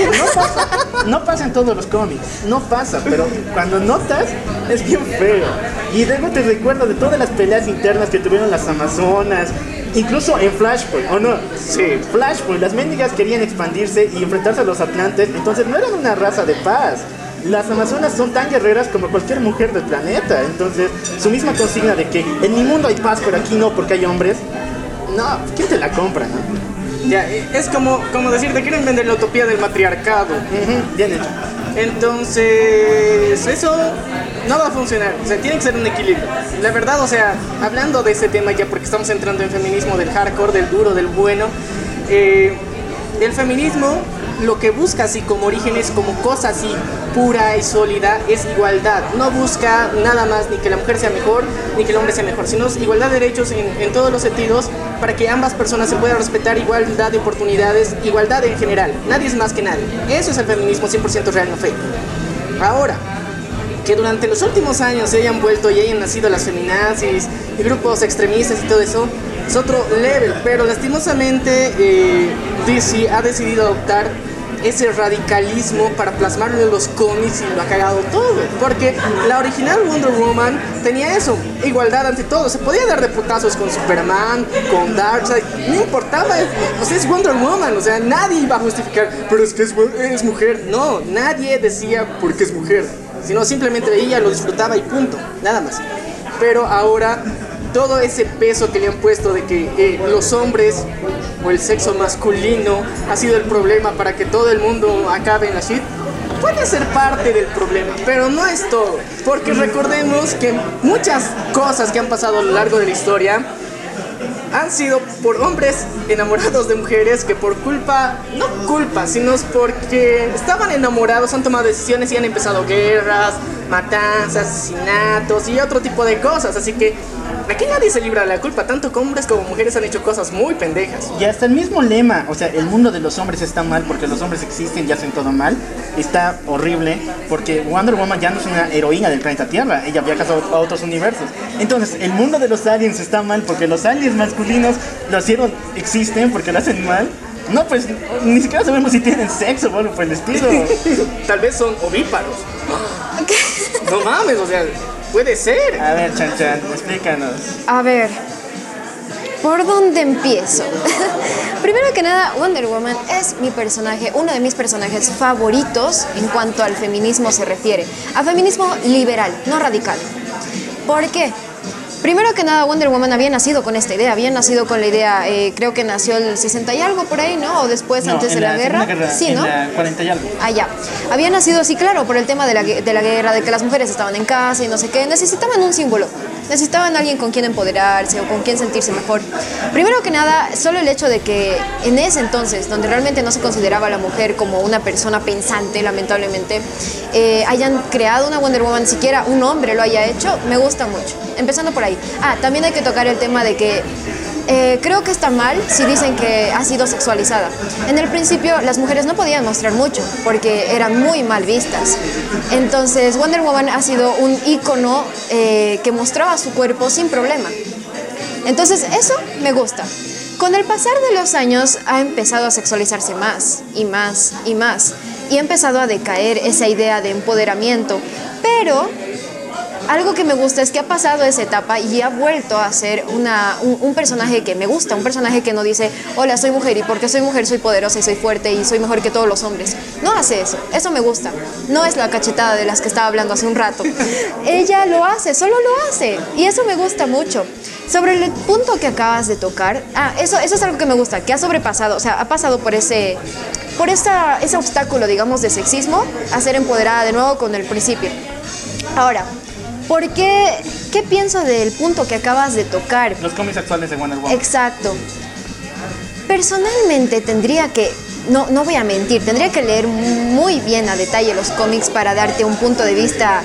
No pasa en todos los cómics, no pasa, pero cuando notas es bien feo. Y luego te recuerdo de todas las peleas internas que tuvieron las Amazonas, incluso en Flashpoint, ¿o no? Sí, Flashpoint, las mendigas querían expandirse y enfrentarse a los Atlantes, entonces no eran una raza de paz. Las Amazonas son tan guerreras como cualquier mujer del planeta, entonces su misma consigna de que en mi mundo hay paz, pero aquí no porque hay hombres, no, ¿quién te la compra, no? Ya, es como decir, te quieren vender la utopía del matriarcado. Bien hecho. Entonces, eso no va a funcionar. O sea, tiene que ser un equilibrio. La verdad, o sea, hablando de ese tema ya, porque estamos entrando en feminismo del hardcore, del duro, del bueno. El feminismo lo que busca así como orígenes, como cosa así pura y sólida, es igualdad. No busca nada más ni que la mujer sea mejor ni que el hombre sea mejor, sino igualdad de derechos en todos los sentidos, para que ambas personas se puedan respetar, igualdad de oportunidades, igualdad en general. Nadie es más que nadie. Eso es el feminismo 100% real, no fake. Ahora, que durante los últimos años se hayan vuelto y hayan nacido las feminazis y grupos extremistas y todo eso, es otro level, pero lastimosamente DC ha decidido adoptar ese radicalismo para plasmarlo en los cómics y lo ha cagado todo, porque la original Wonder Woman tenía eso, igualdad ante todo, se podía dar de putazos con Superman, con Darkseid, no importaba, o sea, es Wonder Woman, o sea, nadie iba a justificar, pero es que es mujer, no, nadie decía porque es mujer, sino simplemente ella lo disfrutaba y punto, nada más. Pero ahora todo ese peso que le han puesto de que los hombres o el sexo masculino ha sido el problema para que todo el mundo acabe en la shit, puede ser parte del problema, pero no es todo, porque recordemos que muchas cosas que han pasado a lo largo de la historia han sido por hombres enamorados de mujeres que por culpa, no culpa, sino porque estaban enamorados, han tomado decisiones y han empezado guerras, matanzas, asesinatos y otro tipo de cosas, así que aquí nadie se libra de la culpa, tanto hombres como mujeres han hecho cosas muy pendejas. Y hasta el mismo lema, o sea, el mundo de los hombres está mal porque los hombres existen y hacen todo mal, está horrible porque Wonder Woman ya no es una heroína del planeta Tierra, ella viaja a otros universos. Entonces, el mundo de los aliens está mal porque los aliens masculinos existen porque lo hacen mal. No, pues ni siquiera sabemos si tienen sexo o algo por el estilo. Tal vez son ovíparos. No mames, o sea, puede ser. A ver, Chan Chan, explícanos. A ver, ¿por dónde empiezo? Primero que nada, Wonder Woman es mi personaje, uno de mis personajes favoritos en cuanto al feminismo se refiere. A feminismo liberal, no radical. ¿Por qué? Primero que nada, Wonder Woman había nacido con esta idea, había nacido con la idea, creo que nació el 60 y algo por ahí, ¿no? O después, no, antes de la guerra. Sí, ¿no? En la 40 y algo. Ah, ya. Había nacido así, claro, por el tema de la guerra, de que las mujeres estaban en casa y no sé qué. Necesitaban un símbolo. Necesitaban alguien con quien empoderarse o con quien sentirse mejor. Primero que nada, solo el hecho de que en ese entonces, donde realmente no se consideraba a la mujer como una persona pensante, lamentablemente, hayan creado una Wonder Woman, siquiera un hombre lo haya hecho, me gusta mucho. Empezando por ahí. Ah, también hay que tocar el tema de que Creo que está mal si dicen que ha sido sexualizada. En el principio las mujeres no podían mostrar mucho porque eran muy mal vistas. Entonces Wonder Woman ha sido un ícono que mostraba su cuerpo sin problema. Entonces eso me gusta. Con el pasar de los años ha empezado a sexualizarse más y más y más. Y ha empezado a decaer esa idea de empoderamiento. Pero algo que me gusta es que ha pasado esa etapa y ha vuelto a ser un personaje que me gusta, un personaje que no dice, hola, soy mujer y porque soy mujer soy poderosa y soy fuerte y soy mejor que todos los hombres. No hace eso me gusta. No es la cachetada de las que estaba hablando hace un rato. Ella lo hace, solo lo hace y eso me gusta mucho. Sobre el punto que acabas de tocar, eso es algo que me gusta, que ha sobrepasado, o sea, ha pasado por ese obstáculo, digamos, de sexismo a ser empoderada de nuevo con el principio. Ahora, ¿qué pienso del punto que acabas de tocar? Los cómics actuales de Wonder Woman. Exacto. Personalmente tendría que, no voy a mentir, tendría que leer muy bien a detalle los cómics para darte un punto de vista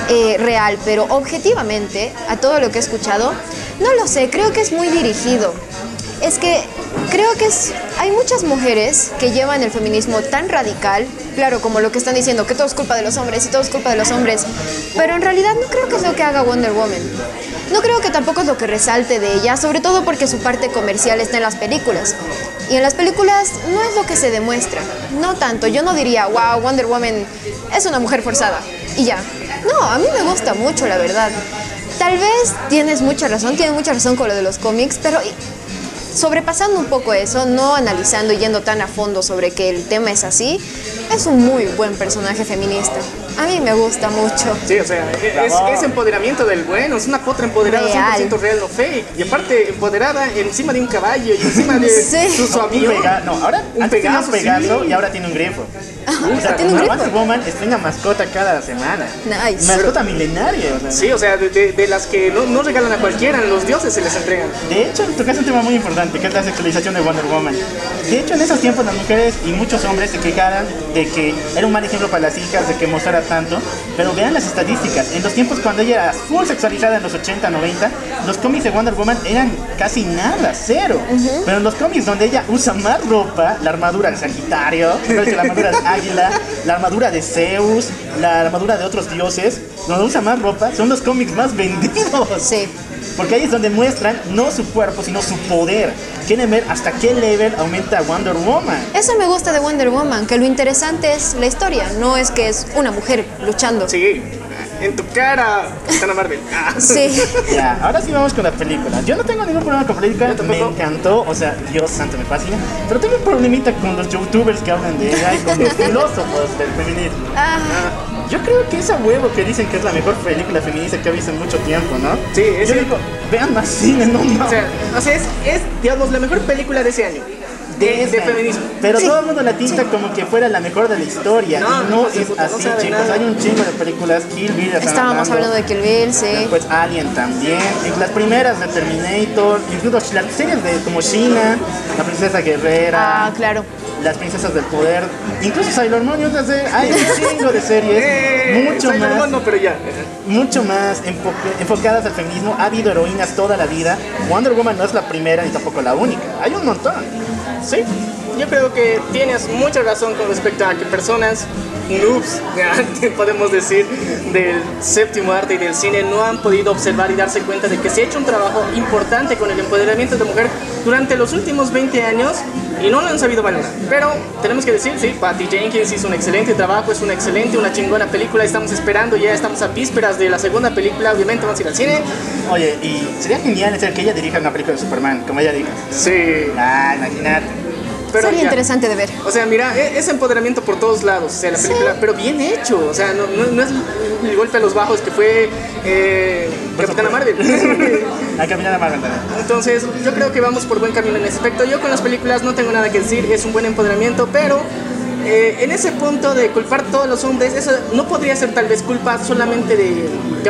real, pero objetivamente, a todo lo que he escuchado, no lo sé, creo que es muy dirigido. Es que creo que hay muchas mujeres que llevan el feminismo tan radical, claro, como lo que están diciendo, que todo es culpa de los hombres y todo es culpa de los hombres, pero en realidad no creo que es lo que haga Wonder Woman. No creo que tampoco es lo que resalte de ella, sobre todo porque su parte comercial está en las películas. Y en las películas no es lo que se demuestra, no tanto. Yo no diría, wow, Wonder Woman es una mujer forzada y ya. No, a mí me gusta mucho, la verdad. Tal vez tienes mucha razón con lo de los cómics, pero sobrepasando un poco eso, no analizando y yendo tan a fondo sobre que el tema es así, es un muy buen personaje feminista. A mí me gusta mucho. Sí, o sea, es empoderamiento del bueno, es una potra empoderada, real. 100% real, no fake. Y aparte, empoderada encima de un caballo y encima de Sí. su avión. Ahora Un antes tenía Pegaso, Pegaso sí. y ahora tiene un grifo. O sea, ¿tiene un grifo? Wonder Woman estrena mascota cada semana. Nice. Mascota milenaria. O sea. Sí, o sea, de las que no regalan a cualquiera, los dioses se les entregan. De hecho, tocaste un tema muy importante, que es la sexualización de Wonder Woman. De hecho, en esos tiempos las mujeres y muchos hombres se quejaban de que era un mal ejemplo para las hijas, de que mostrara tanto. Pero vean las estadísticas. En los tiempos cuando ella era full sexualizada, en los 80, 90, los cómics de Wonder Woman eran casi nada, cero. Pero en los cómics donde ella usa más ropa, la armadura de Sagitario, la armadura de Águila, la armadura de Zeus, la armadura de otros dioses, donde usa más ropa, son los cómics más vendidos. Sí. Porque ahí es donde muestran no su cuerpo, sino su poder. Quieren ver hasta qué level aumenta Wonder Woman. Eso me gusta de Wonder Woman, que lo interesante es la historia, no es que es una mujer luchando. Sí, en tu cara, Capitana Marvel. Sí. Ya, ahora sí vamos con la película. Yo no tengo ningún problema con la película, Yo tampoco. me encantó, o sea, Dios santo, me fascina. Pero tengo un problemita con los youtubers que hablan de ella y con los filósofos del feminismo. Yo creo que esa huevo que dicen que es la mejor película feminista que ha visto en mucho tiempo, ¿no? Sí, es Yo el- digo, vean más cine, no más. O sea, es, digamos, la mejor película de ese año. De feminismo. Pero Sí. todo el mundo la tinta como que fuera la mejor de la historia. No, y no hijos de es puta, no así, saben chicos. nada. Hay un chingo de películas. Kill Bill, ya están Estábamos hablando de Kill Bill, sí. Después Alien también. Y las primeras de Terminator. Incluso las series de como Sheena, la princesa guerrera. Ah, claro. Las princesas del poder. Incluso Sailor Moon y otras series. Hay un chingo de series. Mucho Sailor más. Moon, no, pero ya. Mucho más enfocadas al feminismo. Ha habido heroínas toda la vida. Wonder Woman no es la primera ni tampoco la única. Hay un montón. Sí, yo creo que tienes mucha razón con respecto a que personas noobs, ya, podemos decir, del séptimo arte y del cine no han podido observar y darse cuenta de que se ha hecho un trabajo importante con el empoderamiento de la mujer durante los últimos 20 años y no lo han sabido valorar. Pero tenemos que decir, sí, Patty Jenkins hizo un excelente trabajo, es una chingona película, estamos esperando, ya estamos a vísperas de la segunda película, obviamente vamos a ir al cine. Oye, y sería genial hacer que ella dirija una película de Superman, como ella diga. Sí, Imagínate. pero Sería ya. interesante de ver. O sea, mira, es empoderamiento por todos lados, o sea, la película, pero bien hecho, o sea, no es el golpe a los bajos que fue Capitana Marvel. La Capitana Marvel también. Entonces, yo creo que vamos por buen camino en ese aspecto. Yo con las películas no tengo nada que decir, es un buen empoderamiento, pero en ese punto de culpar a todos los hombres, eso no podría ser tal vez culpa solamente de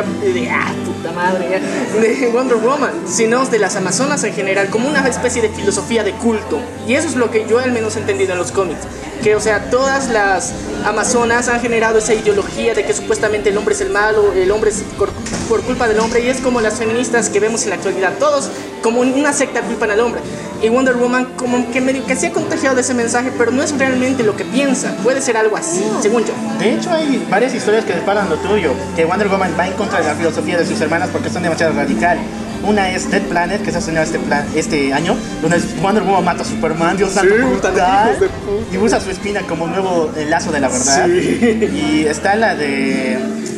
puta madre, de Wonder Woman, sino de las amazonas en general, como una especie de filosofía de culto. Y eso es lo que yo al menos he entendido en los cómics. Que, o sea, todas las amazonas han generado esa ideología de que supuestamente el hombre es el malo, el hombre es por culpa del hombre, y es como las feministas que vemos en la actualidad, todos como una secta culpan al hombre. Y Wonder Woman como que medio que se ha contagiado de ese mensaje, pero no es realmente lo que piensa, puede ser algo así, según yo. De hecho, hay varias historias que disparan lo tuyo, que Wonder Woman va en contra de la filosofía de sus hermanas porque son demasiado radical. Una es Dead Planet, que se ha estrenado este año, donde Wonder Woman mata a Superman, Dios santo, brutal, y usa su espina como un nuevo lazo de la verdad. Y está la de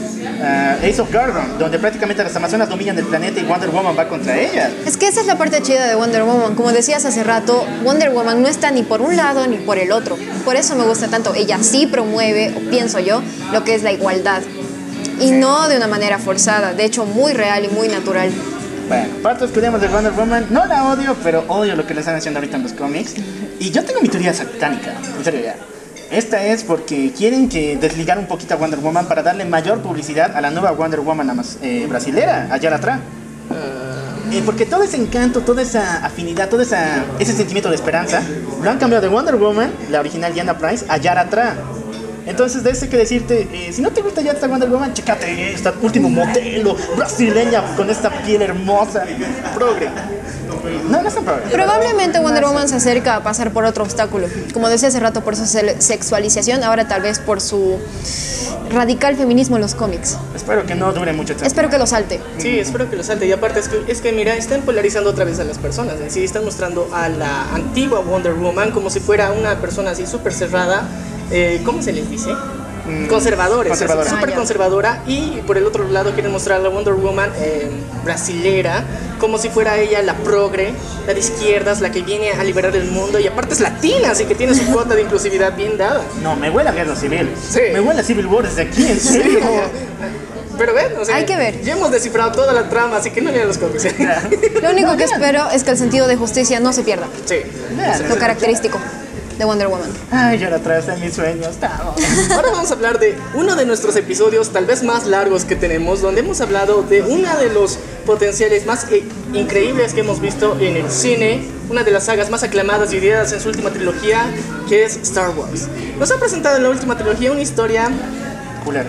Ace of Garden, donde prácticamente las amazonas dominan el planeta y Wonder Woman va contra ellas. Es que esa es la parte chida de Wonder Woman. Como decías hace rato, Wonder Woman no está ni por un lado ni por el otro. Por eso me gusta tanto. Ella sí promueve, o pienso yo, lo que es la igualdad. Y no de una manera forzada, de hecho muy real y muy natural. Bueno, partes que odiamos de Wonder Woman, no la odio, pero odio lo que le están haciendo ahorita en los cómics. Y yo tengo mi teoría satánica, en serio ya. Esta es porque quieren que desligar un poquito a Wonder Woman para darle mayor publicidad a la nueva Wonder Woman brasilera, a Yara Tra. Porque todo ese encanto, toda esa afinidad, todo ese sentimiento de esperanza, lo han cambiado de Wonder Woman, la original Diana Price, a Yara Tra. Entonces, de eso hay que decirte, si no te gusta ya esta Wonder Woman, chécate esta último modelo brasileña con esta piel hermosa, progre. No es tan progre. Probablemente Wonder Woman se acerca a pasar por otro obstáculo. Como decía hace rato, por su sexualización, ahora tal vez por su radical feminismo en los cómics. Espero que no dure mucho tiempo. Espero que lo salte. Sí, espero que lo salte. Y aparte es que mira, están polarizando otra vez a las personas. En sí, están mostrando a la antigua Wonder Woman como si fuera una persona así súper cerrada. ¿Cómo se les dice? Conservadora. Súper conservadora. Y por el otro lado quieren mostrar a la Wonder Woman brasilera como si fuera ella la progre, la de izquierdas, la que viene a liberar el mundo. Y aparte es latina, así que tiene su cuota de inclusividad bien dada. No, me huele a guerra civil. Sí. Me huele a Civil War desde aquí, en serio. Pero ven, o sea, hay que ver. Ya hemos descifrado toda la trama, así que no lean los cómics. Lo único que espero es que el sentido de justicia no se pierda. Sí. Lo característico de Wonder Woman. Ay, yo la traes en mis sueños. Ahora vamos a hablar de uno de nuestros episodios tal vez más largos que tenemos, donde hemos hablado de una de los potenciales más increíbles que hemos visto en el cine, una de las sagas más aclamadas y odiadas en su última trilogía, que es Star Wars. Nos ha presentado en la última trilogía una historia Culero.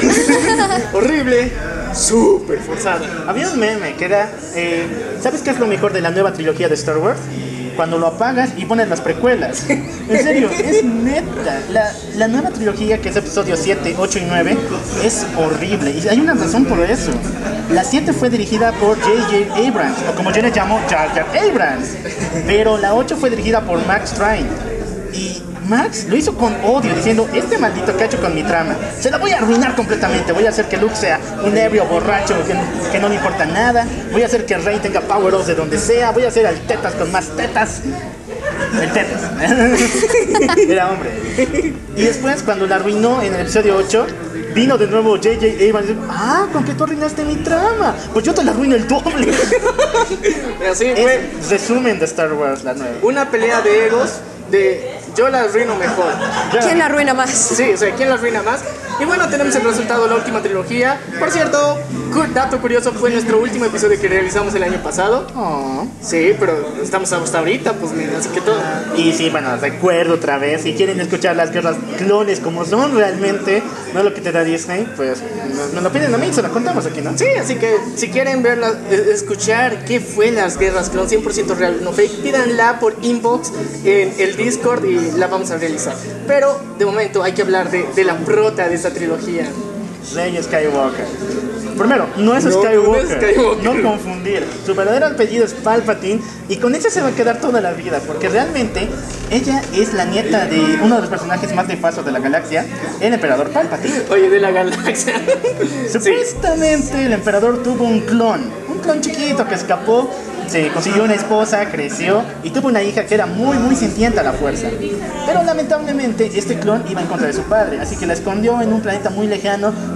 horrible, súper forzada. Había un meme que era, ¿sabes qué es lo mejor de la nueva trilogía de Star Wars? Cuando lo apagas y pones las precuelas. En serio, es neta. La nueva trilogía, que es episodio 7, 8 y 9, es horrible. Y hay una razón por eso. La 7 fue dirigida por J.J. Abrams, o como yo le llamo, Jar Jar Abrams. Pero la 8 fue dirigida por Max Train. Y Max lo hizo con odio, diciendo, este maldito que ha hecho con mi trama, se la voy a arruinar completamente. Voy a hacer que Luke sea un ebrio borracho que no le importa nada. Voy a hacer que Rey tenga power-ups de donde sea. Voy a hacer al tetas con más tetas. El tetas. Era hombre. Y después, cuando la arruinó en el episodio 8, vino de nuevo J.J. Abrams y dijo, ¿con qué tú arruinaste mi trama? Pues yo te la arruino el doble. Así fue. Resumen de Star Wars, la nueva. Una pelea de egos de yo la arruino mejor. ¿Quién la arruina más? Sí, o sea, ¿quién la arruina más? Y bueno, tenemos el resultado de la última trilogía. Por cierto, dato curioso, fue nuestro último episodio que realizamos el año pasado. Sí, pero estamos hasta ahorita, pues mira, así que todo. Y sí, bueno, recuerdo otra vez, si quieren escuchar las guerras clones como son realmente, no lo que te da Disney, pues nos lo piden a mí, se lo contamos aquí, ¿no? Sí, así que si quieren verla, escuchar qué fue las guerras clon 100% real, no fake, pídanla por inbox en el Discord y la vamos a realizar. Pero de momento hay que hablar de la prota de esta trilogía. Rey Skywalker. Primero, no es Skywalker, no confundir. Su verdadero apellido es Palpatine y con ella se va a quedar toda la vida, porque realmente ella es la nieta de uno de los personajes más nefastos de la galaxia, el emperador Palpatine. Oye, de la galaxia. Supuestamente el emperador tuvo un clon chiquito que escapó, se consiguió una esposa, creció y tuvo una hija que era muy muy sintiente a la fuerza. Pero lamentablemente este clon iba en contra de su padre, así que la escondió en un planeta muy lejano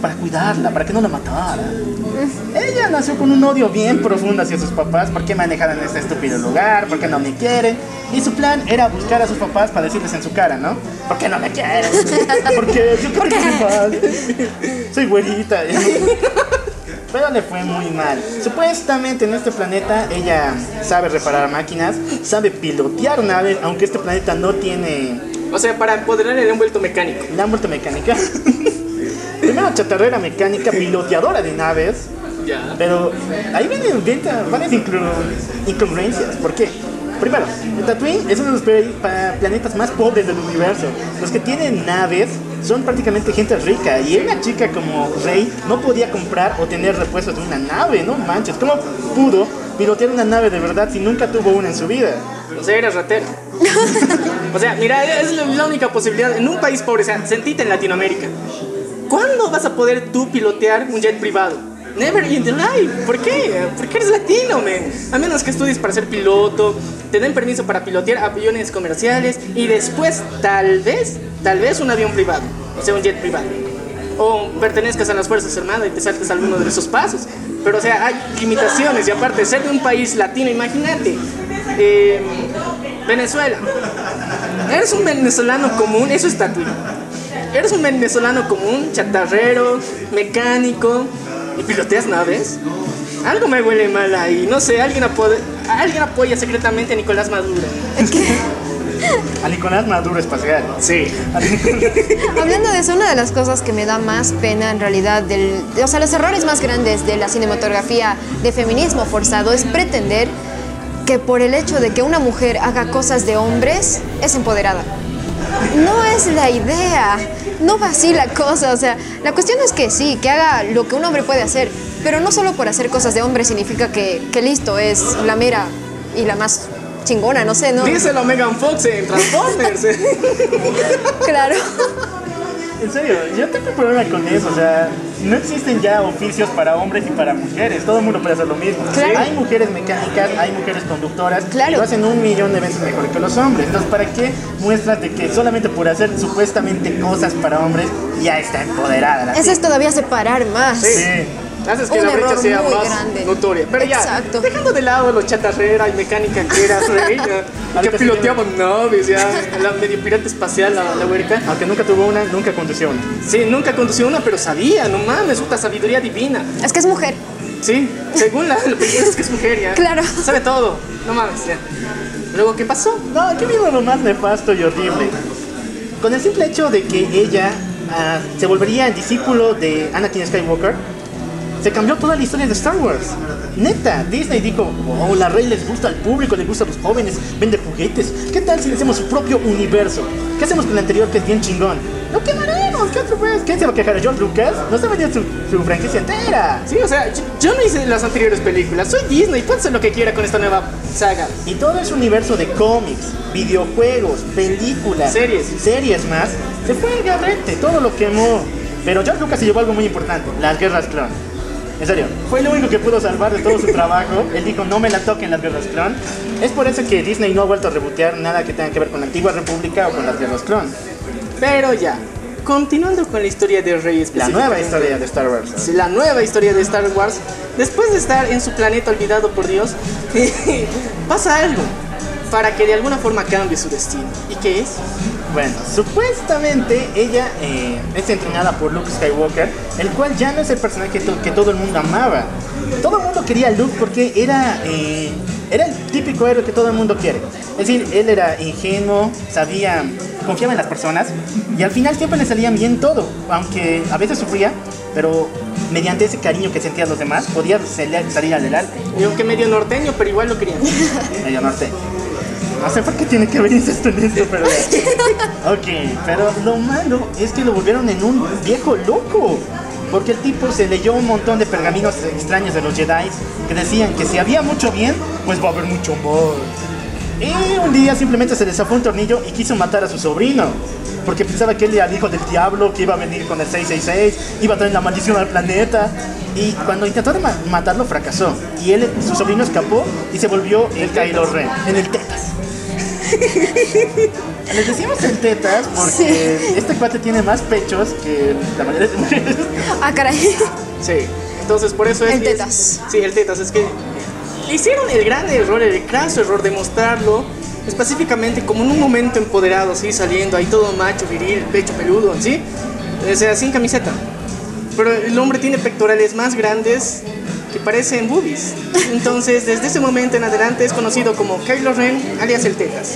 para cuidarla, para que no la matara. Ella nació con un odio bien profundo hacia sus papás. ¿Por qué me han dejado en este estúpido lugar? ¿Por qué no me quieren? Y su plan era buscar a sus papás para decirles en su cara, ¿no? ¿Por qué no me quieren? Porque yo creo que soy mal. Soy güerita. Pero le fue muy mal. Supuestamente en este planeta ella sabe reparar máquinas, sabe pilotear naves, aunque este planeta no tiene... O sea, para empoderar el envuelto mecánico. La envuelto mecánica. Primero chatarrera mecánica, piloteadora de naves. Ya. Pero ahí vienen varias incongruencias. ¿Por qué? Primero, el Tatooine es uno de los planetas más pobres del universo. Los que tienen naves son prácticamente gente rica. Y una chica como Rey no podía comprar o tener repuestos de una nave, no manches. ¿Cómo pudo pilotear una nave de verdad si nunca tuvo una en su vida? O sea, eras ratero. O sea, mira, es la única posibilidad. En un país pobre, o sea, sentite en Latinoamérica. ¿Cuándo vas a poder tú pilotear un jet privado? Never in the life. ¿Por qué? Porque eres latino, man. A menos que estudies para ser piloto, te den permiso para pilotear aviones comerciales y después, tal vez un avión privado, o sea, un jet privado. O pertenezcas a las Fuerzas Armadas y te saltes alguno de esos pasos. Pero, o sea, hay limitaciones. Y aparte, ser de un país latino, imagínate. Venezuela. Eres un venezolano común, eso es Tatooine. Eres un venezolano común, chatarrero, mecánico y piloteas naves. Algo me huele mal ahí. No sé, alguien apoya secretamente a Nicolás Maduro. A Nicolás Maduro espacial. Sí. Hablando de eso, una de las cosas que me da más pena en realidad, o sea, los errores más grandes de la cinematografía de feminismo forzado es pretender que por el hecho de que una mujer haga cosas de hombres es empoderada. No es la idea, no va así la cosa, o sea, la cuestión es que sí, que haga lo que un hombre puede hacer, pero no solo por hacer cosas de hombre significa que listo, es la mera y la más chingona, no sé, ¿no? Díselo a Megan Fox en Transformers. Claro. En serio, yo tengo un problema con eso, o sea, no existen ya oficios para hombres y para mujeres, todo el mundo puede hacer lo mismo. Claro. Hay mujeres mecánicas, hay mujeres conductoras, claro, lo hacen 1.000.000 de veces mejor que los hombres. Entonces, ¿para qué muestras de que solamente por hacer supuestamente cosas para hombres ya está empoderada? Eso es todavía separar más. Sí. Haces que Un la brecha error sea muy más grande. notoria. Pero Exacto. ya, dejando de lado los chatarrera y mecánica que eras, reina, que piloteaban naves, ya, la medio pirata espacial, la huerca. Aunque nunca tuvo una, nunca condució una. Sí, nunca condució una, pero sabía, no mames, puta sabiduría divina. Es que es mujer. Sí, según la película es que es mujer, ya. Claro. Sabe todo, no mames, ya. Luego, ¿qué pasó? No, aquí vino lo más nefasto y horrible. Con el simple hecho de que ella se volvería el discípulo de Anakin Skywalker, se cambió toda la historia de Star Wars. Neta, Disney dijo, oh, la Rey les gusta al público, les gusta a los jóvenes, vende juguetes. ¿Qué tal si le hacemos su propio universo? ¿Qué hacemos con el anterior que es bien chingón? ¡Lo quemaremos! ¿Qué otro pues? ¿Quién se va a quejar? ¿George Lucas? Nos ha vendido su franquicia entera. Sí, o sea, yo no hice las anteriores películas, soy Disney, puede hacer lo que quiera con esta nueva saga. Y todo ese universo de cómics, videojuegos, películas, series más, se fue al garrete, todo lo quemó. Pero George Lucas se llevó algo muy importante, las guerras clon. En serio, fue lo único que pudo salvar de todo su trabajo. Él dijo, no me la toquen las guerras clon. Es por eso que Disney no ha vuelto a rebotear nada que tenga que ver con la antigua república o con las guerras clon. Pero ya, continuando con la historia de Rey La nueva historia de Star Wars. Sí, la nueva historia de Star Wars. Después de estar en su planeta olvidado por Dios, pasa algo para que de alguna forma cambie su destino. ¿Y qué es? Bueno, supuestamente ella es entrenada por Luke Skywalker, el cual ya no es el personaje que todo el mundo amaba. Todo el mundo quería a Luke porque era el típico héroe que todo el mundo quiere. Es decir, él era ingenuo, confiaba en las personas y al final siempre le salía bien todo, aunque a veces sufría, pero mediante ese cariño que sentía a los demás podía salir adelante. Y aunque medio norteño, pero igual lo querían. Medio norteño. No sé por qué tiene que ver esto en esto, pero... Ok, pero lo malo es que lo volvieron en un viejo loco. Porque el tipo se leyó un montón de pergaminos extraños de los Jedi que decían que si había mucho bien, pues va a haber mucho mal. Y un día simplemente se le zafó un tornillo y quiso matar a su sobrino. Porque pensaba que él era el hijo del diablo, que iba a venir con el 666, iba a traer la maldición al planeta. Y cuando intentó matarlo, fracasó. Y su sobrino escapó y se volvió el Kylo Ren, en el Tetas. Les decimos el tetas porque este cuate tiene más pechos que la mayoría de mujeres. Ah, caray. Sí, entonces por eso es... El tetas. Sí, el tetas, es que hicieron el gran error, el craso error de mostrarlo específicamente como en un momento empoderado, ¿sí? Saliendo ahí todo macho, viril, pecho peludo, ¿sí? O sea, sin camiseta. Pero el hombre tiene pectorales más grandes que parecen boobies. Entonces, desde ese momento en adelante es conocido como Kylo Ren, alias el tetas.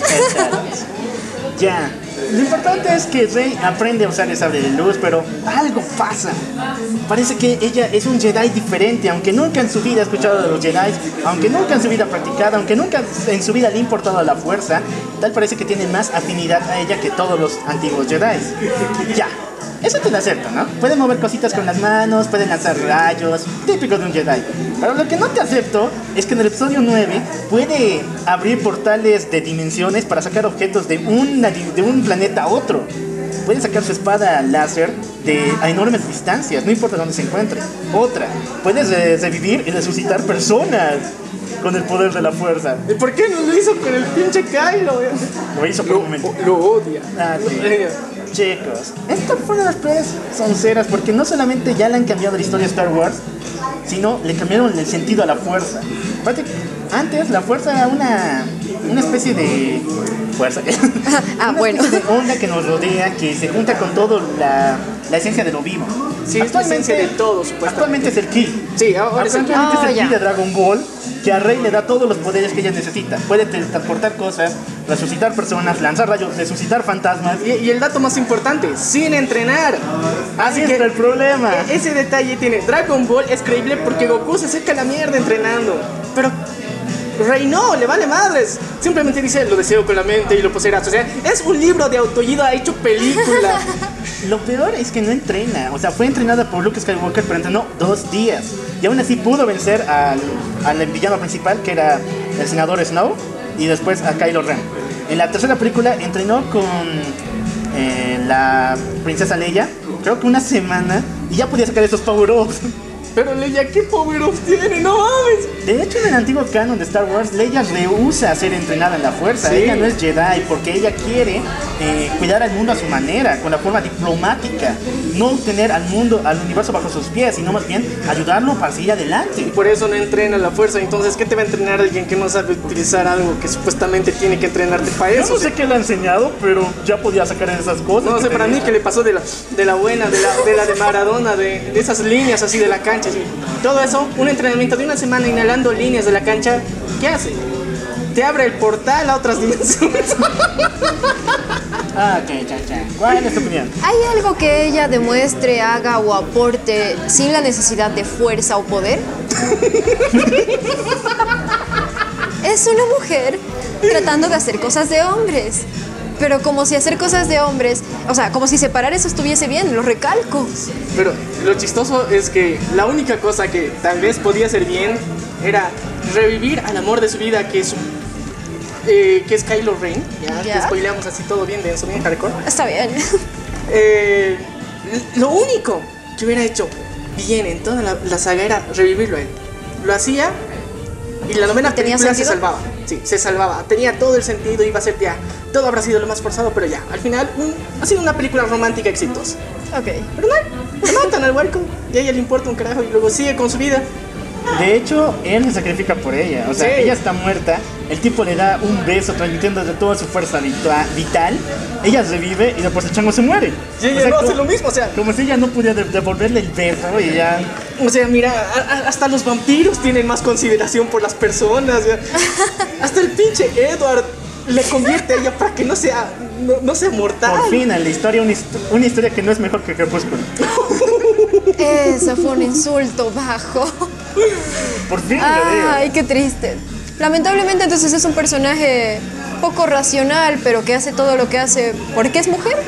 Ya. Lo importante es que Rey aprende a usar el sable de luz, pero algo pasa. Parece que ella es un Jedi diferente, aunque nunca en su vida ha escuchado de los Jedi, aunque nunca en su vida ha practicado, aunque nunca en su vida le ha importado la fuerza, tal parece que tiene más afinidad a ella que todos los antiguos Jedi. Ya. Eso te lo acepto, ¿no? Puede mover cositas con las manos, puede lanzar rayos, típico de un Jedi. Pero lo que no te acepto es que en el episodio 9 puede abrir portales de dimensiones para sacar objetos de un planeta a otro. Puede sacar su espada láser a enormes distancias, no importa dónde se encuentre. Otra, puedes revivir y resucitar personas con el poder de la fuerza. ¿Y por qué no lo hizo con el pinche Kylo? Lo hizo por un momento. Lo odia. Ah, sí. Chicos, esta fue de las peores sonceras porque no solamente ya le han cambiado la historia a Star Wars, sino le cambiaron el sentido a la fuerza. Antes la fuerza era una especie de fuerza. Bueno. Especie de onda que nos rodea, que se junta con todo la esencia de lo vivo. Sí, es la esencia de todo, supuestamente. Actualmente es el ki. Sí, ahora es el ki. Actualmente es el ki ya. de Dragon Ball, que a Rey le da todos los poderes que ella necesita. Puede transportar cosas, resucitar personas, lanzar rayos, resucitar fantasmas. Y el dato más importante, sin entrenar. Así está el problema. Ese detalle tiene. Dragon Ball es creíble porque Goku se seca la mierda entrenando. Pero Rey no, le vale madres. Simplemente dice, lo deseo con la mente y lo poseerás. O sea, es un libro de autoayuda hecho película. Lo peor es que no entrena. O sea, fue entrenada por Luke Skywalker, pero entrenó 2 días. Y aún así pudo vencer al villano principal, que era el senador Snow, y después a Kylo Ren. En la tercera película entrenó con la princesa Leia, creo que 1 semana, y ya podía sacar esos power-ups. Pero Leia, ¿qué power-ups tiene? ¡No mames! De hecho, en el antiguo canon de Star Wars, Leia rehúsa ser entrenada en la fuerza. Sí. Ella no es Jedi porque ella quiere cuidar al mundo a su manera, con la forma diplomática. No tener al mundo, al universo bajo sus pies, sino más bien ayudarlo para seguir adelante. Y por eso no entrena la fuerza. Entonces, ¿qué te va a entrenar alguien que no sabe utilizar algo que supuestamente tiene que entrenarte para eso? Yo no sé qué le ha enseñado, pero ya podía sacar esas cosas. No sé, para mí que le pasó de la buena, de Maradona, de esas líneas así de la cancha. Así. Todo eso, un entrenamiento de 1 semana inhalando líneas de la cancha, ¿qué hace? Te abre el portal a otras dimensiones. Ah, ok, ya. ¿Cuál es tu opinión? ¿Hay algo que ella demuestre, haga o aporte sin la necesidad de fuerza o poder? Es una mujer tratando de hacer cosas de hombres. Pero como si hacer cosas de hombres, o sea, como si separar eso estuviese bien, lo recalco. Pero lo chistoso es que la única cosa que tal vez podía ser bien era revivir al amor de su vida, que es Kylo Ren. Ya, que spoileamos así todo bien denso, bien hardcore. Está bien. Lo único que hubiera hecho bien en toda la saga era revivirlo a él. Lo hacía y la novena película se salvaba. Sí, se salvaba. Tenía todo el sentido, iba a ser ya. Todo habrá sido lo más forzado, pero ya. Al final ha sido una película romántica exitosa. Ok. Pero no, le matan al huerco y a ella le importa un carajo y luego sigue con su vida. De hecho, él se sacrifica por ella. O sea, Sí. ella está muerta. El tipo le da un beso transmitiendo de toda su fuerza vital. Ella revive y después el chango se muere. Y ella O sea, no hace como- lo mismo, o sea. Como si ella no pudiera devolverle el beso y ya... O sea, mira, hasta los vampiros tienen más consideración por las personas. Ya. Hasta el pinche Edward le convierte a ella para que no sea mortal. Por fin, en la historia, una historia que no es mejor que Crepúsculo. Eso fue un insulto bajo. Por fin, lo digo. Ay, qué triste. Lamentablemente entonces es un personaje poco racional, pero que hace todo lo que hace porque es mujer.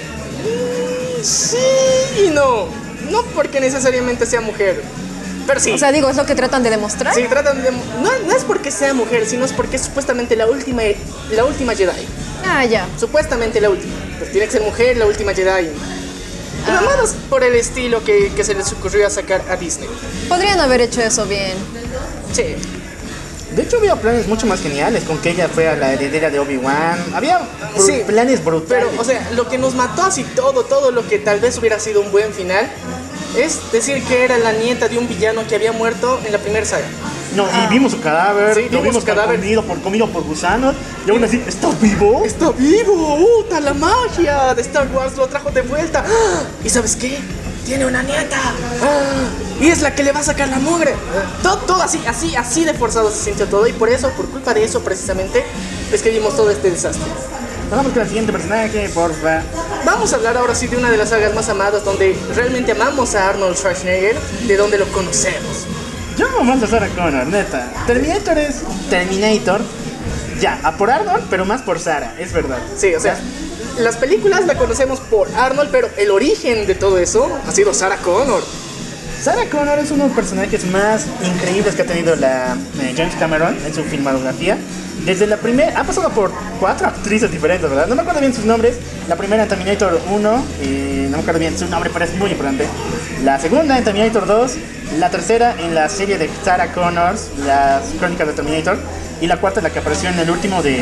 Sí y no. No porque necesariamente sea mujer. Pero sí. O sea, digo, es lo que tratan de demostrar. Sí, tratan de. No es porque sea mujer, sino es porque es supuestamente la última Jedi. Ah, ya. Supuestamente la última. Pues tiene que ser mujer, la última Jedi. Nada más por el estilo que se les ocurrió a sacar a Disney. Podrían haber hecho eso bien. Sí. De hecho había planes mucho más geniales, con que ella fuera la heredera de Obi-Wan. Había Sí, planes brutales. Pero, o sea, lo que nos mató así todo lo que tal vez hubiera sido un buen final, es decir que era la nieta de un villano que había muerto en la primera saga. No, y vimos su cadáver, Sí, lo vimos vimos su cadáver. comido por gusanos, y aún así, ¿está vivo? ¡Está vivo! ¡Uta, la magia de Star Wars lo trajo de vuelta! ¡Ah! ¿Y sabes qué? ¡Tiene una nieta! ¡Ah! Y es la que le va a sacar la mugre. Todo así de forzado se sintió todo. Y por culpa de eso precisamente, es que vimos todo este desastre. Vamos con el siguiente personaje, porfa. Vamos a hablar ahora sí de una de las sagas más amadas, donde realmente amamos a Arnold Schwarzenegger, de donde lo conocemos. Yo me mando a Sarah Connor, neta. Terminator es Terminator. Ya, a por Arnold, pero más por Sarah, es verdad. Sí, o sea, las películas la conocemos por Arnold, pero el origen de todo eso ha sido Sarah Connor. Sarah Connor es uno de los personajes más increíbles que ha tenido James Cameron en su filmografía. Desde la primera, ha pasado por 4 actrices diferentes, ¿verdad? No me acuerdo bien sus nombres. La primera en Terminator 1, no me acuerdo bien su nombre, pero es muy importante. La segunda en Terminator 2, la tercera en la serie de Sarah Connor, las crónicas de Terminator, y la cuarta en la que apareció en el último de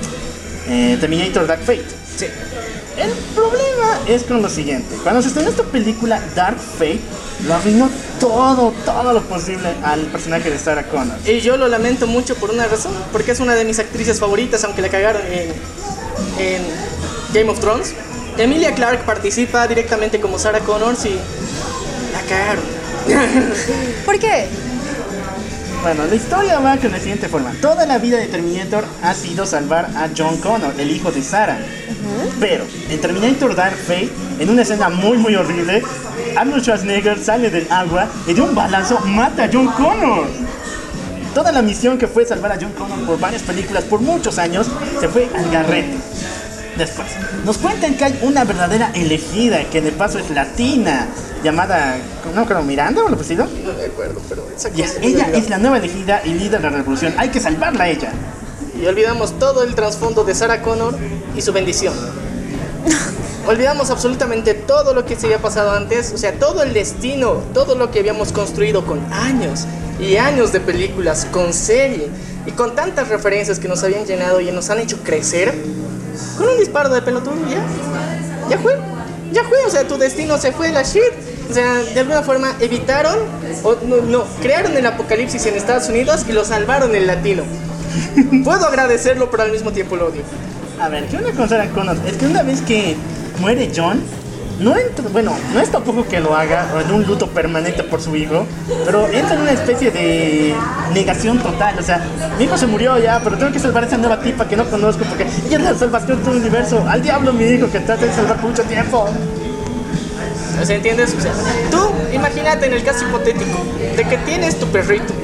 Terminator Dark Fate. Sí. El problema es con lo siguiente. Cuando se estrenó esta película Dark Fate, lo arruinó todo lo posible al personaje de Sarah Connor. Y yo lo lamento mucho por una razón, porque es una de mis actrices favoritas, aunque la cagaron en Game of Thrones. Emilia Clarke participa directamente como Sarah Connor y la cagaron. ¿Por qué? Bueno, la historia va con la siguiente forma. Toda la vida de Terminator ha sido salvar a John Connor, el hijo de Sarah. Pero en Terminator Dark Fate, en una escena muy horrible, Arnold Schwarzenegger sale del agua y de un balazo mata a John Connor. Toda la misión que fue salvar a John Connor por varias películas, por muchos años, se fue al garrete. Después, nos cuentan que hay una verdadera elegida, que de paso es latina, llamada, no creo, Miranda o lo parecido. No me acuerdo, pero esa Ya, cosa ella me es la nueva elegida y líder de la revolución. Hay que salvarla a ella. Y olvidamos todo el trasfondo de Sarah Connor y su bendición. Olvidamos absolutamente todo lo que se había pasado antes, o sea, todo el destino, todo lo que habíamos construido con años y años de películas, con serie y con tantas referencias que nos habían llenado y nos han hecho crecer. Con un disparo de pelotudo, ya fue, o sea, tu destino se fue la shit. O sea, de alguna forma evitaron, crearon el apocalipsis en Estados Unidos y lo salvaron en latino. Puedo agradecerlo, pero al mismo tiempo lo odio. A ver, ¿qué onda con Sarah Connor? Es que una vez que muere John, no es tampoco que lo haga en un luto permanente por su hijo, pero entra en una especie de negación total. O sea, mi hijo se murió ya, pero tengo que salvar a esa nueva tipa que no conozco porque ella es la salvación de todo el universo. Al diablo mi hijo que trata de salvar por mucho tiempo. O sea, ¿entiendes? O sea, tú imagínate en el caso hipotético de que tienes tu perrito.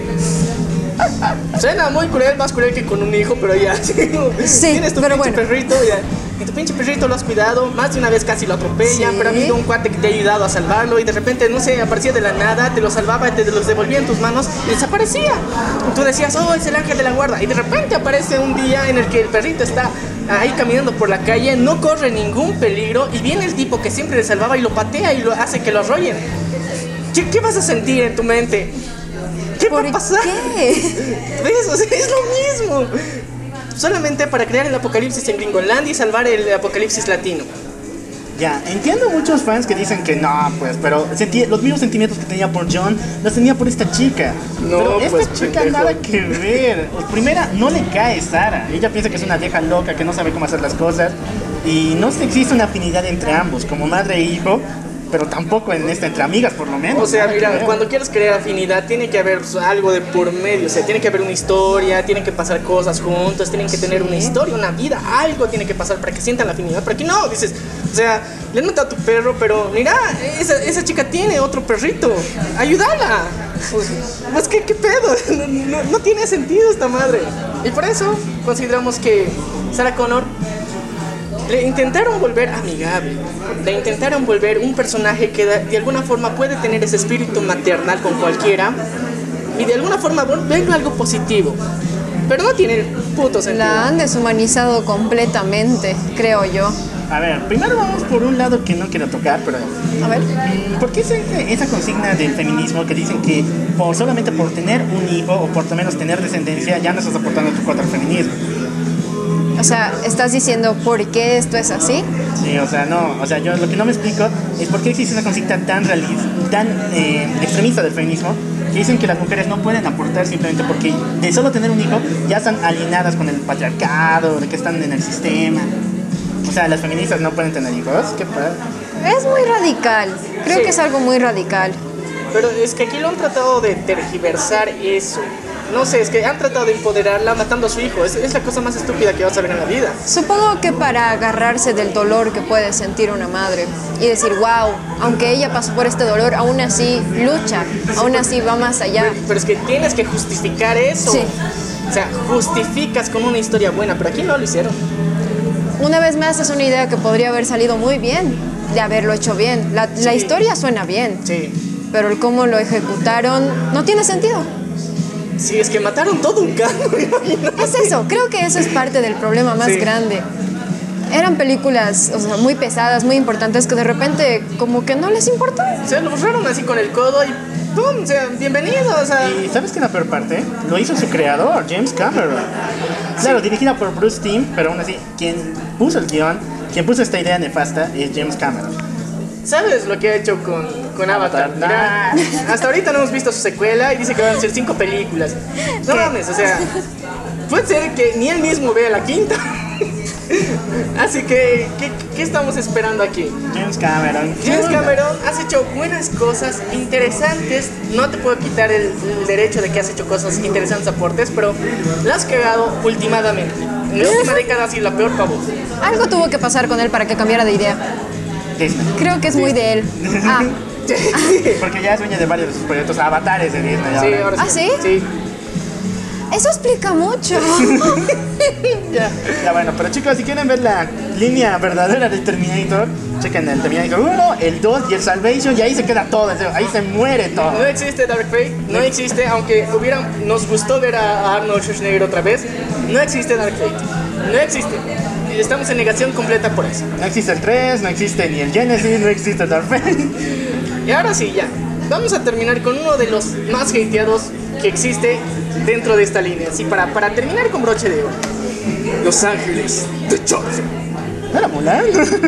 Suena muy cruel, más cruel que con un hijo, pero ya. Sí, tienes tu pero pinche bueno. perrito, ya. Y tu pinche perrito lo has cuidado, más de una vez casi lo atropellan, Sí. pero ha habido un cuate que te ha ayudado a salvarlo y de repente, no sé, aparecía de la nada, te lo salvaba, te los devolvía en tus manos y desaparecía. Y tú decías, oh, es el ángel de la guarda. Y de repente aparece un día en el que el perrito está ahí caminando por la calle, no corre ningún peligro y viene el tipo que siempre le salvaba y lo patea y lo hace que lo arrollen. ¿Qué vas a sentir en tu mente? ¿Qué va a pasar? ¿Qué? ¿Ves? O sea, es lo mismo. Solamente para crear el apocalipsis en Gringolandia y salvar el apocalipsis latino. Ya, entiendo muchos fans que dicen que no, pues, pero los mismos sentimientos que tenía por John los tenía por esta chica. No, pero esta pues, chica pendejo. nada que ver. Pues, primera, no le cae Sarah. Ella piensa que es una vieja loca, que no sabe cómo hacer las cosas. Y no existe una afinidad entre ambos, como madre e hijo, pero tampoco entre amigas, por lo menos. O sea, nada que mira, ver. cuando quieres crear afinidad tiene que haber algo de por medio, o sea, tiene que haber una historia, tienen que pasar cosas juntos, tienen que tener una historia, una vida, algo tiene que pasar para que sientan la afinidad. Pero aquí no, dices, o sea, le han matado a tu perro, pero mira, esa chica tiene otro perrito, ayúdala. Pues ¿qué pedo? No tiene sentido esta madre. Y por eso consideramos que Sarah Connor le intentaron volver amigable, le intentaron volver un personaje que de alguna forma puede tener ese espíritu maternal con cualquiera y de alguna forma verlo algo positivo, pero no tiene puto sentido. La han deshumanizado completamente, creo yo. A ver, primero vamos por un lado que no quiero tocar, pero... A ver. ¿Por qué esa consigna del feminismo que dicen que solamente por tener un hijo o por lo menos tener descendencia ya no estás aportando tu cuota al feminismo? O sea, ¿estás diciendo por qué esto es así? Sí, o sea, no, o sea, yo lo que no me explico es por qué existe esa consigna tan realista, tan extremista del feminismo, que dicen que las mujeres no pueden aportar simplemente porque de solo tener un hijo ya están alienadas con el patriarcado, de que están en el sistema. O sea, las feministas no pueden tener hijos. ¿Qué pasa? Es muy radical. Creo Sí. que es algo muy radical. Pero es que aquí lo han tratado de tergiversar eso. No sé, es que han tratado de empoderarla matando a su hijo. Es la cosa más estúpida que vas a ver en la vida. Supongo que para agarrarse del dolor que puede sentir una madre y decir, wow, aunque ella pasó por este dolor, aún así lucha, aún así va más allá. Pero es que tienes que justificar eso. Sí. O sea, justificas con una historia buena, pero aquí no lo hicieron. Una vez más, es una idea que podría haber salido muy bien, de haberlo hecho bien. La historia suena bien, Sí. pero el cómo lo ejecutaron no tiene sentido. Sí, es que mataron todo un carro, me imagino. Es eso, creo que eso es parte del problema más Sí. grande. Eran películas, o sea, muy pesadas, muy importantes, que de repente como que no les importó. O sea, lo borraron así con el codo y ¡pum! O sea, bienvenido, o sea... ¿Y sabes qué es la peor parte? Lo hizo su creador, James Cameron. Claro, dirigida por Bruce Timm, pero aún así, quien puso el guión, quien puso esta idea nefasta es James Cameron. ¿Sabes lo que ha hecho con Avatar? Mira, hasta ahorita no hemos visto su secuela y dice que van a ser 5 películas. No mames, o sea, puede ser que ni él mismo vea la quinta. Así que, ¿qué estamos esperando aquí? James Cameron. James Cameron, has hecho buenas cosas, interesantes. No te puedo quitar el derecho de que has hecho cosas interesantes, aportes, pero la has cagado ultimadamente. En la última década ha sido la peor para vos. Algo tuvo que pasar con él para que cambiara de idea. Disney. Creo que es muy de él. Ah, Porque ya es dueña de varios de sus proyectos avatares de Disney. Sí, ahora. ahora ¿Ah, sí? Sí. eso explica mucho. Ya bueno, pero chicos, si quieren ver la línea verdadera del Terminator, chequen el Terminator 1, el 2 y el Salvation, y ahí se queda todo, ahí se muere todo. No existe Dark Fate, no existe, aunque nos gustó ver a Arnold Schwarzenegger otra vez, no existe Dark Fate, no existe. Estamos en negación completa por eso. No existe el 3, no existe ni el Genesis, no existe el Dark Fate. Y ahora sí, ya. Vamos a terminar con uno de los más hateados que existe dentro de esta línea. Así para terminar con broche de oro. Los Ángeles de Charlie. ¿No era Mulan?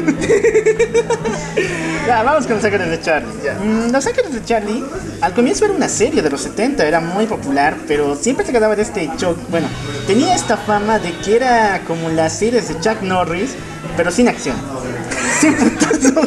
Ya, vamos con Los Ángeles de Charlie. Los Ángeles de Charlie, al comienzo era una serie de los 70, era muy popular, pero siempre se quedaba de este shock. Bueno, tenía esta fama de que era como las series de Chuck Norris, pero sin acción. Sin putazo.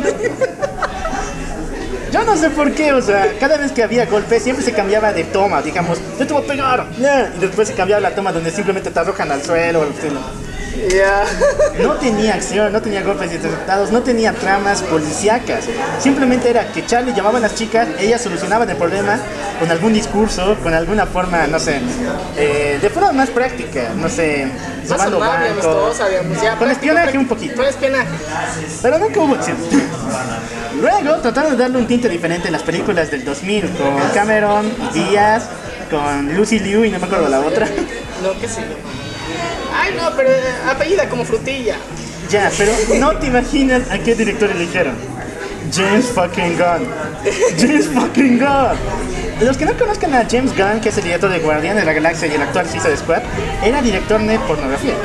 Yo no sé por qué, o sea, cada vez que había golpes siempre se cambiaba de toma, digamos, yo te voy a pegar, y después se cambiaba la toma donde simplemente te arrojan al suelo o algo así. Ya. No tenía acción, no tenía golpes interceptados, no tenía tramas policíacas. Simplemente era que Charlie llamaba a las chicas, ellas solucionaban el problema con algún discurso, con alguna forma, no sé, de forma más práctica, no sé, Más robando amable, bancos, amistosa, digamos. Ya, con práctico, espionaje un poquito. Con espionaje. Pero nunca hubo acción. Luego trataron de darle un tinte diferente en las películas del 2000, con Cameron, Díaz, con Lucy Liu y no me acuerdo la otra. No, qué sé yo. Ay, no, pero apellida como frutilla. Ya, pero no te imaginas a qué director eligieron. James fucking Gunn. James fucking Gunn. Los que no conozcan a James Gunn, que es el director de Guardianes de la Galaxia y el actual Suicide Squad, era director de pornografía.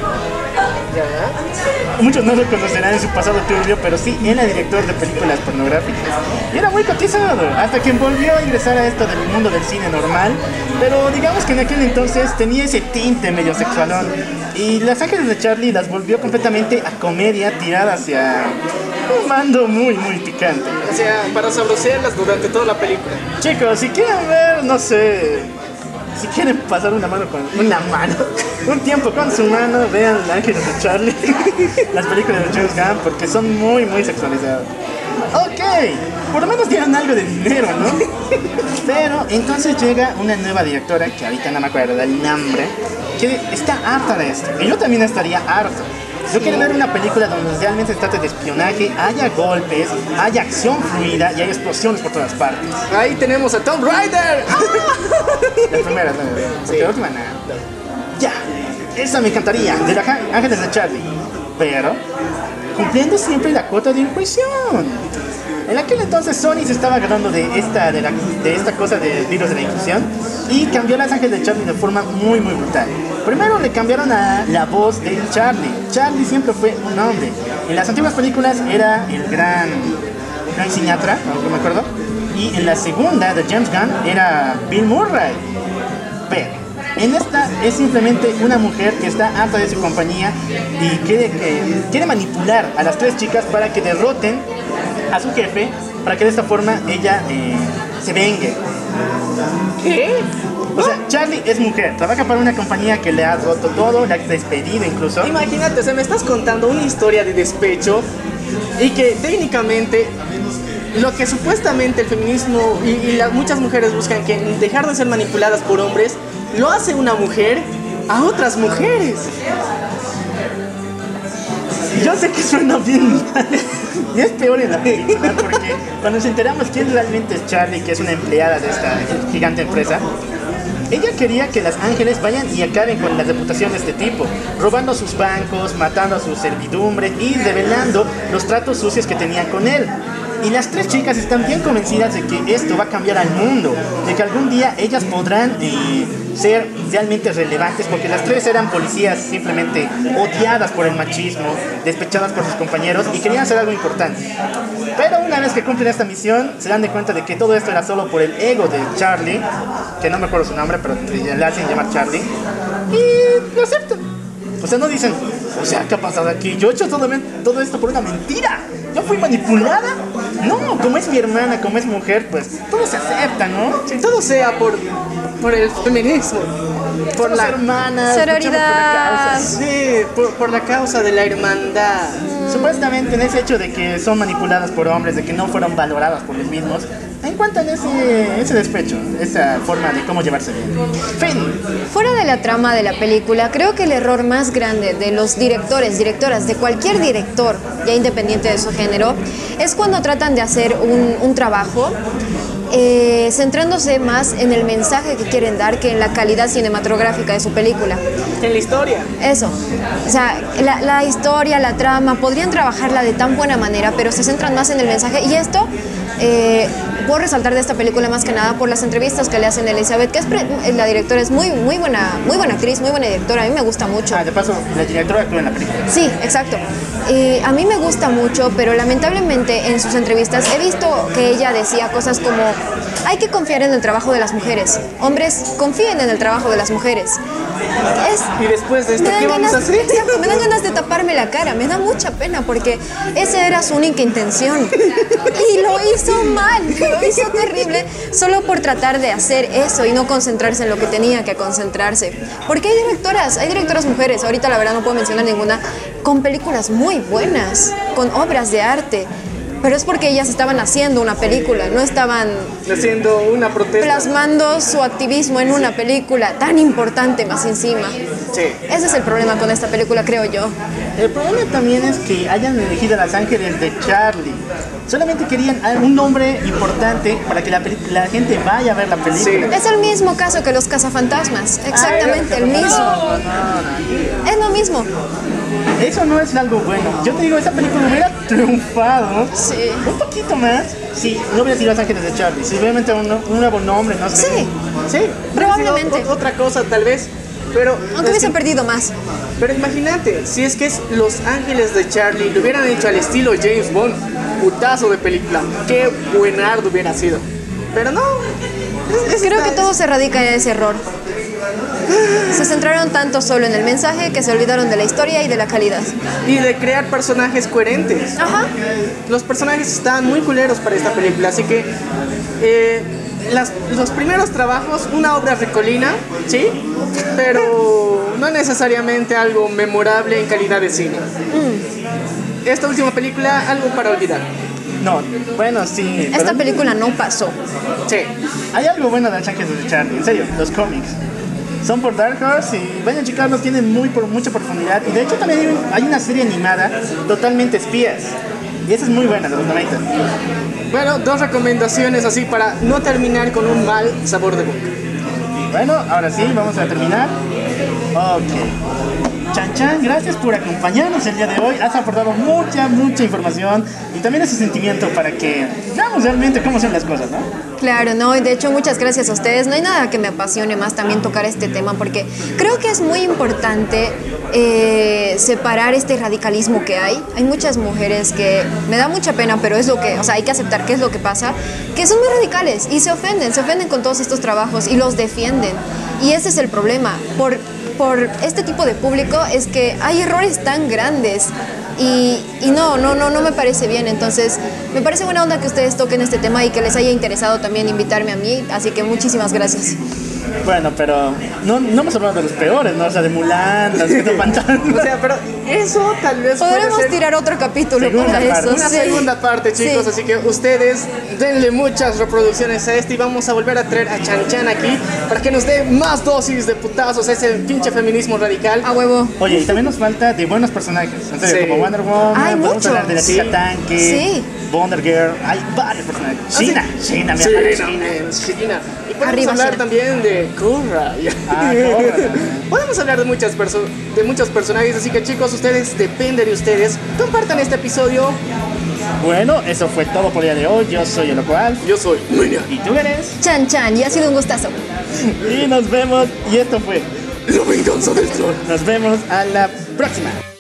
Ya. Muchos no lo conocerán en su pasado turbio, pero sí, era director de películas pornográficas. Y era muy cotizado, hasta que volvió a ingresar a esto del mundo del cine normal. Pero digamos que en aquel entonces tenía ese tinte medio sexualón. Y Los Ángeles de Charlie las volvió completamente a comedia tirada hacia un mando muy, muy picante. O sea, para sabrosearlas durante toda la película. Chicos, si quieren ver, no sé, si quieren pasar una mano, un tiempo con su mano, vean Los Ángeles de Charlie, las películas de James Gunn, porque son muy, muy sexualizadas. Ok, por lo menos tienen algo de dinero, ¿no? Pero entonces llega una nueva directora, que ahorita no me acuerdo del nombre, que está harta de esto. Y yo también estaría harto. Yo quiero ver una película donde realmente se trate de espionaje, haya golpes, haya acción fluida y haya explosiones por todas partes. Ahí tenemos a Tomb Raider. La primera, no, porque la última nada. Ya. esa me encantaría, de los Ángeles de Charlie. Pero cumpliendo siempre la cuota de inclusión. En aquel entonces Sony se estaba agarrando de esta cosa de virus de la inclusión y cambió a Los Ángeles de Charlie de forma muy brutal. Primero le cambiaron a la voz de Charlie. Charlie siempre fue un hombre. En las antiguas películas era el gran Sinatra, no me acuerdo. Y en la segunda de James Gunn era Bill Murray. Pero en esta es simplemente una mujer que está harta de su compañía y quiere manipular a las tres chicas para que derroten a su jefe, para que de esta forma ella se vengue. ¿Qué? O sea, Charlie es mujer, trabaja para una compañía que le ha roto todo, le ha despedido incluso. Imagínate, o sea, me estás contando una historia de despecho y que técnicamente lo que supuestamente el feminismo y muchas mujeres buscan, que dejar de ser manipuladas por hombres, lo hace una mujer a otras mujeres. Yo sé que suena bien mal. Y es peor en la película porque cuando nos enteramos quién realmente es Charlie, que es una empleada de esta gigante empresa, ella quería que los ángeles vayan y acaben con la reputación de este tipo, robando sus bancos, matando a su servidumbre y revelando los tratos sucios que tenían con él. Y las tres chicas están bien convencidas de que esto va a cambiar al mundo, de que algún día ellas podrán ser realmente relevantes, porque las tres eran policías simplemente odiadas por el machismo, despechadas por sus compañeros y querían hacer algo importante. Pero una vez que cumplen esta misión, se dan de cuenta de que todo esto era solo por el ego de Charlie, que no me acuerdo su nombre, pero le hacen llamar Charlie, y lo aceptan. O sea, no dicen, o sea, ¿qué ha pasado aquí? Yo he hecho todo esto por una mentira. ¿Yo fui manipulada? No, como es mi hermana, como es mujer, pues todo se acepta, ¿no? Si todo sea por el feminismo, por la hermana, sororidad. Sí, por la causa de la hermandad. Supuestamente en ese hecho de que son manipuladas por hombres, de que no fueron valoradas por los mismos, encuentran ese despecho, esa forma de cómo llevarse bien. Fin. Fuera de la trama de la película, creo que el error más grande de los directores, directoras, de cualquier director, ya independiente de su género, es cuando tratan de hacer un trabajo centrándose más en el mensaje que quieren dar que en la calidad cinematográfica de su película. En la historia. Eso. O sea, la historia, la trama, podrían trabajarla de tan buena manera, pero se centran más en el mensaje. Y esto puedo resaltar de esta película más que nada por las entrevistas que le hacen a Elizabeth, que es la directora, es muy buena actriz, muy buena directora, a mí me gusta mucho. De paso, la directora actúa en la película. Sí, exacto. A mí me gusta mucho, pero lamentablemente en sus entrevistas he visto que ella decía cosas como: hay que confiar en el trabajo de las mujeres. Hombres, confíen en el trabajo de las mujeres. Y después de esto, ¿qué vamos a hacer? Exacto, me dan ganas de taparme la cara, me da mucha pena porque esa era su única intención. Y lo hizo mal, lo hizo terrible, solo por tratar de hacer eso y no concentrarse en lo que tenía que concentrarse. Porque hay directoras mujeres, ahorita la verdad no puedo mencionar ninguna, con películas muy buenas, con obras de arte. Pero es porque ellas estaban haciendo una película, no estaban haciendo una protesta, plasmando su activismo en una película tan importante más encima. Sí. Ese es el problema con esta película, creo yo. El problema también es que hayan elegido a Los Ángeles de Charlie. Solamente querían un nombre importante para que la gente vaya a ver la película. Sí. Es el mismo caso que Los Cazafantasmas, exactamente el mismo. No. Es lo mismo. Eso no es algo bueno. Yo te digo, esa película hubiera triunfado Sí. un poquito más si no hubiera sido Los Ángeles de Charlie. Si obviamente un nuevo nombre, no sé. Sí, Sí, probablemente. otra cosa tal vez, pero Aunque hubiesen perdido más. Pero imagínate, si es que es Los Ángeles de Charlie, lo hubieran hecho al estilo James Bond, putazo de película, qué buenardo hubiera sido. Pero no. Creo que todo se radica en ese error. Se centraron tanto solo en el mensaje que se olvidaron de la historia y de la calidad. Y de crear personajes coherentes. Ajá. Los personajes estaban muy culeros para esta película, así que los primeros trabajos, una obra ricolina, sí, pero no necesariamente algo memorable en calidad de cine. Esta última película, algo para olvidar. No, bueno, sí. Esta película no pasó. Sí. Hay algo bueno de Los Ángeles de Charlie, en serio, los cómics. Son por Dark Horse y vayan a checarlos, tienen mucha profundidad. Y de hecho también hay una serie animada totalmente espías. Y esa es muy buena, de los 90. Bueno, 2 recomendaciones así para no terminar con un mal sabor de boca. Bueno, ahora sí, vamos a terminar. Ok. Chan Chan, gracias por acompañarnos el día de hoy. Has aportado mucha información y también ese sentimiento para que veamos realmente cómo son las cosas, ¿no? Claro, no, y de hecho muchas gracias a ustedes. No hay nada que me apasione más también tocar este tema porque creo que es muy importante separar este radicalismo que hay. Hay muchas mujeres que me da mucha pena, pero es lo que, o sea, hay que aceptar que es lo que pasa, que son muy radicales y se ofenden con todos estos trabajos y los defienden. Y ese es el problema. Por este tipo de público es que hay errores tan grandes y no me parece bien. Entonces me parece buena onda que ustedes toquen este tema y que les haya interesado también invitarme a mí, así que muchísimas gracias. Bueno, pero no hemos hablado de los peores, ¿no? O sea, de Mulan, las que te pantalón. O sea, pero eso tal vez Podremos puede ser tirar otro capítulo Segunda para parte. eso. una sí. segunda parte, chicos, Sí. así que ustedes denle muchas reproducciones a este y vamos a volver a traer a Chan Chan aquí para que nos dé más dosis de putazos a ese pinche feminismo radical. A huevo. Oye, y también nos falta de buenos personajes. En serio, Sí. como Wonder Woman, Hay podemos muchos. hablar de la chica Sí. tanque, Sí. Wonder Girl, hay varios personajes. China, China, mi Sí, amor, no, China. China. Y podemos Arriba, hablar China. también de Korra. Korra también. Podemos hablar de muchos personajes, así que chicos, ustedes, depende de ustedes. Compartan este episodio. Bueno, eso fue todo por el día de hoy. Yo soy el Locual. Yo soy Menia. Y tú eres. Chan Chan, y ha sido un gustazo. Y nos vemos. Y esto fue. La venganza del troll. Nos vemos a la próxima.